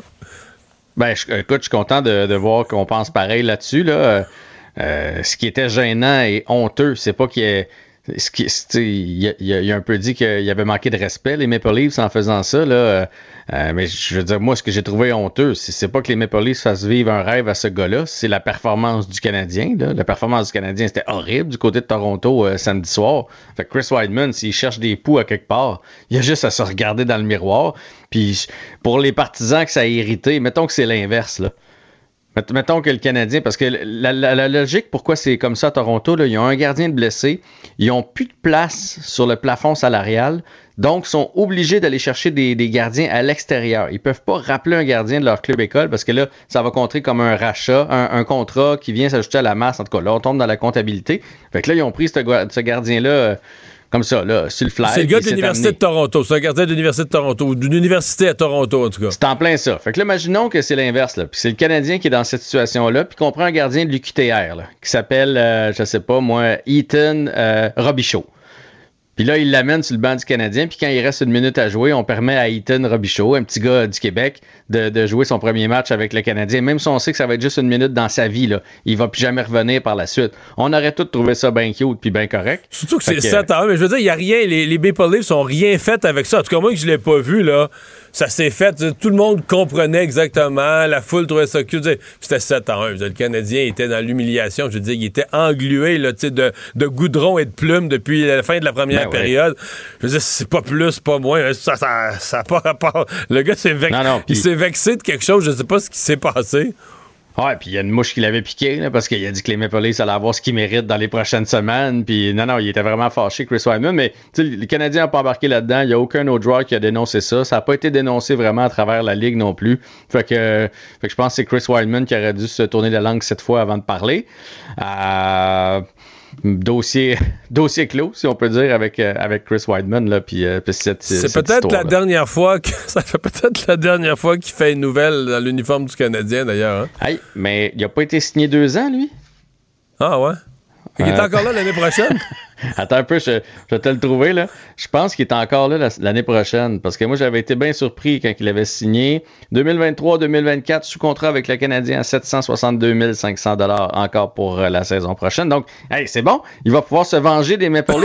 Ben, je, écoute, je suis content de, de voir qu'on pense pareil là-dessus. Là. Euh, ce qui était gênant et honteux, c'est pas qu'il y ait... Ce qui, il, a, il a un peu dit qu'il avait manqué de respect, les Maple Leafs, en faisant ça. Là. Euh, mais je veux dire, moi, ce que j'ai trouvé honteux, c'est, c'est pas que les Maple Leafs fassent vivre un rêve à ce gars-là, c'est la performance du Canadien. Là. La performance du Canadien, c'était horrible du côté de Toronto euh, samedi soir. Fait que Chris Wideman, s'il cherche des poux à quelque part, il a juste à se regarder dans le miroir. Puis pour les partisans que ça a irrité, mettons que c'est l'inverse, là. Mettons que le Canadien, parce que la, la, la logique, pourquoi c'est comme ça à Toronto, là, ils ont un gardien de blessé, ils n'ont plus de place sur le plafond salarial, donc sont obligés d'aller chercher des, des gardiens à l'extérieur. Ils peuvent pas rappeler un gardien de leur club école, parce que là, ça va compter comme un rachat, un, un contrat qui vient s'ajouter à la masse. En tout cas, là, on tombe dans la comptabilité. Fait que là, ils ont pris ce, ce gardien-là... Euh, comme ça, là, sur le fly.
C'est le gars de l'Université de Toronto. C'est un gardien de l'Université de Toronto, ou d'une université à Toronto, en tout cas.
C'est en plein ça. Fait que là, imaginons que c'est l'inverse, là. Puis c'est le Canadien qui est dans cette situation-là, puis qu'on prend un gardien de l'U Q T R, là, qui s'appelle, euh, je sais pas, moi, Ethan euh, Robichaud. Puis là, il l'amène sur le banc du Canadien. Puis quand il reste une minute à jouer, on permet à Ethan Robichaud, un petit gars du Québec, de, de jouer son premier match avec le Canadien. Même si on sait que ça va être juste une minute dans sa vie, là, il va plus jamais revenir par la suite. On aurait tous trouvé ça bien cute puis bien correct.
Surtout que
fait
c'est
que...
sept à un, mais je veux dire, il n'y a rien. Les, les Maple Leafs sont rien fait avec ça. En tout cas, moi que je l'ai pas vu, là, ça s'est fait. Tout le monde comprenait exactement. La foule trouvait ça cute. C'était sept à un. Je veux dire, le Canadien était dans l'humiliation. Je veux dire, il était englué là, de, de goudron et de plumes depuis la fin de la première ben période. Ouais. Je veux dire, c'est pas plus, pas moins. Ça ça, ça a pas rapport. Le gars s'est vex... non, non, pis... il s'est vexé de quelque chose. Je sais pas ce qui s'est passé.
Ouais, puis il y a une mouche qui l'avait piqué, là, parce qu'il a dit que les Maple Leafs allaient avoir ce qu'ils méritent dans les prochaines semaines. Puis non, non, il était vraiment fâché, Chris Weidman. Mais les Canadiens n'ont pas embarqué là-dedans. Il n'y a aucun autre joueur qui a dénoncé ça. Ça n'a pas été dénoncé vraiment à travers la Ligue non plus. Fait que, fait que je pense que c'est Chris Weidman qui aurait dû se tourner la langue cette fois avant de parler. Euh... Dossier, dossier clos, si on peut dire, avec, euh, avec Chris Weidman. Là, puis, euh, puis cette,
c'est
cette
peut-être
histoire,
la dernière fois que, ça fait peut-être la dernière fois qu'il fait une nouvelle dans l'uniforme du Canadien, d'ailleurs. Hein?
Hey, mais il n'a pas été signé deux ans, lui?
Ah ouais? Il est
Euh...
encore là l'année prochaine?
Attends un peu, je, je vais te le trouver, là. Je pense qu'il est encore là la, l'année prochaine, parce que moi, j'avais été bien surpris quand il avait signé. deux mille vingt-trois deux mille vingt-quatre, sous contrat avec le Canadien à sept cent soixante-deux mille cinq cents dollars encore pour euh, la saison prochaine. Donc, hey, c'est bon, il va pouvoir se venger des Maple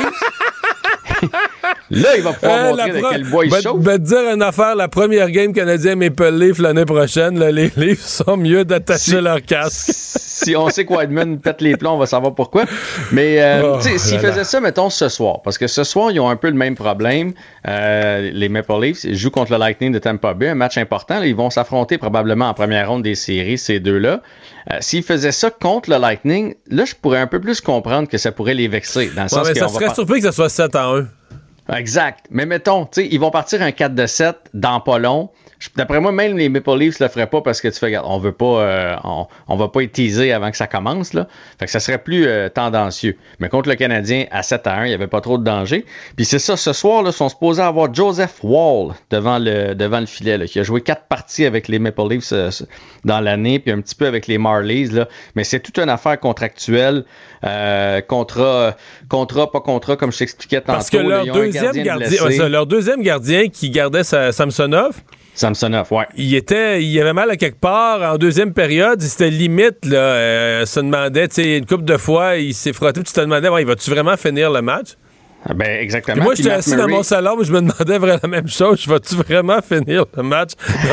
Leafs. Là, il va pouvoir euh, montrer de pro... quel bois il
ben,
chauffe.
Ben, te dire une affaire, la première game canadien Maple Leaf l'année prochaine, là, les Leafs sont mieux d'attacher si, leur casque.
Si on sait que Weidman pète les plombs, on va savoir pourquoi. Mais euh, oh, s'ils faisaient ça, mettons, ce soir, parce que ce soir, ils ont un peu le même problème. Euh, les Maple Leafs ils jouent contre le Lightning de Tampa Bay, un match important. Là, ils vont s'affronter probablement en première ronde des séries, ces deux-là. Euh, s'ils faisaient ça contre le Lightning, là, je pourrais un peu plus comprendre que ça pourrait les vexer. Dans le
ouais,
sens
mais
que
ça
on
serait
va
surpris que ça soit sept à un.
Exact. Mais mettons, tu sais, ils vont partir un quatre de sept dans pas long. D'après moi, même les Maple Leafs le feraient pas parce que tu fais, regarde, on veut pas, euh, on, on va pas être teasé avant que ça commence, là. Fait que ça serait plus euh, tendancieux. Mais contre le Canadien, à sept à un, il y avait pas trop de danger. Puis c'est ça, ce soir, là, sont supposés avoir Joseph Woll devant le, devant le filet, là, qui a joué quatre parties avec les Maple Leafs euh, dans l'année, puis un petit peu avec les Marlies, là. Mais c'est toute une affaire contractuelle, euh, contrat, contrat, pas contrat, comme je t'expliquais tantôt.
Parce que leur,
là,
deuxième gardien, gardien, ouais, ça, leur deuxième gardien qui gardait sa, Samsonov,
Samsonov, ouais.
Il était, il avait mal à quelque part en deuxième période. C'était limite, là. Euh, se demandait, tu sais, une couple de fois, il s'est frotté. Tu te demandais, ouais, va-tu vraiment finir le match?
Ben, exactement.
Puis moi, j'étais
Matt
assis
Murray...
dans mon salon, mais je me demandais vraiment la même chose. Vas-tu vraiment finir le match?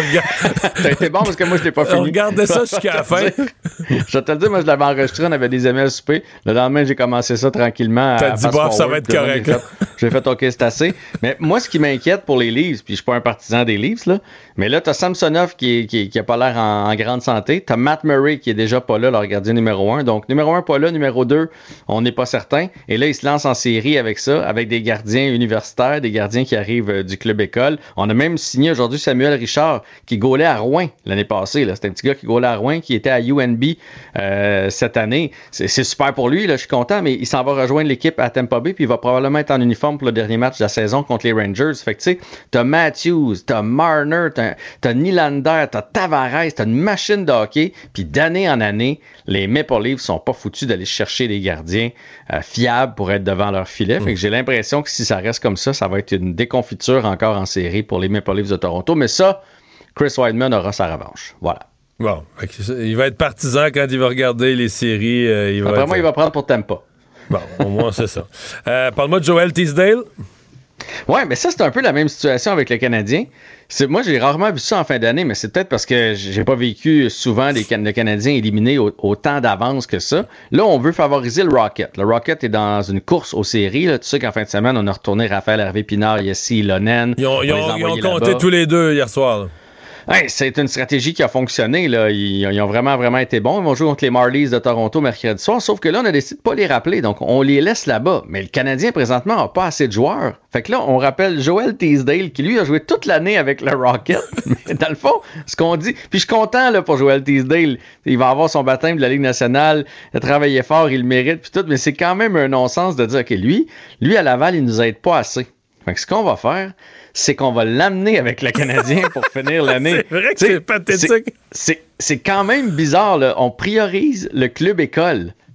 T'as été bon parce que moi, je l'ai pas fini.
On regardait ça jusqu'à la fin.
Je vais te le dire, moi, je l'avais enregistré, on avait des amis à souper. Le lendemain, j'ai commencé ça tranquillement.
T'as dit, bon, ça va être correct.
J'ai fait, OK, c'est assez. Mais moi, ce qui m'inquiète pour les Leafs, puis je suis pas un partisan des Leafs, là, mais là, t'as Samsonov qui, est, qui, qui a pas l'air en, en grande santé. T'as Matt Murray qui est déjà pas là, leur gardien numéro un. Donc, numéro un, pas là. Numéro deux, on n'est pas certain. Et là, il se lance en série avec ça, avec des gardiens universitaires, des gardiens qui arrivent euh, du club école. On a même signé aujourd'hui Samuel Richard, qui gaulait à Rouen l'année passée. Là. C'était un petit gars qui gaulait à Rouen, qui était à U N B euh, cette année. C'est, c'est super pour lui, là, je suis content, mais il s'en va rejoindre l'équipe à Tampa Bay, puis il va probablement être en uniforme pour le dernier match de la saison contre les Rangers. Fait que tu sais, t'as Matthews, t'as Marner, t'as, t'as Nylander, t'as Tavares, t'as une machine de hockey, puis d'année en année, les Maple Leafs sont pas foutus d'aller chercher des gardiens euh, fiables pour être devant leur filet. Fait que j'ai l'impression que si ça reste comme ça, ça va être une déconfiture encore en série pour les Maple Leafs de Toronto. Mais ça, Chris Weidman aura sa revanche. Voilà.
Bon, il va être partisan quand il va regarder les séries. Euh, il va
Après
être...
moi, il va prendre pour Tampa.
Bon, au moins, c'est ça. Euh, parle-moi de Joel Teasdale.
Ouais, mais ça, c'est un peu la même situation avec le Canadien. C'est, moi, j'ai rarement vu ça en fin d'année, mais c'est peut-être parce que j'ai pas vécu souvent les can- le Canadien éliminés au- autant d'avance que ça. Là, on veut favoriser le Rocket. Le Rocket est dans une course aux séries. Là. Tu sais qu'en fin de semaine, on a retourné Raphaël Harvey-Pinard, Yessi, Lonen.
Ils ont, ils ont, ils ont compté là-bas. Tous les deux hier soir. Là.
Hey, c'est une stratégie qui a fonctionné. Là. Ils, ils ont vraiment, vraiment été bons. Ils vont jouer contre les Marlies de Toronto mercredi soir. Sauf que là, on a décidé de pas les rappeler. Donc, on les laisse là-bas. Mais le Canadien, présentement, n'a pas assez de joueurs. Fait que là, on rappelle Joel Teasdale, qui lui a joué toute l'année avec le Rocket. Mais dans le fond, ce qu'on dit... Puis je suis content là, pour Joel Teasdale. Il va avoir son baptême de la Ligue nationale. Il a travaillé fort, il le mérite, puis tout. Mais c'est quand même un non-sens de dire, OK, lui, lui à Laval, il nous aide pas assez. Fait que ce qu'on va faire, c'est qu'on va l'amener avec le Canadien pour finir l'année.
C'est vrai que T'sais, c'est pathétique.
C'est, c'est, c'est quand même bizarre, là. On priorise le club école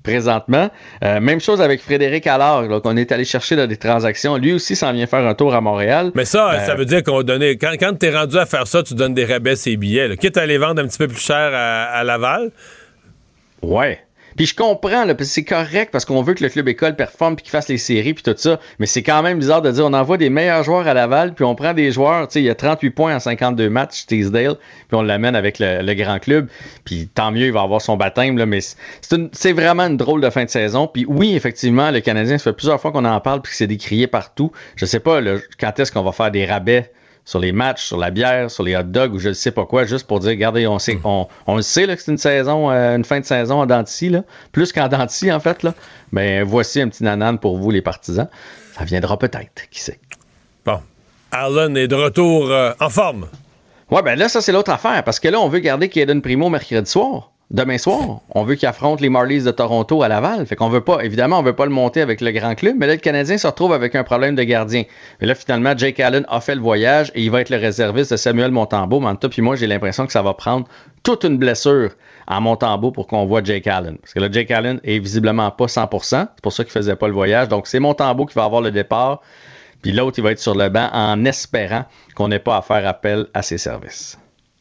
présentement. Euh, même chose avec Frédéric Allard, là, qu'on est allé chercher dans des transactions. Lui aussi s'en vient faire un tour à Montréal.
Mais ça,
euh,
ça veut dire qu'on donnait... Quand, quand t'es rendu à faire ça, tu donnes des rabais ces billets. Là. Quitte à les vendre un petit peu plus cher à, à Laval.
Ouais. Puis je comprends, là, parce que c'est correct parce qu'on veut que le club école performe puis qu'il fasse les séries puis tout ça. Mais c'est quand même bizarre de dire on envoie des meilleurs joueurs à Laval puis on prend des joueurs, tu sais, il y a trente-huit points en cinquante-deux matchs, Teasdale, puis on l'amène avec le, le grand club. Puis tant mieux, il va avoir son baptême, là, mais c'est, une, c'est vraiment une drôle de fin de saison. Puis oui, effectivement, le Canadien, ça fait plusieurs fois qu'on en parle puis que c'est décrié partout. Je sais pas là, quand est-ce qu'on va faire des rabais sur les matchs, sur la bière, sur les hot dogs ou je ne sais pas quoi, juste pour dire, regardez, on sait, on, on le sait là, que c'est une saison, euh, une fin de saison en dents de scie, là, plus qu'en dents de scie, en fait. Là. Ben, voici un petit nanan pour vous, les partisans. Ça viendra peut-être, qui sait.
Bon. Allen est de retour euh, en forme.
Ouais, ben là, ça, c'est l'autre affaire, parce que là, on veut garder Caden Primo mercredi soir. Demain soir, on veut qu'il affronte les Marlies de Toronto à Laval. Fait qu'on veut pas, évidemment, on veut pas le monter avec le grand club, mais là, le Canadien se retrouve avec un problème de gardien. Mais là, finalement, Jake Allen a fait le voyage et il va être le réserviste de Samuel Montembeault. Manta, puis moi, j'ai l'impression que ça va prendre toute une blessure à Montembeault pour qu'on voit Jake Allen. Parce que là, Jake Allen est visiblement pas cent pour cent. C'est pour ça qu'il faisait pas le voyage. Donc, c'est Montembeault qui va avoir le départ. Puis l'autre, il va être sur le banc en espérant qu'on n'ait pas à faire appel à ses services.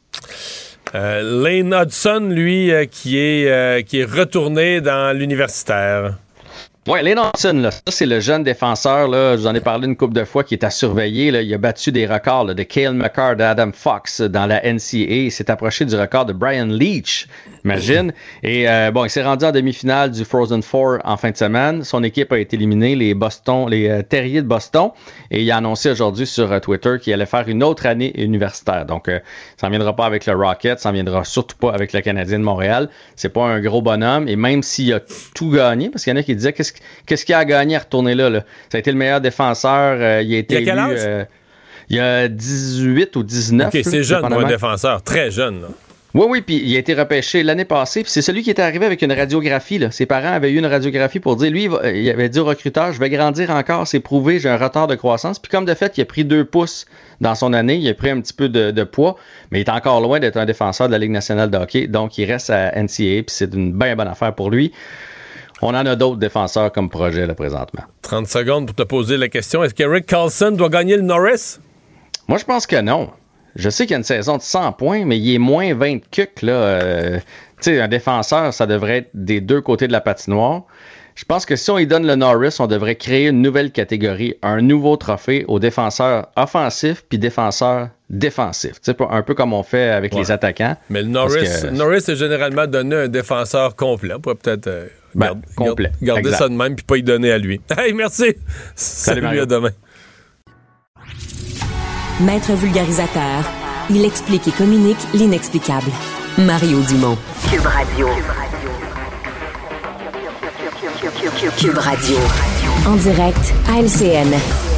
Euh, Lane Hudson, lui, euh, qui, est, euh, qui est retourné dans l'universitaire.
Oui, Lane Hudson, là, ça, c'est le jeune défenseur, là, je vous en ai parlé une couple de fois, qui est à surveiller. Là, il a battu des records là, de Cale Makar, d'Adam Fox dans la N C A A. Il s'est approché du record de Brian Leach, imagine. Et euh, bon, il s'est rendu en demi-finale du Frozen Four en fin de semaine. Son équipe a été éliminée, les Boston, les euh, Terriers de Boston. Et il a annoncé aujourd'hui sur euh, Twitter qu'il allait faire une autre année universitaire. Donc, euh, ça n'en viendra pas avec le Rocket, ça n'en viendra surtout pas avec le Canadien de Montréal. C'est pas un gros bonhomme. Et même s'il a tout gagné, parce qu'il y en a qui disaient qu'est-ce Qu'est-ce qu'il a à gagner à retourner là, là? Ça a été le meilleur défenseur. Euh, il a été
il y a quel
élu,
âge?
Euh, il y a dix-huit ou dix-neuf.
OK, c'est jeune pour un défenseur. Très jeune, là.
Oui, oui, puis il a été repêché l'année passée. Puis c'est celui qui était arrivé avec une radiographie. Là. Ses parents avaient eu une radiographie pour dire, lui, il, va, il avait dit au recruteur, je vais grandir encore, c'est prouvé, j'ai un retard de croissance. Puis comme de fait, il a pris deux pouces dans son année, il a pris un petit peu de, de poids, mais il est encore loin d'être un défenseur de la Ligue nationale de hockey. Donc, il reste à N C A A, puis c'est une bien bonne affaire pour lui. On en a d'autres défenseurs comme projet là, présentement.
trente secondes pour te poser la question. Est-ce que Rick Carlson doit gagner le Norris?
Moi, je pense que non. Je sais qu'il y a une saison de cent points, mais il est moins vingt cucs. Là. Euh, tu sais, un défenseur, ça devrait être des deux côtés de la patinoire. Je pense que si on lui donne le Norris, on devrait créer une nouvelle catégorie, un nouveau trophée aux défenseurs offensifs puis défenseurs défensifs. Tu sais, un peu comme on fait avec ouais. les attaquants.
Mais le Norris, que... Norris est généralement donné à un défenseur complet. On pourrait peut-être euh,
ben,
garde,
complet.
garder exact. ça de même puis pas y donner à lui. Hey, merci!
Salut,
Salut à demain.
Maître vulgarisateur, il explique et communique l'inexplicable. Mario Dumont.
Cube Radio.
Cube Radio. En direct à L C N.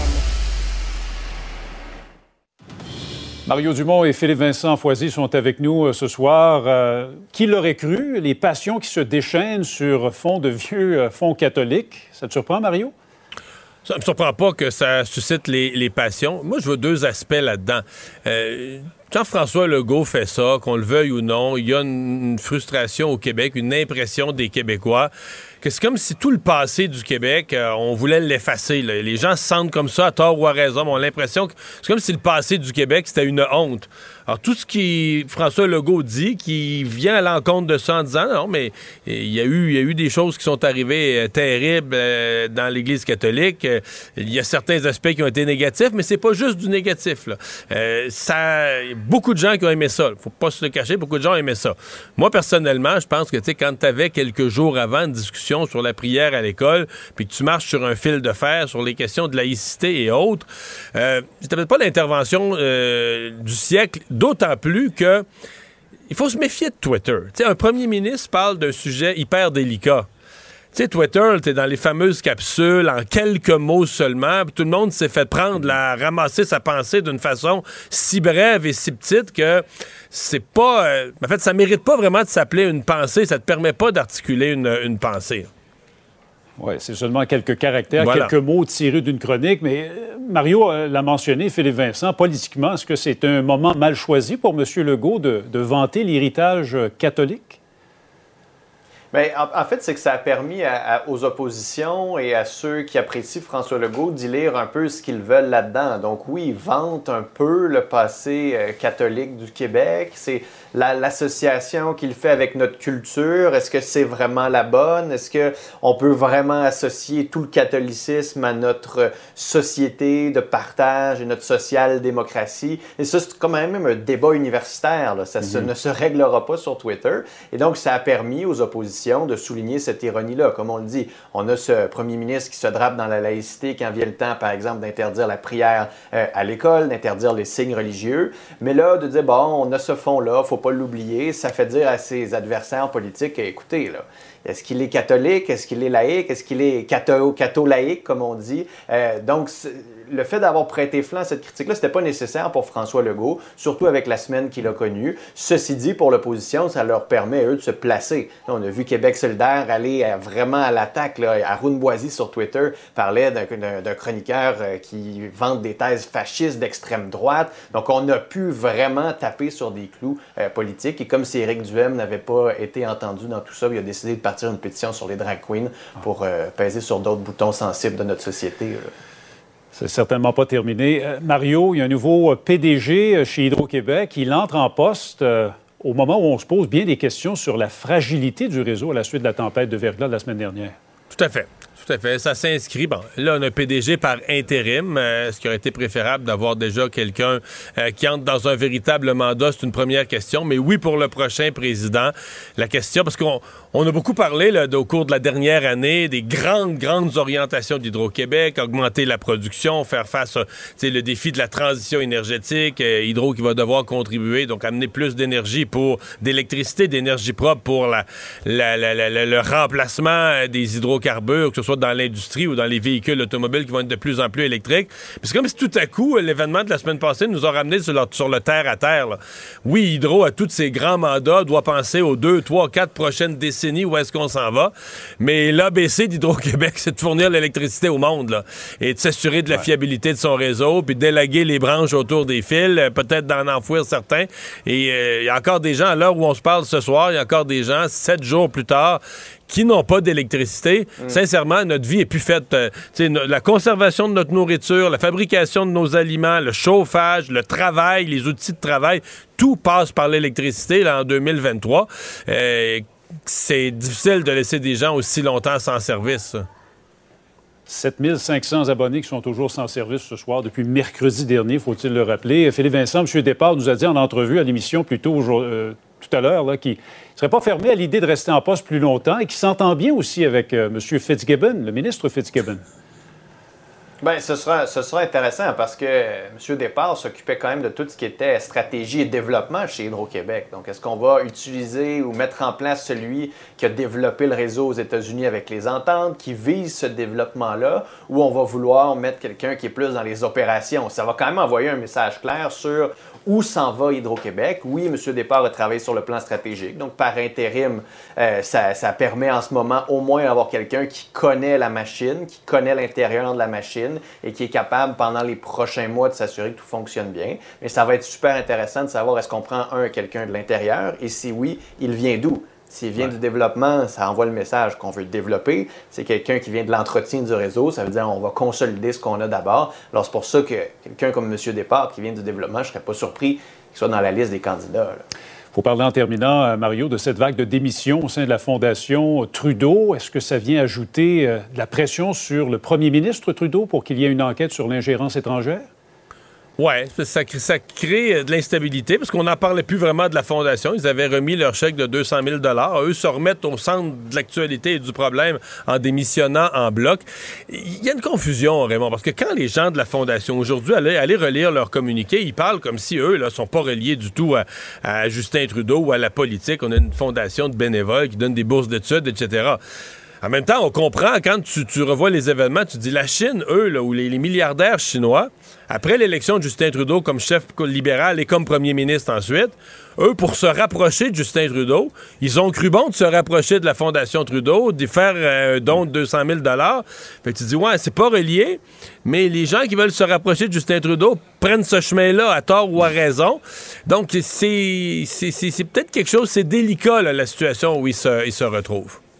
Mario Dumont et Philippe Vincent Foisy sont avec nous euh, ce soir. Euh, qui l'aurait cru? Les passions qui se déchaînent sur fond de vieux euh, fonds catholiques. Ça te surprend, Mario?
Ça ne me surprend pas que ça suscite les, les passions. Moi, je vois deux aspects là-dedans. Euh, quand François Legault fait ça, qu'on le veuille ou non, il y a une, une frustration au Québec, une impression des Québécois que c'est comme si tout le passé du Québec, euh, on voulait l'effacer. Là. Les gens se sentent comme ça, à tort ou à raison, mais on a l'impression que c'est comme si le passé du Québec, c'était une honte. Alors, tout ce qui François Legault dit, qui vient à l'encontre de ça en disant, non, mais il y a eu, il y a eu des choses qui sont arrivées euh, terribles euh, dans l'Église catholique. Euh, il y a certains aspects qui ont été négatifs, mais c'est pas juste du négatif. Là. Euh, ça, il y a beaucoup de gens qui ont aimé ça. Faut pas se le cacher, beaucoup de gens ont aimé ça. Moi, personnellement, je pense que, tu sais, quand tu avais quelques jours avant une discussion sur la prière à l'école, puis que tu marches sur un fil de fer sur les questions de laïcité et autres, euh, c'était peut-être pas l'intervention euh, du siècle, d'autant plus que il faut se méfier de Twitter. Tu sais, un premier ministre parle d'un sujet hyper délicat. Tu sais, Twitter, t'es dans les fameuses capsules, en quelques mots seulement, puis tout le monde s'est fait prendre, la, ramasser sa pensée d'une façon si brève et si petite que c'est pas... Euh, en fait, ça mérite pas vraiment de s'appeler une pensée, ça te permet pas d'articuler une, une pensée.
Oui, c'est seulement quelques caractères,
voilà.
quelques mots tirés d'une chronique, mais Mario l'a mentionné, Philippe Vincent, politiquement, est-ce que c'est un moment mal choisi pour M. Legault de, de vanter l'héritage catholique?
Bien, en, en fait, c'est que ça a permis à, à, aux oppositions et à ceux qui apprécient François Legault d'y lire un peu ce qu'ils veulent là-dedans. Donc oui, ils vantent un peu le passé euh, catholique du Québec. C'est la, l'association qu'il fait avec notre culture. Est-ce que c'est vraiment la bonne? Est-ce qu'on peut vraiment associer tout le catholicisme à notre société de partage et notre social-démocratie? Et ça, c'est quand même un débat universitaire. Là. Ça mm-hmm. se, ne se réglera pas sur Twitter. Et donc, ça a permis aux oppositions de souligner cette ironie-là. Comme on le dit, on a ce premier ministre qui se drape dans la laïcité quand vient le temps, par exemple, d'interdire la prière euh, à l'école, d'interdire les signes religieux. Mais là, de dire, bon, on a ce fond-là, il ne faut pas l'oublier, ça fait dire à ses adversaires politiques, écoutez, là, est-ce qu'il est catholique? Est-ce qu'il est laïque? Est-ce qu'il est catho, catho-laïque, comme on dit? Euh, donc, le fait d'avoir prêté flanc à cette critique-là, c'était pas nécessaire pour François Legault, surtout avec la semaine qu'il a connue. Ceci dit, pour l'opposition, ça leur permet, eux, de se placer. Là, on a vu Québec solidaire aller à, vraiment à l'attaque. Là. Arun Boisy, sur Twitter, parlait d'un, d'un, d'un chroniqueur euh, qui vante des thèses fascistes d'extrême droite. Donc, on a pu vraiment taper sur des clous euh, politiques. Et comme si Éric Duhem n'avait pas été entendu dans tout ça, il a décidé de partir une pétition sur les drag queens pour euh, peser sur d'autres boutons sensibles de notre société. Là.
C'est certainement pas terminé. Euh, Mario, il y a un nouveau P D G chez Hydro-Québec. Il entre en poste euh, au moment où on se pose bien des questions sur la fragilité du réseau à la suite de la tempête de verglas de la semaine dernière.
Tout à fait. Tout à fait. Ça s'inscrit. Bon, là, on a un P D G par intérim, euh, ce qui aurait été préférable d'avoir déjà quelqu'un euh, qui entre dans un véritable mandat. C'est une première question. Mais oui, pour le prochain président, la question, parce qu'on on a beaucoup parlé là, au cours de la dernière année des grandes, grandes orientations d'Hydro-Québec, augmenter la production, faire face à le défi de la transition énergétique, euh, Hydro qui va devoir contribuer, donc amener plus d'énergie pour d'électricité, d'énergie propre pour la, la, la, la, la, le remplacement des hydrocarbures, que ce soit dans l'industrie ou dans les véhicules automobiles qui vont être de plus en plus électriques. Puis c'est comme si tout à coup, l'événement de la semaine passée nous a ramené sur, leur, sur le terre-à-terre. Là. Oui, Hydro, à tous ses grands mandats, doit penser aux deux, trois, quatre prochaines décennies où est-ce qu'on s'en va. Mais l'A B C d'Hydro-Québec, c'est de fournir l'électricité au monde là, et de s'assurer de la ouais. fiabilité de son réseau, puis d'élaguer les branches autour des fils, peut-être d'en enfouir certains. Et il euh, y a encore des gens, à l'heure où on se parle ce soir, il y a encore des gens, sept jours plus tard, qui n'ont pas d'électricité. Mm. Sincèrement, notre vie est plus faite. Euh, la conservation de notre nourriture, la fabrication de nos aliments, le chauffage, le travail, les outils de travail, tout passe par l'électricité là, en deux mille vingt-trois. Euh, c'est difficile de laisser des gens aussi longtemps sans service.
sept mille cinq cents abonnés qui sont toujours sans service ce soir depuis mercredi dernier, faut-il le rappeler. Philippe Vincent, M. Départ, nous a dit en entrevue à l'émission plus tôt euh, tout à l'heure là, qu'il ne serait pas fermé à l'idée de rester en poste plus longtemps et qu'il s'entend bien aussi avec euh, M. Fitzgibbon, le ministre Fitzgibbon.
Bien, ce sera, ce sera intéressant parce que M. Départ s'occupait quand même de tout ce qui était stratégie et développement chez Hydro-Québec. Donc, est-ce qu'on va utiliser ou mettre en place celui qui a développé le réseau aux États-Unis avec les ententes, qui vise ce développement-là, ou on va vouloir mettre quelqu'un qui est plus dans les opérations? Ça va quand même envoyer un message clair sur où s'en va Hydro-Québec. Oui, M. Départ a travaillé sur le plan stratégique. Donc, par intérim, euh, ça, ça permet en ce moment au moins d'avoir quelqu'un qui connaît la machine, qui connaît l'intérieur de la machine et qui est capable, pendant les prochains mois, de s'assurer que tout fonctionne bien. Mais ça va être super intéressant de savoir est-ce qu'on prend un quelqu'un de l'intérieur et si oui, il vient d'où? S'il vient ouais. du développement, ça envoie le message qu'on veut développer. C'est quelqu'un qui vient de l'entretien du réseau. Ça veut dire qu'on va consolider ce qu'on a d'abord. Alors, c'est pour ça que quelqu'un comme M. Départ, qui vient du développement, je ne serais pas surpris qu'il soit dans la liste des candidats.
Il faut parler en terminant, Mario, de cette vague de démission au sein de la Fondation Trudeau. Est-ce que ça vient ajouter euh, de la pression sur le premier ministre Trudeau pour qu'il y ait une enquête sur l'ingérence étrangère?
Oui, ça, ça crée de l'instabilité parce qu'on n'en parlait plus vraiment de la Fondation. Ils avaient remis leur chèque de deux cent mille dollars. Eux se remettent au centre de l'actualité et du problème en démissionnant en bloc. Il y a une confusion, Raymond, parce que quand les gens de la Fondation, aujourd'hui, allaient, allaient relire leur communiqué, ils parlent comme si eux ne sont pas reliés du tout à, à Justin Trudeau ou à la politique. On a une fondation de bénévoles qui donne des bourses d'études, et cetera. En même temps, on comprend, quand tu, tu revois les événements, tu dis la Chine, eux, là, ou les, les milliardaires chinois, après l'élection de Justin Trudeau comme chef libéral et comme premier ministre ensuite, eux, pour se rapprocher de Justin Trudeau, ils ont cru bon de se rapprocher de la Fondation Trudeau, d'y faire un don de deux cent mille dollars. Fait que tu dis, ouais, c'est pas relié, mais les gens qui veulent se rapprocher de Justin Trudeau prennent ce chemin-là à tort ou à raison. Donc, c'est, c'est, c'est, c'est peut-être quelque chose, c'est délicat, là, la situation où ils se, ils se retrouvent.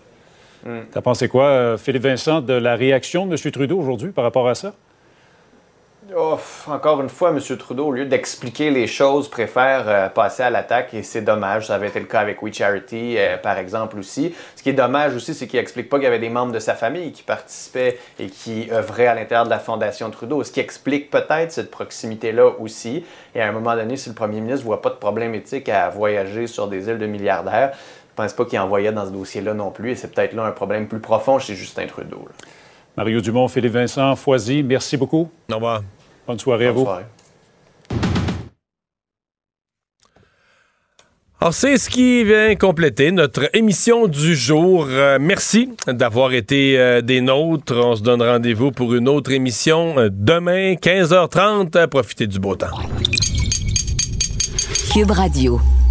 Mm. T'as pensé quoi, euh, Philippe Vincent, de la réaction de M. Trudeau aujourd'hui par rapport à ça?
Oh, encore une fois, M. Trudeau, au lieu d'expliquer les choses, préfère euh, passer à l'attaque et c'est dommage. Ça avait été le cas avec We Charity, euh, par exemple, aussi. Ce qui est dommage aussi, c'est qu'il n'explique pas qu'il y avait des membres de sa famille qui participaient et qui œuvraient à l'intérieur de la Fondation Trudeau. Ce qui explique peut-être cette proximité-là aussi. Et à un moment donné, si le premier ministre ne voit pas de problème éthique à voyager sur des îles de milliardaires, je ne pense pas qu'il envoyait dans ce dossier-là non plus. Et c'est peut-être là un problème plus profond chez Justin Trudeau. Là.
Mario Dumont, Philippe Vincent, Foisy, merci beaucoup.
Au revoir.
Bonne soirée Bonne à vous. Soirée.
Alors, c'est ce qui vient compléter notre émission du jour. Euh, merci d'avoir été euh, des nôtres. On se donne rendez-vous pour une autre émission euh, demain, quinze heures trente. Profitez du beau temps.
Cube Radio.